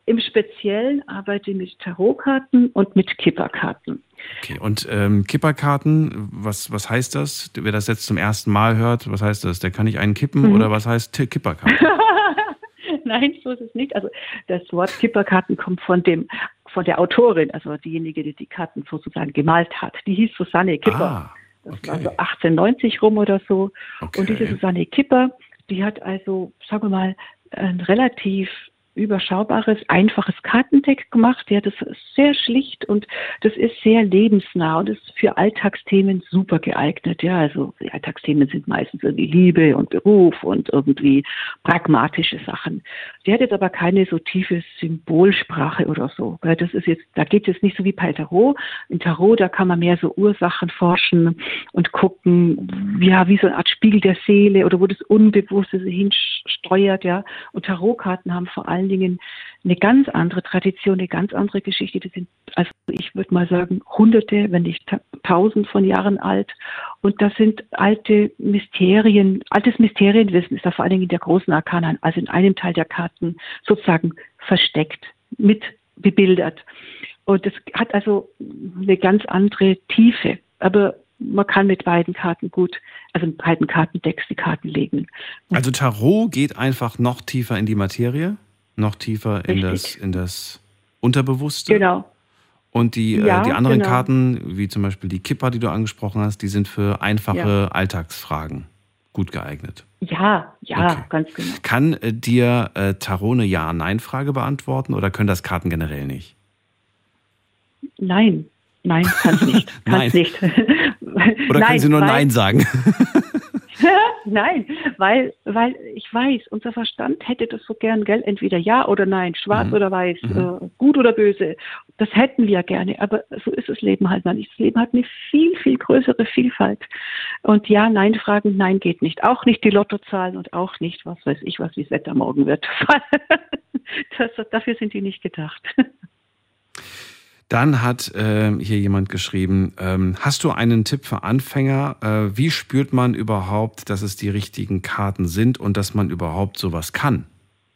im Speziellen arbeite ich mit Tarotkarten und mit Kipperkarten. Okay, und ähm, Kipperkarten, was, was heißt das? Wer das jetzt zum ersten Mal hört, was heißt das? Der kann nicht einen kippen Mhm. oder was heißt T- Kipperkarten? Nein, so ist es nicht. Also das Wort Kipperkarten kommt von dem von der Autorin, also diejenige, die die Karten sozusagen gemalt hat. Die hieß Susanne Kipper. Ah, Das okay. war so achtzehnhundertneunzig rum oder so. Okay. Und diese Susanne Kipper, die hat also, sagen wir mal, ein relativ überschaubares, einfaches Kartendeck gemacht. Ja, das ist sehr schlicht und das ist sehr lebensnah und ist für Alltagsthemen super geeignet. Ja, also die Alltagsthemen sind meistens irgendwie Liebe und Beruf und irgendwie pragmatische Sachen. Die hat jetzt aber keine so tiefe Symbolsprache oder so. Weil das ist jetzt, da geht es nicht so wie bei Tarot. In Tarot, da kann man mehr so Ursachen forschen und gucken, ja, wie so eine Art Spiegel der Seele oder wo das Unbewusste hinsteuert, ja. Und Tarotkarten haben vor allem Dingen eine ganz andere Tradition, eine ganz andere Geschichte. Die sind, also ich würde mal sagen, hunderte, wenn nicht ta- tausend von Jahren alt. Und das sind alte Mysterien, altes Mysterienwissen ist da vor allen Dingen in der großen Arkana, also in einem Teil der Karten sozusagen versteckt, mit bebildert. Und das hat also eine ganz andere Tiefe. Aber man kann mit beiden Karten gut, also mit beiden Kartendecks die Karten legen. Also Tarot geht einfach noch tiefer in die Materie, noch tiefer in Richtig. das, in das Unterbewusste. Genau. Und die, Ja, äh, die anderen genau. Karten, wie zum Beispiel die Kipper, die du angesprochen hast, die sind für einfache Ja. Alltagsfragen gut geeignet. Ja, ja, Okay. ganz genau. Kann äh, dir äh, Tarot eine Ja-Nein-Frage beantworten oder können das Karten generell nicht? Nein, nein, kann's nicht. Nein. Kann's nicht. Oder können sie nur weil, Nein sagen? Nein, weil, weil ich weiß, unser Verstand hätte das so gern, gell? Entweder ja oder nein, schwarz Mhm. oder weiß, Mhm. äh, gut oder böse. Das hätten wir gerne, aber so ist das Leben halt mal nicht. Das Leben hat eine viel, viel größere Vielfalt. Und ja, nein, Fragen, nein geht nicht. Auch nicht die Lottozahlen und auch nicht, was weiß ich, was wie das Wetter morgen wird. das, dafür sind die nicht gedacht. Dann hat äh, hier jemand geschrieben, ähm, hast du einen Tipp für Anfänger? Äh, wie spürt man überhaupt, dass es die richtigen Karten sind und dass man überhaupt sowas kann?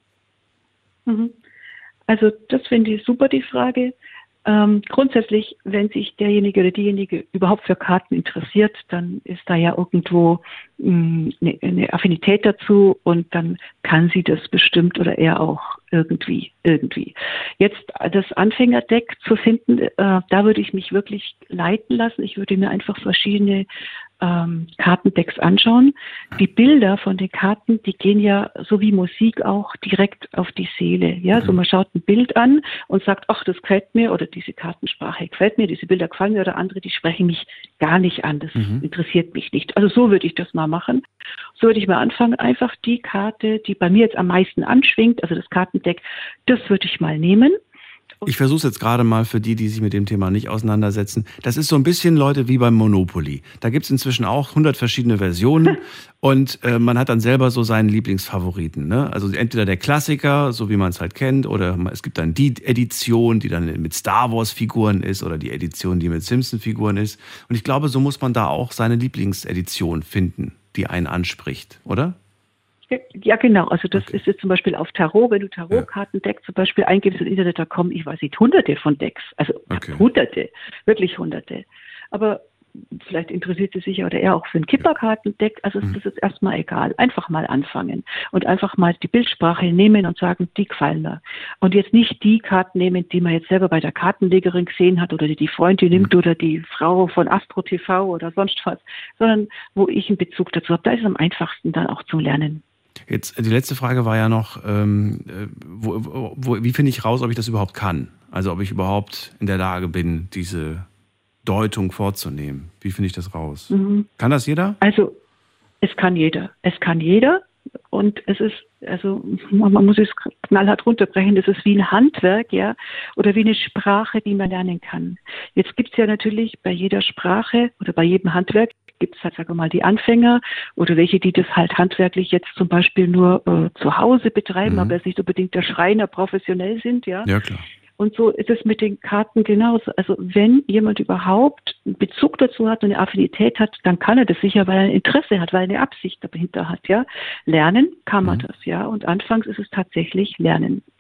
Mhm. Also das finde ich super, die Frage. Ähm, grundsätzlich, wenn sich derjenige oder diejenige überhaupt für Karten interessiert, dann ist da ja irgendwo mh, eine, eine Affinität dazu und dann kann sie das bestimmt oder er auch irgendwie, irgendwie. Jetzt das Anfängerdeck zu finden, äh, da würde ich mich wirklich leiten lassen. Ich würde mir einfach verschiedene ähm, Kartendecks anschauen. Die Bilder von den Karten, die gehen ja so wie Musik auch direkt auf die Seele. Ja, so man schaut ein Bild an und sagt, ach, das gefällt mir oder diese Kartensprache gefällt mir, diese Bilder gefallen mir oder andere, die sprechen mich gar nicht an. Das Mhm. interessiert mich nicht. Also so würde ich das mal machen. So würde ich mal anfangen, einfach die Karte, die bei mir jetzt am meisten anschwingt, also das Kartendeck, das würde ich mal nehmen. Ich versuche es jetzt gerade mal für die, die sich mit dem Thema nicht auseinandersetzen. Das ist so ein bisschen, Leute, wie beim Monopoly. Da gibt es inzwischen auch hundert verschiedene Versionen und äh, man hat dann selber so seinen Lieblingsfavoriten. Ne? Also entweder der Klassiker, so wie man es halt kennt, oder es gibt dann die Edition, die dann mit Star Wars-Figuren ist oder die Edition, die mit Simpson-Figuren ist. Und ich glaube, so muss man da auch seine Lieblingsedition finden, die einen anspricht, oder? Ja, genau. Also das okay. ist jetzt zum Beispiel auf Tarot, wenn du Tarotkartendeck zum Beispiel eingibst im Internet, da kommen, ich weiß nicht, hunderte von Decks. Also Okay. hunderte, wirklich hunderte. Aber vielleicht interessiert sie sich oder er auch für ein Kipperkartendeck. Also Mhm. das ist erstmal egal. Einfach mal anfangen und einfach mal die Bildsprache nehmen und sagen, die gefallen mir. Und jetzt nicht die Karten nehmen, die man jetzt selber bei der Kartenlegerin gesehen hat oder die die Freundin nimmt oder die Frau von Astro T V oder sonst was, sondern wo ich einen Bezug dazu habe. Da ist es am einfachsten dann auch zum Lernen. Jetzt, die letzte Frage war ja noch, ähm, äh, wo, wo, wo, wie finde ich raus, ob ich das überhaupt kann? Also ob ich überhaupt in der Lage bin, diese Deutung vorzunehmen. Wie finde ich das raus? Mhm. Kann das jeder? Also es kann jeder. Es kann jeder. Und es ist, also man muss es knallhart runterbrechen, das ist wie ein Handwerk, ja, oder wie eine Sprache, die man lernen kann. Jetzt gibt es ja natürlich bei jeder Sprache oder bei jedem Handwerk gibt es halt, sagen wir mal, die Anfänger oder welche, die das halt handwerklich jetzt zum Beispiel nur äh, zu Hause betreiben, Mhm. aber jetzt nicht unbedingt der Schreiner professionell sind, ja. Ja, klar. Und so ist es mit den Karten genauso. Also wenn jemand überhaupt einen Bezug dazu hat und eine Affinität hat, dann kann er das sicher, weil er ein Interesse hat, weil er eine Absicht dahinter hat, ja. Lernen kann man Mhm. das, ja. Und anfangs ist es tatsächlich Lernen. Bild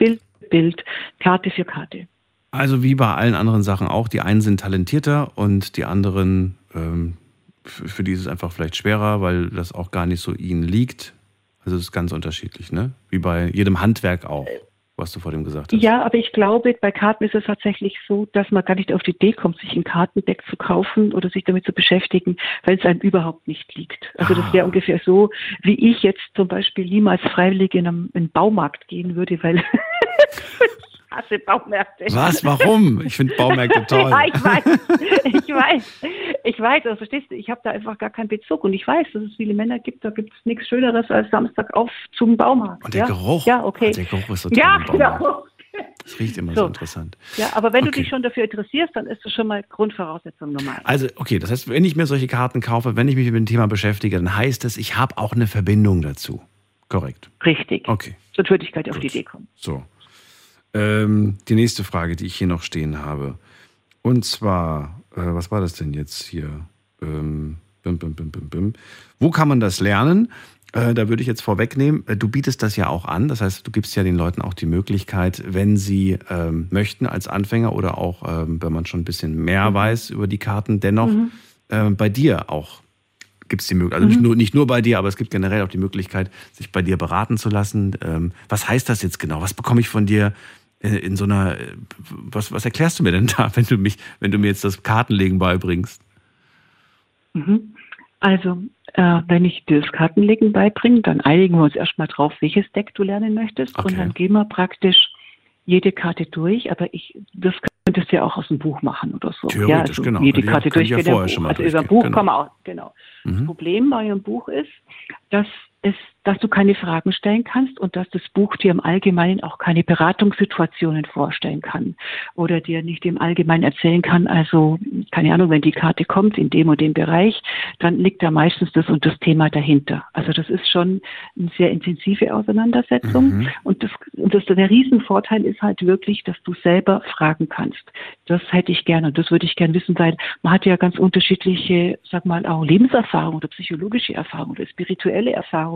Bild, Karte für Karte. Also wie bei allen anderen Sachen auch, die einen sind talentierter und die anderen, ähm, für, für die ist es einfach vielleicht schwerer, weil das auch gar nicht so ihnen liegt. Also es ist ganz unterschiedlich, ne? Wie bei jedem Handwerk auch, was du vor dem gesagt hast. Ja, aber ich glaube, bei Karten ist es tatsächlich so, dass man gar nicht auf die Idee kommt, sich ein Kartendeck zu kaufen oder sich damit zu beschäftigen, weil es einem überhaupt nicht liegt. Also das wäre ungefähr so, wie ich jetzt zum Beispiel niemals freiwillig in einen, in einen Baumarkt gehen würde, weil ich hasse Baumärkte. Was? Warum? Ich finde Baumärkte toll. Ja, ich weiß. Ich weiß. Ich weiß, also verstehst du, ich habe da einfach gar keinen Bezug. Und ich weiß, dass es viele Männer gibt, da gibt es nichts Schöneres als Samstag auf zum Baumarkt. Und der ja? Geruch. Ja, okay. Der Geruch ist so toll Ja, im Baumarkt. genau. Das riecht immer So. so interessant. Ja, aber wenn Okay. du dich schon dafür interessierst, dann ist das schon mal Grundvoraussetzung normal. Also, okay, das heißt, wenn ich mir solche Karten kaufe, wenn ich mich mit dem Thema beschäftige, dann heißt es, ich habe auch eine Verbindung dazu. Korrekt. Richtig. Okay. Sonst würde ich gleich auf die Idee kommen. So. Ähm, die nächste Frage, die ich hier noch stehen habe. Und zwar, äh, was war das denn jetzt hier? Ähm, bim, bim, bim, bim, bim. Wo kann man das lernen? Äh, da würde ich jetzt vorwegnehmen, äh, du bietest das ja auch an. Das heißt, du gibst ja den Leuten auch die Möglichkeit, wenn sie ähm, möchten, als Anfänger oder auch, ähm, wenn man schon ein bisschen mehr weiß über die Karten, dennoch Mhm. äh, bei dir auch gibt es die Möglichkeit, also nicht, Mhm. nur, nicht nur bei dir, aber es gibt generell auch die Möglichkeit, sich bei dir beraten zu lassen. Ähm, was heißt das jetzt genau? Was bekomme ich von dir in, in so einer, äh, was, was erklärst du mir denn da, wenn du mich, wenn du mir jetzt das Kartenlegen beibringst? Mhm. Also, äh, wenn ich dir das Kartenlegen beibringe, dann einigen wir uns erstmal drauf, welches Deck du lernen möchtest. Okay. Und dann gehen wir praktisch jede Karte durch. Aber ich, das könntest du ja auch aus dem Buch machen oder so. Theoretisch, ja, also genau. Jede Kann ich- Karte kann ich ja durchgehen. vorher im schon Buch. mal Also über ein durchgehen, Buch genau. kann man auch, genau. Das Mhm. Problem bei einem Buch ist, dass es, dass du keine Fragen stellen kannst und dass das Buch dir im Allgemeinen auch keine Beratungssituationen vorstellen kann oder dir nicht im Allgemeinen erzählen kann, also keine Ahnung, wenn die Karte kommt in dem und dem Bereich, dann liegt da meistens das und das Thema dahinter. Also das ist schon eine sehr intensive Auseinandersetzung Mhm. und, das, und das, der Riesenvorteil ist halt wirklich, dass du selber fragen kannst. Das hätte ich gerne und das würde ich gerne wissen, weil man hat ja ganz unterschiedliche, sag mal, auch Lebenserfahrung oder psychologische Erfahrung oder spirituelle Erfahrung.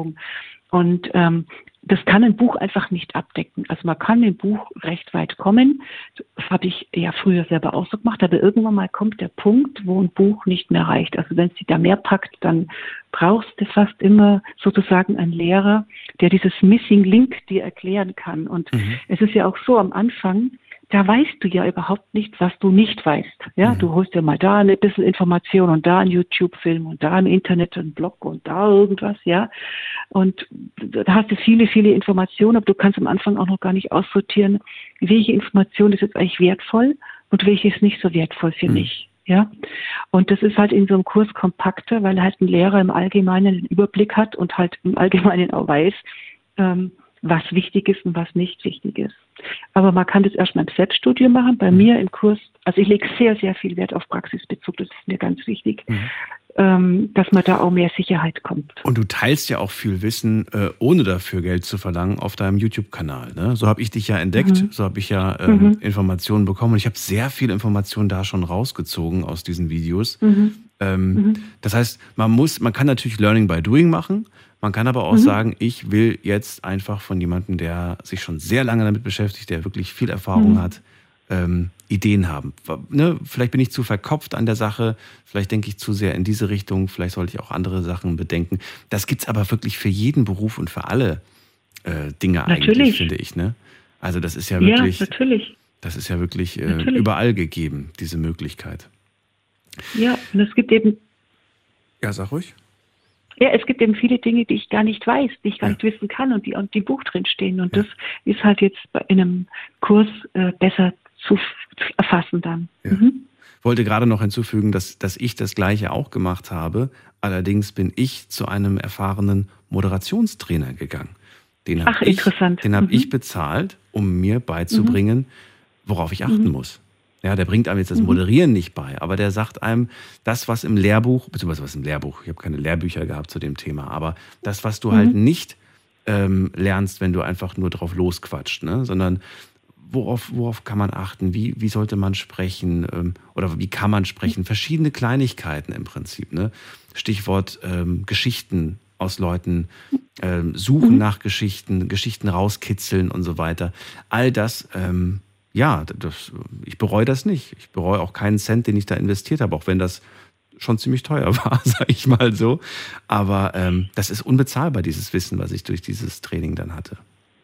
Und ähm, das kann ein Buch einfach nicht abdecken. Also man kann im Buch recht weit kommen. Das habe ich ja früher selber auch so gemacht, aber irgendwann mal kommt der Punkt, wo ein Buch nicht mehr reicht. Also wenn es dich da mehr packt, dann brauchst du fast immer sozusagen einen Lehrer, der dieses Missing Link dir erklären kann. Und Mhm. es ist ja auch so am Anfang, da weißt du ja überhaupt nicht, was du nicht weißt. Ja, du holst dir mal da ein bisschen Information und da ein YouTube-Film und da im Internet ein Blog und da irgendwas, ja. Und da hast du viele, viele Informationen, aber du kannst am Anfang auch noch gar nicht aussortieren, welche Information ist jetzt eigentlich wertvoll und welche ist nicht so wertvoll für mich. Ja, und das ist halt in so einem Kurs kompakter, weil halt ein Lehrer im Allgemeinen einen Überblick hat und halt im Allgemeinen auch weiß, ähm, was wichtig ist und was nicht wichtig ist. Aber man kann das erstmal im Selbststudium machen. Bei mir im Kurs, also ich lege sehr, sehr viel Wert auf Praxisbezug, das ist mir ganz wichtig, Mhm. ähm, dass man da auch mehr Sicherheit kommt. Und du teilst ja auch viel Wissen, äh, ohne dafür Geld zu verlangen, auf deinem YouTube-Kanal. Ne? So habe ich dich ja entdeckt, Mhm. so habe ich ja ähm, Mhm. Informationen bekommen. Und ich habe sehr viele Informationen da schon rausgezogen aus diesen Videos. Mhm. Ähm, Mhm. Das heißt, man muss, man kann natürlich Learning by Doing machen. Man kann aber auch Mhm. sagen, ich will jetzt einfach von jemandem, der sich schon sehr lange damit beschäftigt, der wirklich viel Erfahrung Mhm. hat, ähm, Ideen haben. Ne? Vielleicht bin ich zu verkopft an der Sache, vielleicht denke ich zu sehr in diese Richtung, vielleicht sollte ich auch andere Sachen bedenken. Das gibt's aber wirklich für jeden Beruf und für alle äh, Dinge eigentlich, Natürlich. finde ich. Ne? Also das ist ja Ja, wirklich, natürlich. das ist ja wirklich äh, Natürlich. überall gegeben, diese Möglichkeit. Ja, und es gibt eben Ja, sag ruhig. Ja, es gibt eben viele Dinge, die ich gar nicht weiß, die ich gar nicht wissen kann und die und die im Buch drin stehen. Und das ist halt jetzt bei- in einem Kurs äh, besser zu, f- zu erfassen dann. Mhm. Wollte gerade noch hinzufügen, dass, dass ich das Gleiche auch gemacht habe. Allerdings bin ich zu einem erfahrenen Moderationstrainer gegangen. Den Ach, habe ich, interessant. den hab Mhm. ich bezahlt, um mir beizubringen, worauf ich achten Mhm. muss. Ja, der bringt einem jetzt das Mhm. Moderieren nicht bei, aber der sagt einem, das, was im Lehrbuch, beziehungsweise was im Lehrbuch, ich habe keine Lehrbücher gehabt zu dem Thema, aber das, was du Mhm. halt nicht ähm, lernst, wenn du einfach nur drauf losquatscht, ne? Sondern worauf, worauf kann man achten, wie, wie sollte man sprechen ähm, oder wie kann man sprechen, verschiedene Kleinigkeiten im Prinzip. Ne? Stichwort ähm, Geschichten aus Leuten, ähm, suchen mhm. nach Geschichten, Geschichten rauskitzeln und so weiter. All das, ähm, ja, das, ich bereue das nicht. Ich bereue auch keinen Cent, den ich da investiert habe, auch wenn das schon ziemlich teuer war, sage ich mal so. Aber ähm, das ist unbezahlbar, dieses Wissen, was ich durch dieses Training dann hatte.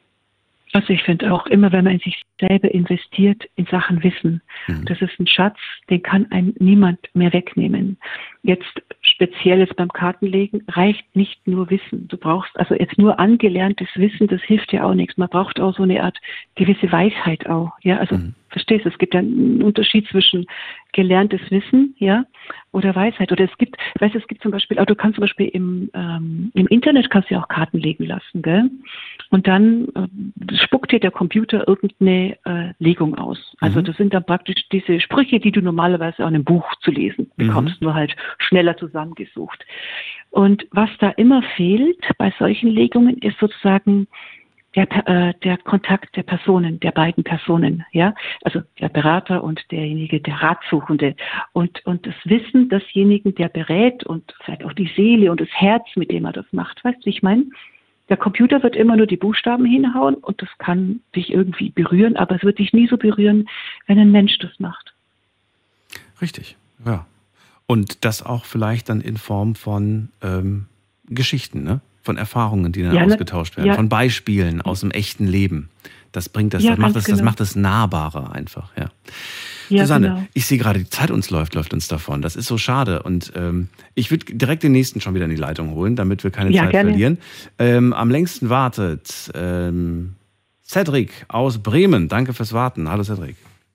Also ich finde auch immer, wenn man in sich selber investiert in Sachen Wissen, mhm. das ist ein Schatz, den kann einem niemand mehr wegnehmen. Jetzt speziell jetzt beim Kartenlegen reicht nicht nur Wissen. Du brauchst also jetzt nur angelerntes Wissen, das hilft ja auch nichts. Man braucht auch so eine Art gewisse Weisheit auch. Ja, also mhm. verstehst du, es gibt ja einen Unterschied zwischen gelerntes Wissen, ja, oder Weisheit. Oder es gibt, weißt du, es gibt zum Beispiel, auch du kannst zum Beispiel im, ähm, im Internet kannst du ja auch Karten legen lassen, gell? Und dann äh, spuckt dir der Computer irgendeine äh, Legung aus. Also mhm. das sind dann praktisch diese Sprüche, die du normalerweise auch in einem Buch zu lesen bekommst, mhm. nur halt schneller zusammengesucht. Und was da immer fehlt bei solchen Legungen, ist sozusagen der, äh, der Kontakt der Personen, der beiden Personen, ja, also der Berater und derjenige, der Ratsuchende und, und das Wissen desjenigen, der berät und vielleicht auch die Seele und das Herz, mit dem er das macht, weißt du, wie ich meine? Der Computer wird immer nur die Buchstaben hinhauen und das kann dich irgendwie berühren, aber es wird dich nie so berühren, wenn ein Mensch das macht. Richtig, ja. Und das auch vielleicht dann in Form von ähm, Geschichten, ne? Von Erfahrungen, die dann ja, ausgetauscht werden, ja. von Beispielen aus dem echten Leben. Das bringt das, ja, das macht das, genau. das macht das nahbarer einfach, ja. Ja, Susanne, genau. Ich sehe gerade, die Zeit uns läuft, läuft uns davon. Das ist so schade. Und ähm, ich würde direkt den nächsten schon wieder in die Leitung holen, damit wir keine ja, Zeit gerne. verlieren. Ähm, am längsten wartet ähm, Cedric aus Bremen. Danke fürs Warten. Hallo Cedric.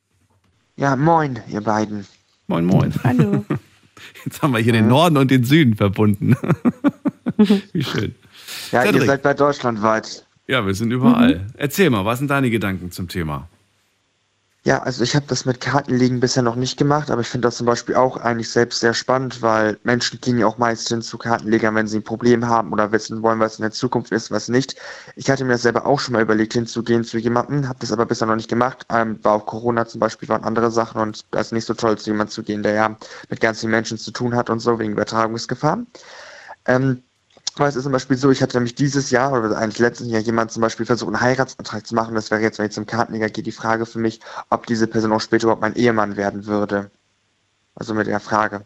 Ja, moin, ihr beiden. Moin, moin. Hallo. Jetzt haben wir hier ja. den Norden und den Süden verbunden. Wie schön. Ja, Cedric. Ihr seid bei deutschlandweit. Ja, wir sind überall. Mhm. Erzähl mal, was sind deine Gedanken zum Thema? Ja, also ich habe das mit Kartenlegen bisher noch nicht gemacht, aber ich finde das zum Beispiel auch eigentlich selbst sehr spannend, weil Menschen gehen ja auch meist hin zu Kartenlegern, wenn sie ein Problem haben oder wissen wollen, was in der Zukunft ist, was nicht. Ich hatte mir das selber auch schon mal überlegt, hinzugehen zu jemandem, habe das aber bisher noch nicht gemacht. Ähm, war auch Corona zum Beispiel, waren andere Sachen und da ist nicht so toll, zu jemandem zu gehen, der ja mit ganz vielen Menschen zu tun hat und so, wegen Übertragungsgefahr. Ähm, Aber es ist zum Beispiel so, ich hatte nämlich dieses Jahr oder eigentlich letztes Jahr jemand zum Beispiel versucht, einen Heiratsantrag zu machen. Das wäre jetzt, wenn ich zum Kartenleger gehe, die Frage für mich, ob diese Person auch später überhaupt mein Ehemann werden würde. Also mit der Frage.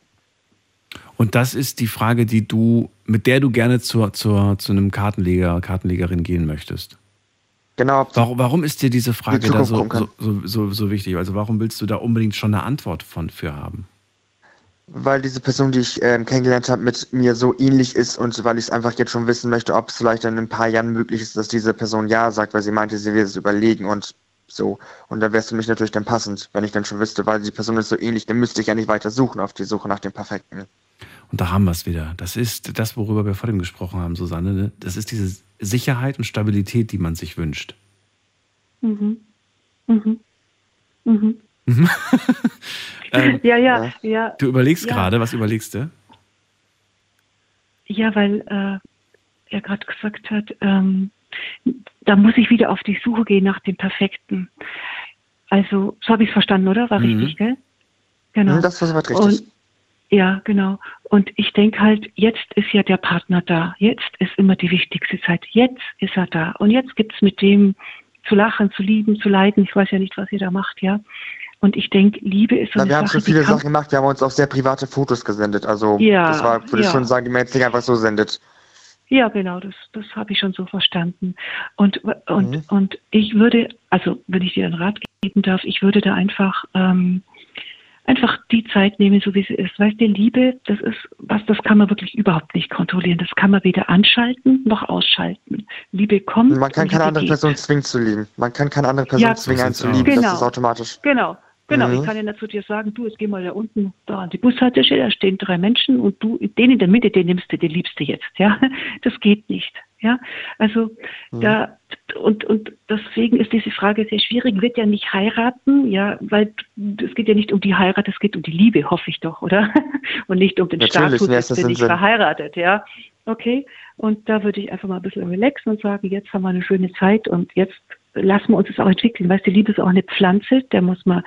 Und das ist die Frage, die du, mit der du gerne zur, zur, zu einem Kartenleger, Kartenlegerin gehen möchtest. Genau. Warum, warum ist dir diese Frage die da so, so, so, so wichtig? Also warum willst du da unbedingt schon eine Antwort von für haben? Weil diese Person, die ich ähm, kennengelernt habe, mit mir so ähnlich ist und weil ich es einfach jetzt schon wissen möchte, ob es vielleicht in ein paar Jahren möglich ist, dass diese Person Ja sagt, weil sie meinte, sie will es überlegen und so. Und da wär's für mich natürlich dann passend, wenn ich dann schon wüsste, weil die Person ist so ähnlich, dann müsste ich ja nicht weiter suchen auf die Suche nach dem Perfekten. Und da haben wir es wieder. Das ist das, worüber wir vor dem gesprochen haben, Susanne. Ne? Das ist diese Sicherheit und Stabilität, die man sich wünscht. Mhm. Mhm. Mhm. ähm, ja, ja, ja. Du überlegst ja. gerade, was überlegst du? Ja, weil äh, er gerade gesagt hat, ähm, da muss ich wieder auf die Suche gehen nach dem Perfekten. Also, so habe ich es verstanden, oder? War Mhm. richtig, gell? Genau. Das war richtig. Und, ja, genau. Und ich denke halt, jetzt ist ja der Partner da. Jetzt ist immer die wichtigste Zeit. Jetzt ist er da. Und jetzt gibt es mit dem zu lachen, zu lieben, zu leiden. Ich weiß ja nicht, was ihr da macht, ja. Und ich denke, Liebe ist so Na, eine wir haben Sache, schon viele die kann- Sachen gemacht, wir haben uns auch sehr private Fotos gesendet. Also Ja, das war, würde ich ja. schon sagen, die man jetzt nicht einfach so sendet. Ja, genau, das, das habe ich schon so verstanden. Und, und, Mhm. und ich würde, also wenn ich dir einen Rat geben darf, ich würde da einfach, ähm, einfach die Zeit nehmen, so wie sie ist. Weißt du, Liebe, das ist was, das kann man wirklich überhaupt nicht kontrollieren. Das kann man weder anschalten noch ausschalten. Liebe kommt. Man kann und keine Liebe andere geht. Person zwingen zu lieben. Man kann keine andere Person Ja, zwingen, einen sieht's zu aus. lieben. Genau. Das ist automatisch. Genau. Genau, Mhm. ich kann ja nicht zu dir sagen, du, jetzt geh mal da unten da an die Bushaltestelle, da stehen drei Menschen und du, den in der Mitte, den nimmst du, den liebst du jetzt, ja. Das geht nicht, ja. Also, Mhm. da, und, und deswegen ist diese Frage sehr schwierig, wird ja nicht heiraten, ja, weil es geht ja nicht um die Heirat, es geht um die Liebe, hoffe ich doch, oder? Und nicht um den Natürlich, Status, wer jetzt ist das bin in ich Sinn? verheiratet, ja. Okay, und da würde ich einfach mal ein bisschen relaxen und sagen, jetzt haben wir eine schöne Zeit und jetzt lassen wir uns das auch entwickeln. Weißt du, Liebe ist auch eine Pflanze, der muss man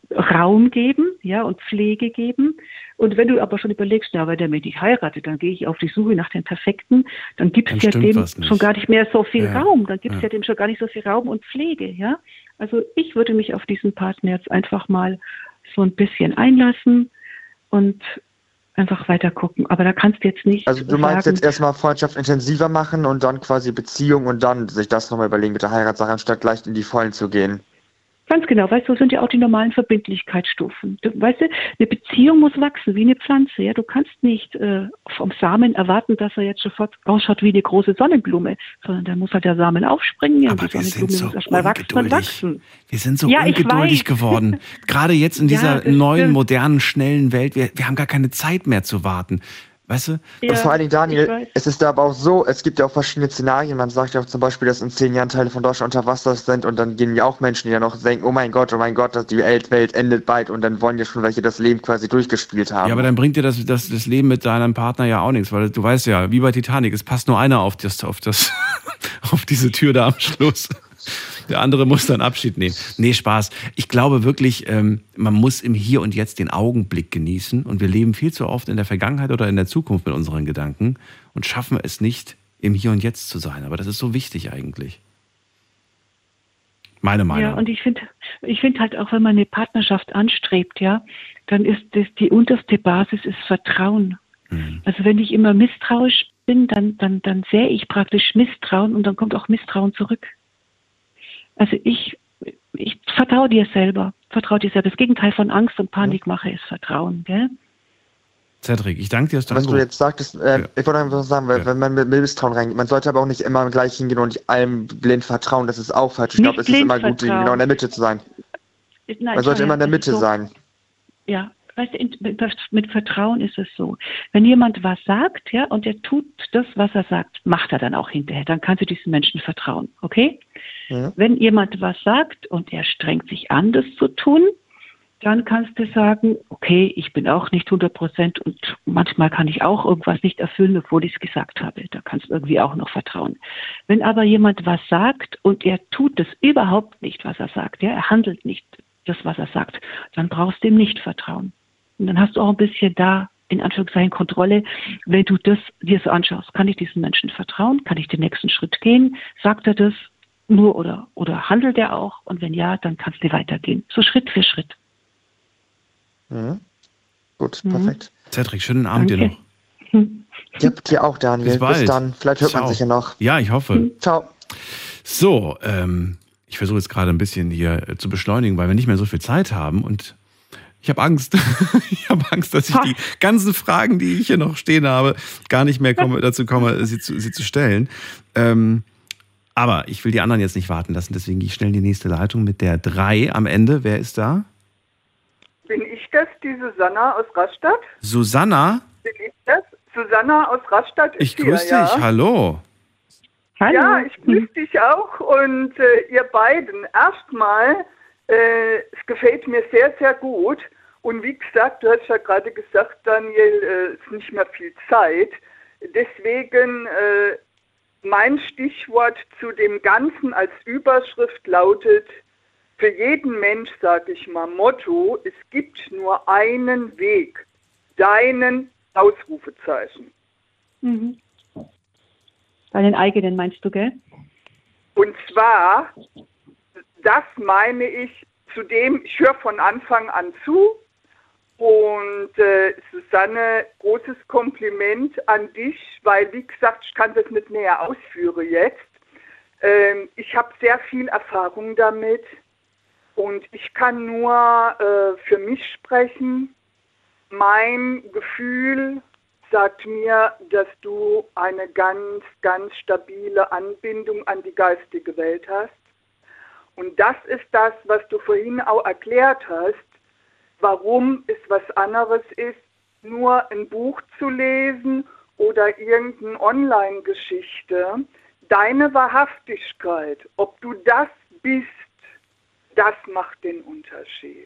Raum geben, ja, und Pflege geben. Und wenn du aber schon überlegst, na, wenn der mich nicht heiratet, dann gehe ich auf die Suche nach dem Perfekten, dann gibt es ja dem schon gar nicht mehr so viel ja. Raum, dann gibt es ja. ja dem schon gar nicht so viel Raum und Pflege, ja. Also ich würde mich auf diesen Partner jetzt einfach mal so ein bisschen einlassen und einfach weiter gucken. Aber da kannst du jetzt nicht Also du meinst sagen, jetzt erstmal Freundschaft intensiver machen und dann quasi Beziehung und dann sich das nochmal überlegen mit der Heiratssache, anstatt gleich in die Vollen zu gehen. Ganz genau, weißt du, so sind ja auch die normalen Verbindlichkeitsstufen. Du, weißt du, eine Beziehung muss wachsen, wie eine Pflanze. Ja? Du kannst nicht äh, vom Samen erwarten, dass er jetzt sofort ausschaut wie eine große Sonnenblume, sondern da muss halt der Samen aufspringen ja, und die Sonnenblume so muss erstmal wachsen und wachsen. Wir sind so ja, ungeduldig geworden. Gerade jetzt in dieser ja, neuen, stimmt. modernen, schnellen Welt. Wir, wir haben gar keine Zeit mehr zu warten. Weißt du? Ja, und vor allen Dingen, Daniel, es ist da aber auch so, es gibt ja auch verschiedene Szenarien. Man sagt ja auch zum Beispiel, dass in zehn Jahren Teile von Deutschland unter Wasser sind und dann gehen ja auch Menschen, die ja noch denken, oh mein Gott, oh mein Gott, die Welt endet bald und dann wollen ja schon welche das Leben quasi durchgespielt haben. Ja, aber dann bringt dir das, das, das Leben mit deinem Partner ja auch nichts, weil du weißt ja, wie bei Titanic, es passt nur einer auf das, auf das, auf diese Tür da am Schluss. Der andere muss dann Abschied nehmen. Nee, Spaß. Ich glaube wirklich, ähm, man muss im Hier und Jetzt den Augenblick genießen. Und wir leben viel zu oft in der Vergangenheit oder in der Zukunft mit unseren Gedanken und schaffen es nicht, im Hier und Jetzt zu sein. Aber das ist so wichtig eigentlich. Meine Meinung. Ja, und ich finde ich finde halt auch, wenn man eine Partnerschaft anstrebt, ja, dann ist das die unterste Basis ist Vertrauen. Mhm. Also wenn ich immer misstrauisch bin, dann, dann, dann sehe ich praktisch Misstrauen und dann kommt auch Misstrauen zurück. Also ich, ich vertraue dir selber. Vertraue dir selber. Das Gegenteil von Angst und Panikmache ist Vertrauen, gell? Cedric, ich danke dir, dass du Was du jetzt sagtest, äh, ja. ich wollte einfach sagen, weil, ja. wenn man mit Misstrauen reingeht, man sollte aber auch nicht immer gleich hingehen und nicht allem blind vertrauen, das ist auch falsch. Ich glaube, es ist immer gut, genau in der Mitte zu sein. Nein, man sollte immer in der Mitte so sein. Ja, weißt du, mit, mit Vertrauen ist es so. Wenn jemand was sagt, ja, und er tut das, was er sagt, macht er dann auch hinterher. Dann kannst du diesem Menschen vertrauen, okay? Ja. Wenn jemand was sagt und er strengt sich an, das zu tun, dann kannst du sagen, okay, ich bin auch nicht hundert Prozent und manchmal kann ich auch irgendwas nicht erfüllen, obwohl ich es gesagt habe. Da kannst du irgendwie auch noch vertrauen. Wenn aber jemand was sagt und er tut es überhaupt nicht, was er sagt, ja, er handelt nicht das, was er sagt, dann brauchst du ihm nicht vertrauen. Und dann hast du auch ein bisschen da, in Anführungszeichen, Kontrolle, wenn du das dir so anschaust. Kann ich diesem Menschen vertrauen? Kann ich den nächsten Schritt gehen? Sagt er das nur oder, oder handelt er auch? Und wenn ja, dann kannst du weitergehen. So Schritt für Schritt. Mhm. Gut, perfekt. Cedric, schönen Abend Danke. dir noch. Ja, dir auch, Daniel. Bis bald. Bis dann. Vielleicht hört Ciao. man sich ja noch. Ja, ich hoffe. Ciao. So, ähm, ich versuche jetzt gerade ein bisschen hier äh, zu beschleunigen, weil wir nicht mehr so viel Zeit haben und ich habe Angst. ich habe Angst, dass ich die ganzen Fragen, die ich hier noch stehen habe, gar nicht mehr komme, dazu komme, sie zu, sie zu stellen. Ähm, aber ich will die anderen jetzt nicht warten lassen, deswegen gehe ich schnell in die nächste Leitung mit der drei am Ende. Wer ist da? Bin ich das, die Susanna aus Rastatt? Susanna? Bin ich das? Susanna aus Rastatt ist Ich grüße hier, dich, ja. hallo. Hallo. Ja, ich grüße dich auch und äh, ihr beiden. Erstmal, äh, es gefällt mir sehr, sehr gut. Und wie gesagt, du hast ja gerade gesagt, Daniel, es äh, ist nicht mehr viel Zeit. Deswegen äh, mein Stichwort zu dem Ganzen als Überschrift lautet, für jeden Mensch, sage ich mal, Motto, es gibt nur einen Weg, deinen Ausrufezeichen. Mhm. Deinen eigenen meinst du, gell? Und zwar, das meine ich, zudem, ich höre von Anfang an zu und äh, Susanne, großes Kompliment an dich, weil wie gesagt, ich kann das nicht näher ausführen jetzt. Ähm, ich habe sehr viel Erfahrung damit. Und ich kann nur äh, für mich sprechen. Mein Gefühl sagt mir, dass du eine ganz, ganz stabile Anbindung an die geistige Welt hast. Und das ist das, was du vorhin auch erklärt hast, warum es was anderes ist, nur ein Buch zu lesen oder irgendeine Online-Geschichte. Deine Wahrhaftigkeit, ob du das bist, das macht den Unterschied.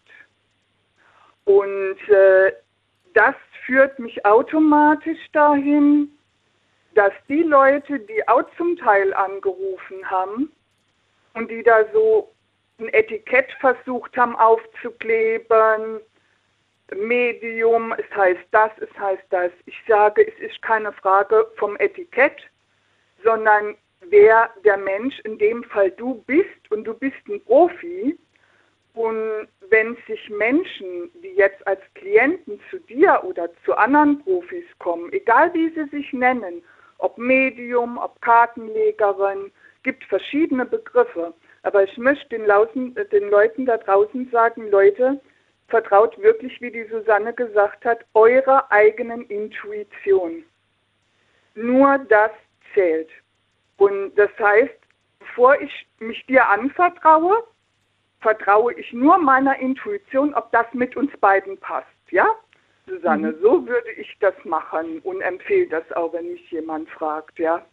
Und äh, das führt mich automatisch dahin, dass die Leute, die auch zum Teil angerufen haben und die da so ein Etikett versucht haben aufzukleben. Medium, es heißt das, es heißt das. Ich sage, es ist keine Frage vom Etikett, sondern wer der Mensch, in dem Fall du bist, und du bist ein Profi. Und wenn sich Menschen, die jetzt als Klienten zu dir oder zu anderen Profis kommen, egal wie sie sich nennen, ob Medium, ob Kartenlegerin, gibt verschiedene Begriffe. Aber ich möchte den, Lausen, den Leuten da draußen sagen, Leute, vertraut wirklich, wie die Susanne gesagt hat, eurer eigenen Intuition. Nur das zählt. Und das heißt, bevor ich mich dir anvertraue, vertraue ich nur meiner Intuition, ob das mit uns beiden passt. Ja, Susanne, mhm. so würde ich das machen und empfehle das auch, wenn mich jemand fragt, ja.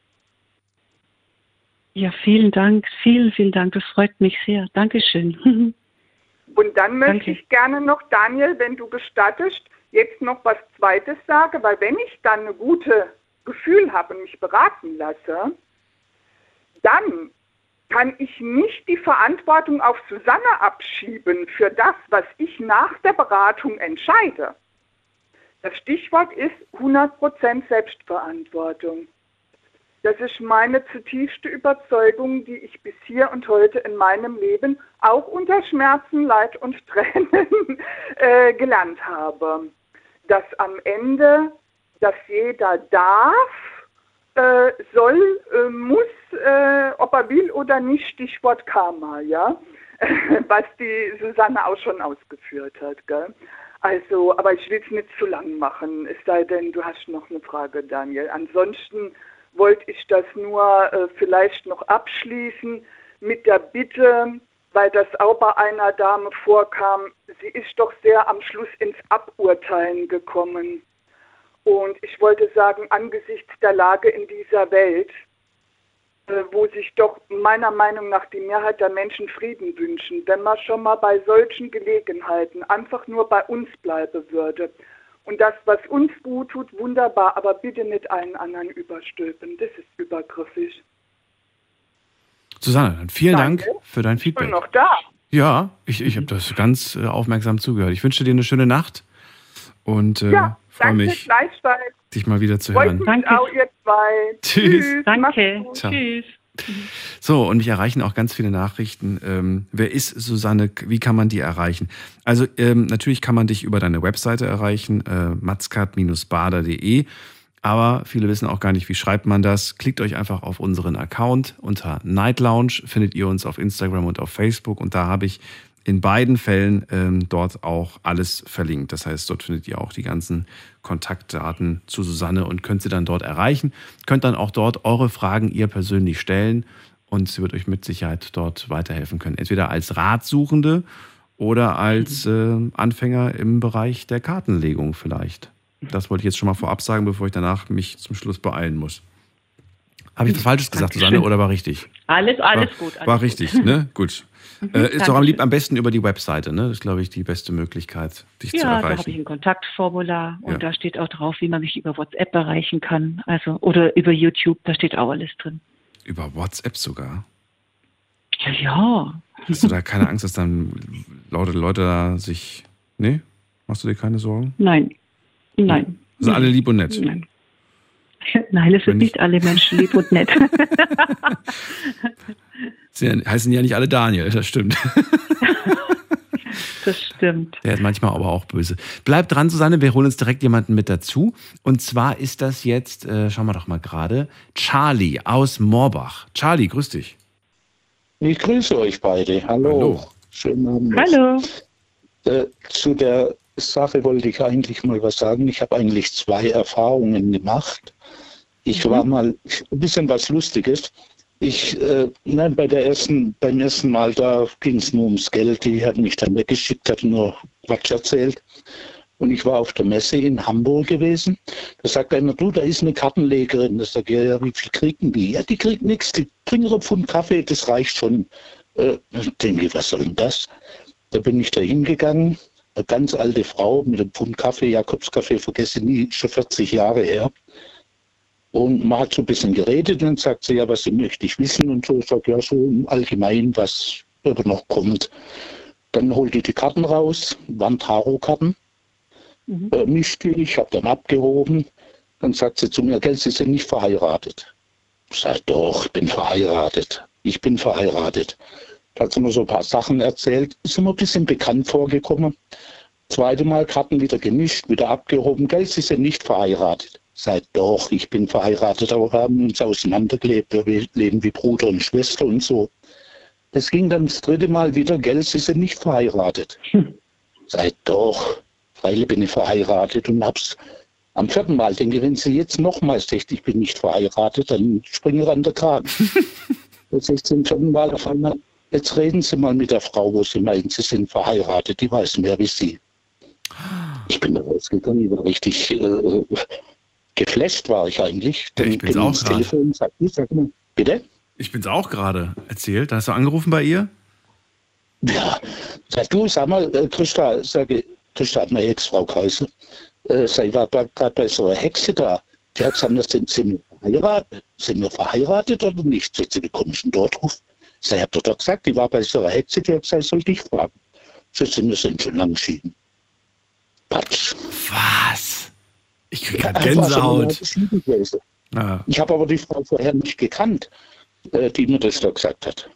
Ja, vielen Dank, vielen, vielen Dank, das freut mich sehr. Dankeschön. Und dann möchte Danke. ich gerne noch, Daniel, wenn du gestattest, jetzt noch was Zweites sagen, weil wenn ich dann ein gutes Gefühl habe und mich beraten lasse, dann kann ich nicht die Verantwortung auf Susanne abschieben für das, was ich nach der Beratung entscheide. Das Stichwort ist hundert Prozent Selbstverantwortung. Das ist meine zutiefste Überzeugung, die ich bis hier und heute in meinem Leben auch unter Schmerzen, Leid und Tränen äh, gelernt habe. Dass am Ende, dass jeder darf, äh, soll, äh, muss, äh, ob er will oder nicht, Stichwort Karma, ja, was die Susanne auch schon ausgeführt hat, gell? Also, aber ich will es nicht zu lang machen, es sei denn, du hast noch eine Frage, Daniel. Ansonsten wollte ich das nur äh, vielleicht noch abschließen mit der Bitte, weil das auch bei einer Dame vorkam, sie ist doch sehr am Schluss ins Aburteilen gekommen. Und ich wollte sagen, angesichts der Lage in dieser Welt, äh, wo sich doch meiner Meinung nach die Mehrheit der Menschen Frieden wünschen, wenn man schon mal bei solchen Gelegenheiten einfach nur bei uns bleiben würde. Und das, was uns gut tut, wunderbar, aber bitte nicht allen anderen überstülpen. Das ist übergriffig. Susanne, dann vielen Danke. Dank für dein Feedback. Ich bin noch da. Ja, ich, ich habe das ganz äh, aufmerksam zugehört. Ich wünsche dir eine schöne Nacht und äh, Ja, freue danke, mich, gleichfalls. dich mal wieder zu Freut hören. mich Danke. auch, ihr zwei. Tschüss. Tschüss. Danke. Macht's gut. Ciao. Tschüss. So, und mich erreichen auch ganz viele Nachrichten. Ähm, wer ist Susanne? Wie kann man die erreichen? Also ähm, natürlich kann man dich über deine Webseite erreichen, äh, matzkat Bindestrich bader Punkt de. Aber viele wissen auch gar nicht, wie schreibt man das. Klickt euch einfach auf unseren Account unter Night Lounge, findet ihr uns auf Instagram und auf Facebook. Und da habe ich in beiden Fällen ähm, dort auch alles verlinkt. Das heißt, dort findet ihr auch die ganzen Kontaktdaten zu Susanne und könnt sie dann dort erreichen. Könnt dann auch dort eure Fragen ihr persönlich stellen und sie wird euch mit Sicherheit dort weiterhelfen können. Entweder als Ratsuchende oder als äh, Anfänger im Bereich der Kartenlegung vielleicht. Das wollte ich jetzt schon mal vorab sagen, bevor ich danach mich zum Schluss beeilen muss. Habe ich was Falsches gesagt, Susanne, oder war richtig? Alles, alles war, gut. Alles war richtig, gut. ne? Gut. Mhm, äh, ist doch am Dankeschön. lieb am besten über die Webseite, ne? Das ist, glaube ich, die beste Möglichkeit, dich zu Ja, da habe erreichen. ich ein Kontaktformular und Ja. da steht auch drauf, wie man mich über WhatsApp erreichen kann. Also, oder über YouTube, da steht auch alles drin. Über WhatsApp sogar. Ja, ja. Hast du da keine Angst, dass dann laute Leute da sich. Nee? Machst du dir keine Sorgen? Nein. Nein. Also alle lieb und nett. Nein. Nein, es sind Wenn ich- nicht alle Menschen lieb und nett. Sie heißen ja nicht alle Daniel, das stimmt. Das stimmt. Der ist manchmal aber auch böse. Bleib dran, Susanne, wir holen uns direkt jemanden mit dazu. Und zwar ist das jetzt, äh, schauen wir doch mal gerade, Charlie aus Moorbach. Charlie, grüß dich. Ich grüße euch beide. Hallo. Hallo. Schönen Abend. Hallo. Äh, zu der Sache wollte ich eigentlich mal was sagen. Ich habe eigentlich zwei Erfahrungen gemacht. Ich Mhm. war mal ein bisschen was Lustiges. Ich, äh, nein, bei der ersten, beim ersten Mal, da ging es nur ums Geld. Die hat mich dann weggeschickt, hat nur Quatsch erzählt. Und ich war auf der Messe in Hamburg gewesen. Da sagt einer, du, da ist eine Kartenlegerin. Da sag ich, ja, wie viel kriegen die? Ja, die kriegt nichts. Die trinken einen Pfund Kaffee, das reicht schon. Äh, ich denke, was soll denn das? Da bin ich da hingegangen. Eine ganz alte Frau mit einem Pfund Kaffee, Jakobskaffee, vergesse nie, schon vierzig Jahre her. Und man hat so ein bisschen geredet und dann sagt sie, ja, was möchte ich wissen? Und so, ich sage, ja, so im Allgemeinen, was ob er noch kommt. Dann holte ich die Karten raus, waren Tarotkarten, mhm. äh, mischte ich, habe dann abgehoben. Dann sagt sie zu mir, gell, Sie sind nicht verheiratet. Ich sage, doch, ich bin verheiratet. Ich bin verheiratet. Da hat sie mir so ein paar Sachen erzählt, ist immer ein bisschen bekannt vorgekommen. Zweite Mal Karten wieder gemischt, wieder abgehoben, gell, Sie sind nicht verheiratet. Ich sage, doch, ich bin verheiratet, aber wir haben uns auseinandergelebt, wir leben wie Bruder und Schwester und so. Es ging dann das dritte Mal wieder, gell, Sie sind nicht verheiratet. Hm. Ich sage, doch, freilich bin ich verheiratet und hab's am vierten Mal denke, wenn sie jetzt nochmals sagt, ich bin nicht verheiratet, dann springe ich an der Kragen. Das ist zum vierten Mal auf einmal, jetzt reden Sie mal mit der Frau, wo Sie meinen, Sie sind verheiratet, die weiß mehr wie Sie. Ich bin da rausgegangen, ich war richtig äh, geflasht war ich eigentlich. Ja, ich bin's auch gerade. Telefon, sag, sag mal, bitte? Ich bin's auch gerade erzählt. Hast du angerufen bei ihr? Ja, sag du, sag mal, Christa, sage, Christa hat meine Ex-Frau geheißen. Äh, ich war gerade bei so einer Hexe da. Die hat gesagt, sind, sind, wir verheiratet? sind wir verheiratet oder nicht? Sagt sie, wie komme ich denn dort drauf? Ich sage, ich habe doch gesagt, die war bei so einer Hexe, die hat gesagt, ich soll dich fragen. Sagt sie, wir sind schon lang geschieden. Patsch. Was? Ich kriege gerade Gänsehaut. Ja. Ich habe aber die Frau vorher nicht gekannt, äh, die mir das da gesagt hat.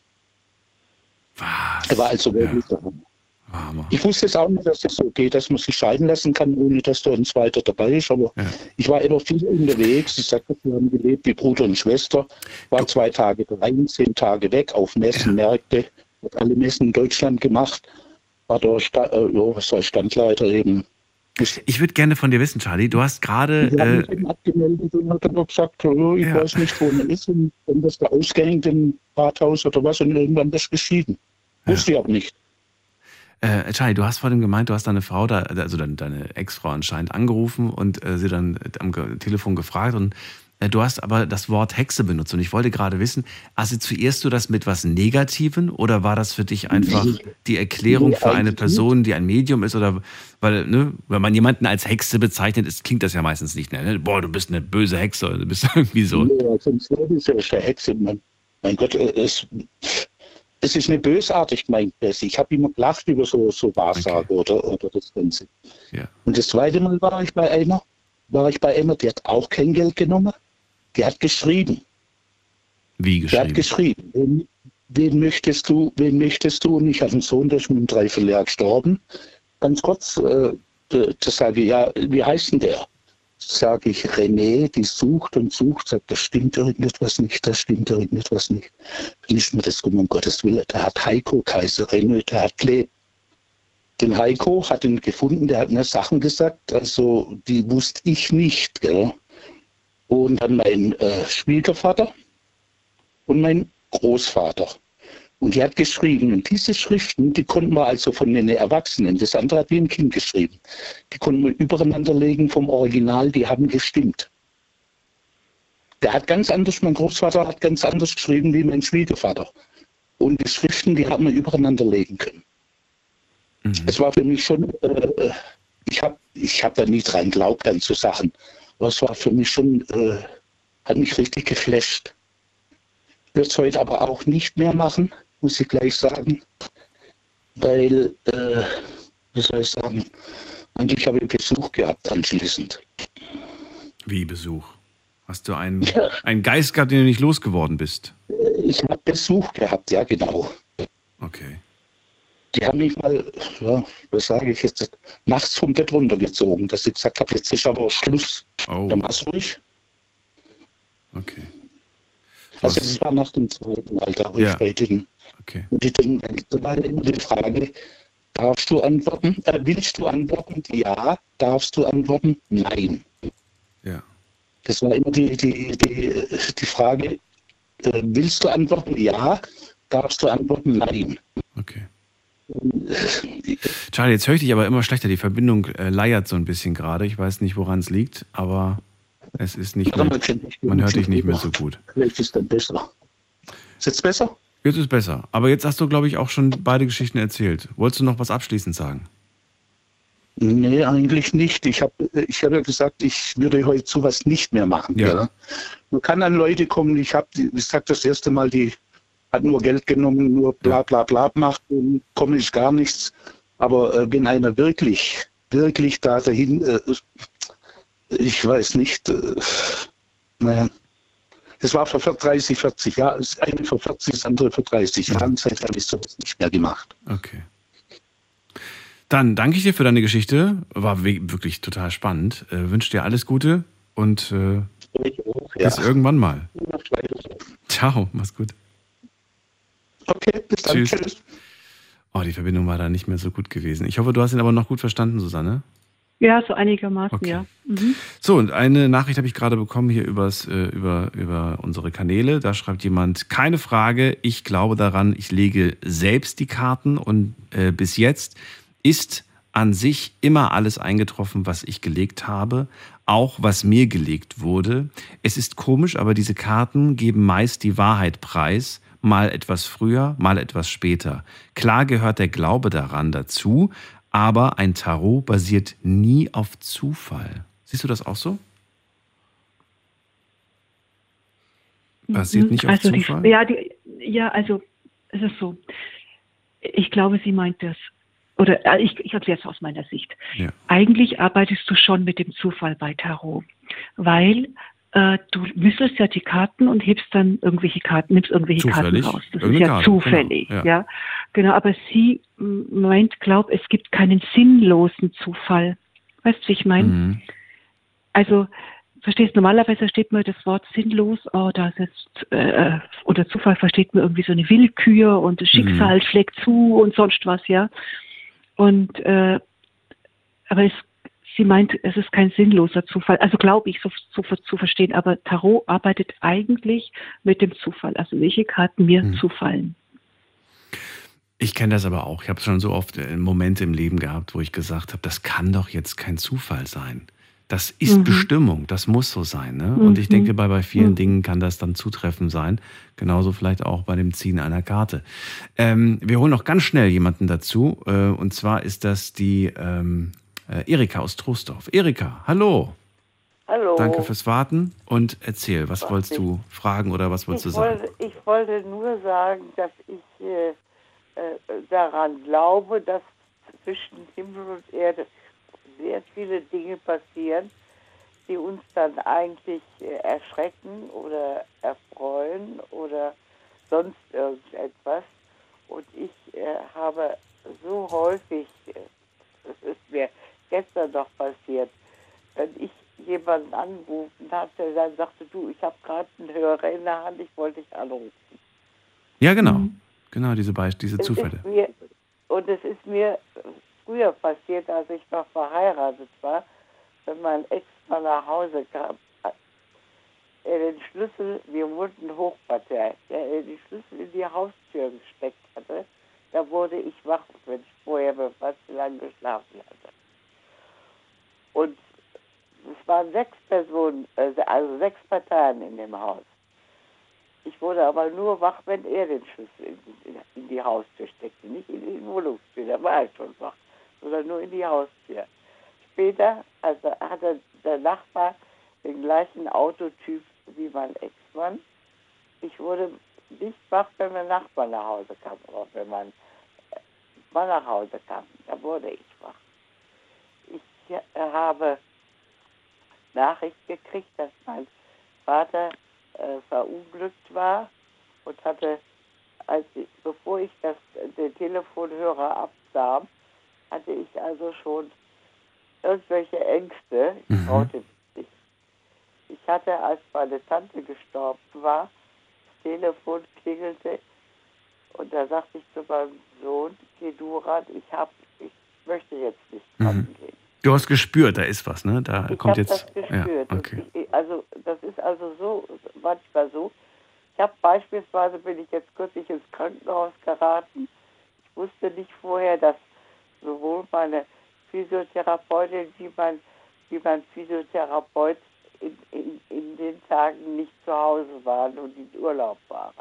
Was? Er war also wirklich ja. da. Ich wusste es auch nicht, dass es so geht, dass man sich scheiden lassen kann, ohne dass da ein zweiter dabei ist. Aber ja. ich war immer viel unterwegs. Ich sagte, wir haben gelebt wie Bruder und Schwester. War zwei Tage rein, zehn Tage weg auf Messen, ja. Märkte. Hat alle Messen in Deutschland gemacht. War da Sta äh, ja, was war Standleiter eben. Ich würde gerne von dir wissen, Charlie, du hast gerade... Ich habe mich eben abgemeldet und hat dann noch gesagt, oh, ich ja. weiß nicht, wo man ist. Und dann das da ausgehängt im Rathaus oder was und irgendwann das geschieden. Ja. Wusste ich auch nicht. Äh, Charlie, du hast vorhin gemeint, du hast deine Frau, da, also deine, deine Ex-Frau anscheinend angerufen und äh, sie dann am Telefon gefragt und äh, du hast aber das Wort Hexe benutzt und ich wollte gerade wissen, assoziierst du das mit was Negativem oder war das für dich einfach die Erklärung für eine Person, die ein Medium ist oder, weil, ne, wenn man jemanden als Hexe bezeichnet, ist, klingt das ja meistens nicht, ne? Boah, du bist eine böse Hexe oder du bist irgendwie so. Ja, sonst wäre das ja eine Hexe, mein, mein Gott, es... Es ist nicht bösartig gemeint. Ich habe immer gelacht über so, so Wahrsagen okay. oder, oder das Ganze. Ja. Und das zweite Mal war ich bei einer, war ich bei einer, die hat auch kein Geld genommen. Die hat geschrieben. Wie geschrieben? Die hat geschrieben. Wen, wen möchtest du, wen möchtest du? Und ich habe einen Sohn, der ist mit einem Dreivierteljahr gestorben. Ganz kurz, äh, das sage ich, ja, wie heißt denn der? Sage ich, René, die sucht und sucht, sagt, das stimmt irgendetwas nicht, das stimmt irgendetwas nicht. Dann ist mir das gut, um Gottes Willen. Der hat Heiko geheißen, René, der hat gelebt. Den Heiko hat ihn gefunden, der hat mir Sachen gesagt, also die wusste ich nicht. Gell? Und dann mein äh, Schwiegervater und mein Großvater. Und die hat geschrieben, und diese Schriften, die konnten wir also von den Erwachsenen, das andere hat wie ein Kind geschrieben, die konnten wir übereinander legen vom Original, die haben gestimmt. Der hat ganz anders, mein Großvater hat ganz anders geschrieben wie mein Schwiegervater. Und die Schriften, die haben wir übereinander legen können. Mhm. Es war für mich schon, äh, ich habe ich hab da nie dran geglaubt an so Sachen, aber es war für mich schon, äh, hat mich richtig geflasht. Ich würde es heute aber auch nicht mehr machen, muss ich gleich sagen, weil, äh, wie soll ich sagen, eigentlich habe ich Besuch gehabt anschließend. Wie Besuch? Hast du einen, ja. einen Geist gehabt, den du nicht losgeworden bist? Ich habe Besuch gehabt, ja genau. Okay. Die haben mich mal, ja, was sage ich jetzt, nachts vom Bett runtergezogen, dass ich gesagt habe, jetzt ist aber Schluss. Oh. Dann war es ruhig. Okay. Also das war nach dem zweiten Mal, da wo ja. ich bei denen. Okay. Und die, da war immer die Frage, darfst du antworten? Äh, willst du antworten? Ja. Darfst du antworten? Nein. Ja. Das war immer die, die, die, die Frage, äh, willst du antworten? Ja. Darfst du antworten? Nein. Okay. Charlie, jetzt höre ich dich aber immer schlechter. Die Verbindung äh, leiert so ein bisschen gerade. Ich weiß nicht, woran es liegt, aber es ist nicht mehr, man hört dich nicht mehr so gut. Vielleicht ist dann besser. Ist jetzt besser? Jetzt ist besser. Aber jetzt hast du, glaube ich, auch schon beide Geschichten erzählt. Wolltest du noch was abschließend sagen? Nee, eigentlich nicht. Ich habe ich hab ja gesagt, ich würde heute sowas nicht mehr machen. Ja. Ja. Man kann an Leute kommen. Ich habe, ich sag das erste Mal, die hat nur Geld genommen, nur bla bla bla gemacht und komme ich gar nichts. Aber äh, wenn einer wirklich, wirklich da dahin, äh, ich weiß nicht, äh, naja, das war vor dreißig, vierzig Jahren, das eine vor vierzig, das andere vor dreißig Jahren, seitdem habe ich sowas nicht mehr gemacht. Okay. Dann danke ich dir für deine Geschichte, war wirklich total spannend. Äh, wünsche dir alles Gute und äh, bis ja. irgendwann mal. Ciao, mach's gut. Okay, bis dann. Tschüss. Tschüss. Oh, die Verbindung war da nicht mehr so gut gewesen. Ich hoffe, du hast ihn aber noch gut verstanden, Susanne. Ja, so einigermaßen, Okay. ja. Mhm. So, und eine Nachricht habe ich gerade bekommen hier übers, äh, über, über unsere Kanäle. Da schreibt jemand, keine Frage, ich glaube daran, ich lege selbst die Karten und äh, bis jetzt ist an sich immer alles eingetroffen, was ich gelegt habe, auch was mir gelegt wurde. Es ist komisch, aber diese Karten geben meist die Wahrheit preis, mal etwas früher, mal etwas später. Klar gehört der Glaube daran dazu, aber ein Tarot basiert nie auf Zufall. Siehst du das auch so? Basiert nicht auf also Zufall? Die, ja, die, ja, also es ist so. Ich glaube, sie meint das. Oder äh, ich, ich erkläre es aus meiner Sicht. Ja. Eigentlich arbeitest du schon mit dem Zufall bei Tarot, weil äh, du müsstest ja die Karten und hebst dann irgendwelche Karten, nimmst irgendwelche Zufällig. Karten raus. Das ist Irgendeine ja Karte, zufällig, genau, ja. ja. Genau, aber sie m, meint, glaubt, es gibt keinen sinnlosen Zufall. Weißt du, wie ich meine? Mhm. Also, verstehst du, normalerweise versteht man das Wort sinnlos, oh, da ist, äh, unter Zufall versteht man irgendwie so eine Willkür und das Schicksal Mhm. schlägt zu und sonst was, ja. Und, äh, aber es, sie meint, es ist kein sinnloser Zufall, also glaube ich, so, so zu verstehen, aber Tarot arbeitet eigentlich mit dem Zufall, also welche Karten mir Mhm. zufallen. Ich kenne das aber auch. Ich habe schon so oft äh, Momente im Leben gehabt, wo ich gesagt habe, das kann doch jetzt kein Zufall sein. Das ist Mhm. Bestimmung, das muss so sein. Ne? Und ich denke, Mhm. bei, bei vielen Mhm. Dingen kann das dann zutreffend sein. Genauso vielleicht auch bei dem Ziehen einer Karte. Ähm, wir holen noch ganz schnell jemanden dazu. Äh, und zwar ist das die ähm, äh, Erika aus Troisdorf. Erika, hallo. Hallo. Danke fürs Warten und erzähl, was wolltest du fragen oder was wolltest Ich du sagen? wollte, ich wollte nur sagen, dass ich äh, äh, daran glaube, dass zwischen Himmel und Erde sehr viele Dinge passieren, die uns dann eigentlich äh, erschrecken oder erfreuen oder sonst irgendetwas. Und ich äh, habe so häufig, äh, das ist mir gestern noch passiert, wenn ich jemanden angerufen hatte, dann sagte, du, ich habe gerade einen Hörer in der Hand, ich wollte dich anrufen. Ja, genau. Mhm. Genau, diese, Beisp diese Es Zufälle. ist mir, und es ist mir früher passiert, als ich noch verheiratet war, wenn mein Ex-Mann nach Hause kam, er den Schlüssel, wir wohnten Hochparterre, er den Schlüssel in die Haustür gesteckt hatte, da wurde ich wach, wenn ich vorher fast lange geschlafen hatte. Und es waren sechs Personen, also sechs Parteien in dem Haus. Ich wurde aber nur wach, wenn er den Schlüssel in, in, in die Haustür steckte, nicht in die Wohnungstür, da war ich schon wach, sondern nur in die Haustür. Später also hatte der Nachbar den gleichen Autotyp wie mein Ex-Mann. Ich wurde nicht wach, wenn mein Nachbar nach Hause kam, aber wenn mein Mann nach Hause kam, da wurde ich wach. Ich äh, habe Nachricht gekriegt, dass mein Vater äh, verunglückt war und hatte, als ich, bevor ich das, den Telefonhörer absah, hatte ich also schon irgendwelche Ängste. Ich Mhm. traute mich nicht. Ich hatte, als meine Tante gestorben war, das Telefon klingelte und da sagte ich zu meinem Sohn, geh du ran, ich, hab, ich möchte jetzt nicht ran Mhm. gehen. Du hast gespürt, da ist was, ne? Da Ich kommt habe jetzt. das gespürt. Ja, okay. Und ich, also das ist also so manchmal so. Ich habe beispielsweise, bin ich jetzt kürzlich ins Krankenhaus geraten. Ich wusste nicht vorher, dass sowohl meine Physiotherapeutin wie mein, wie mein Physiotherapeut in, in, in den Tagen nicht zu Hause waren und in Urlaub waren.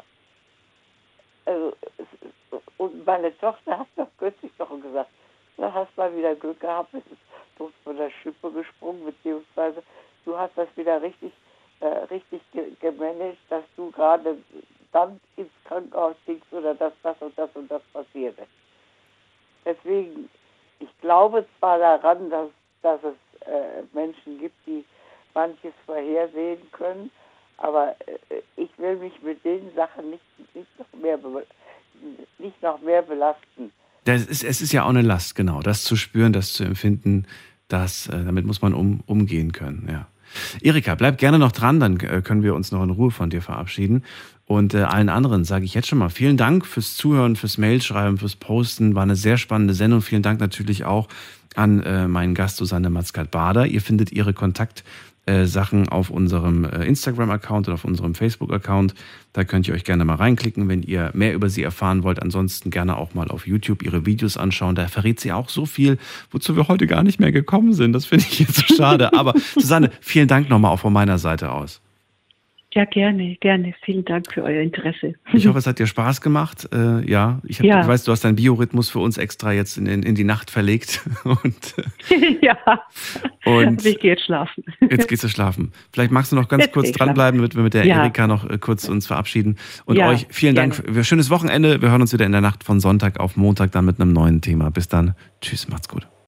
Also, es, und meine Tochter hat noch kürzlich noch gesagt, da hast mal wieder Glück gehabt, es ist doof von der Schippe gesprungen, beziehungsweise du hast das wieder richtig, äh, richtig ge gemanagt, dass du gerade dann ins Krankenhaus schickst oder dass das und das und das passierte. Deswegen, ich glaube zwar daran, dass, dass es äh, Menschen gibt, die manches vorhersehen können, aber äh, ich will mich mit den Sachen nicht, nicht, noch, mehr be- nicht noch mehr belasten. Das ist, es ist ja auch eine Last, genau. Das zu spüren, das zu empfinden, das, äh, damit muss man um, umgehen können, ja. Erika, bleib gerne noch dran, dann äh, können wir uns noch in Ruhe von dir verabschieden. Und äh, allen anderen sage ich jetzt schon mal vielen Dank fürs Zuhören, fürs Mailschreiben, fürs Posten. War eine sehr spannende Sendung. Vielen Dank natürlich auch an äh, meinen Gast Susanne Matzkat-Bader. Ihr findet ihre Kontaktsachen auf unserem äh, Instagram-Account und auf unserem Facebook-Account. Da könnt ihr euch gerne mal reinklicken, wenn ihr mehr über sie erfahren wollt. Ansonsten gerne auch mal auf YouTube ihre Videos anschauen. Da verrät sie auch so viel, wozu wir heute gar nicht mehr gekommen sind. Das finde ich jetzt so schade. Aber Susanne, vielen Dank nochmal auch von meiner Seite aus. Ja, gerne, gerne. Vielen Dank für euer Interesse. Ich hoffe, es hat dir Spaß gemacht. Äh, ja, ich, hab, Ja. ich weiß, du hast deinen Biorhythmus für uns extra jetzt in, in, in die Nacht verlegt. Und, ja, und ich gehe jetzt schlafen. jetzt gehst du schlafen. Vielleicht magst du noch ganz Jetzt kurz geh ich dranbleiben, damit wir mit der Ja. Erika noch äh, kurz uns verabschieden. Und Ja, euch vielen Dank gerne. für, für ein schönes Wochenende. Wir hören uns wieder in der Nacht von Sonntag auf Montag dann mit einem neuen Thema. Bis dann. Tschüss, macht's gut.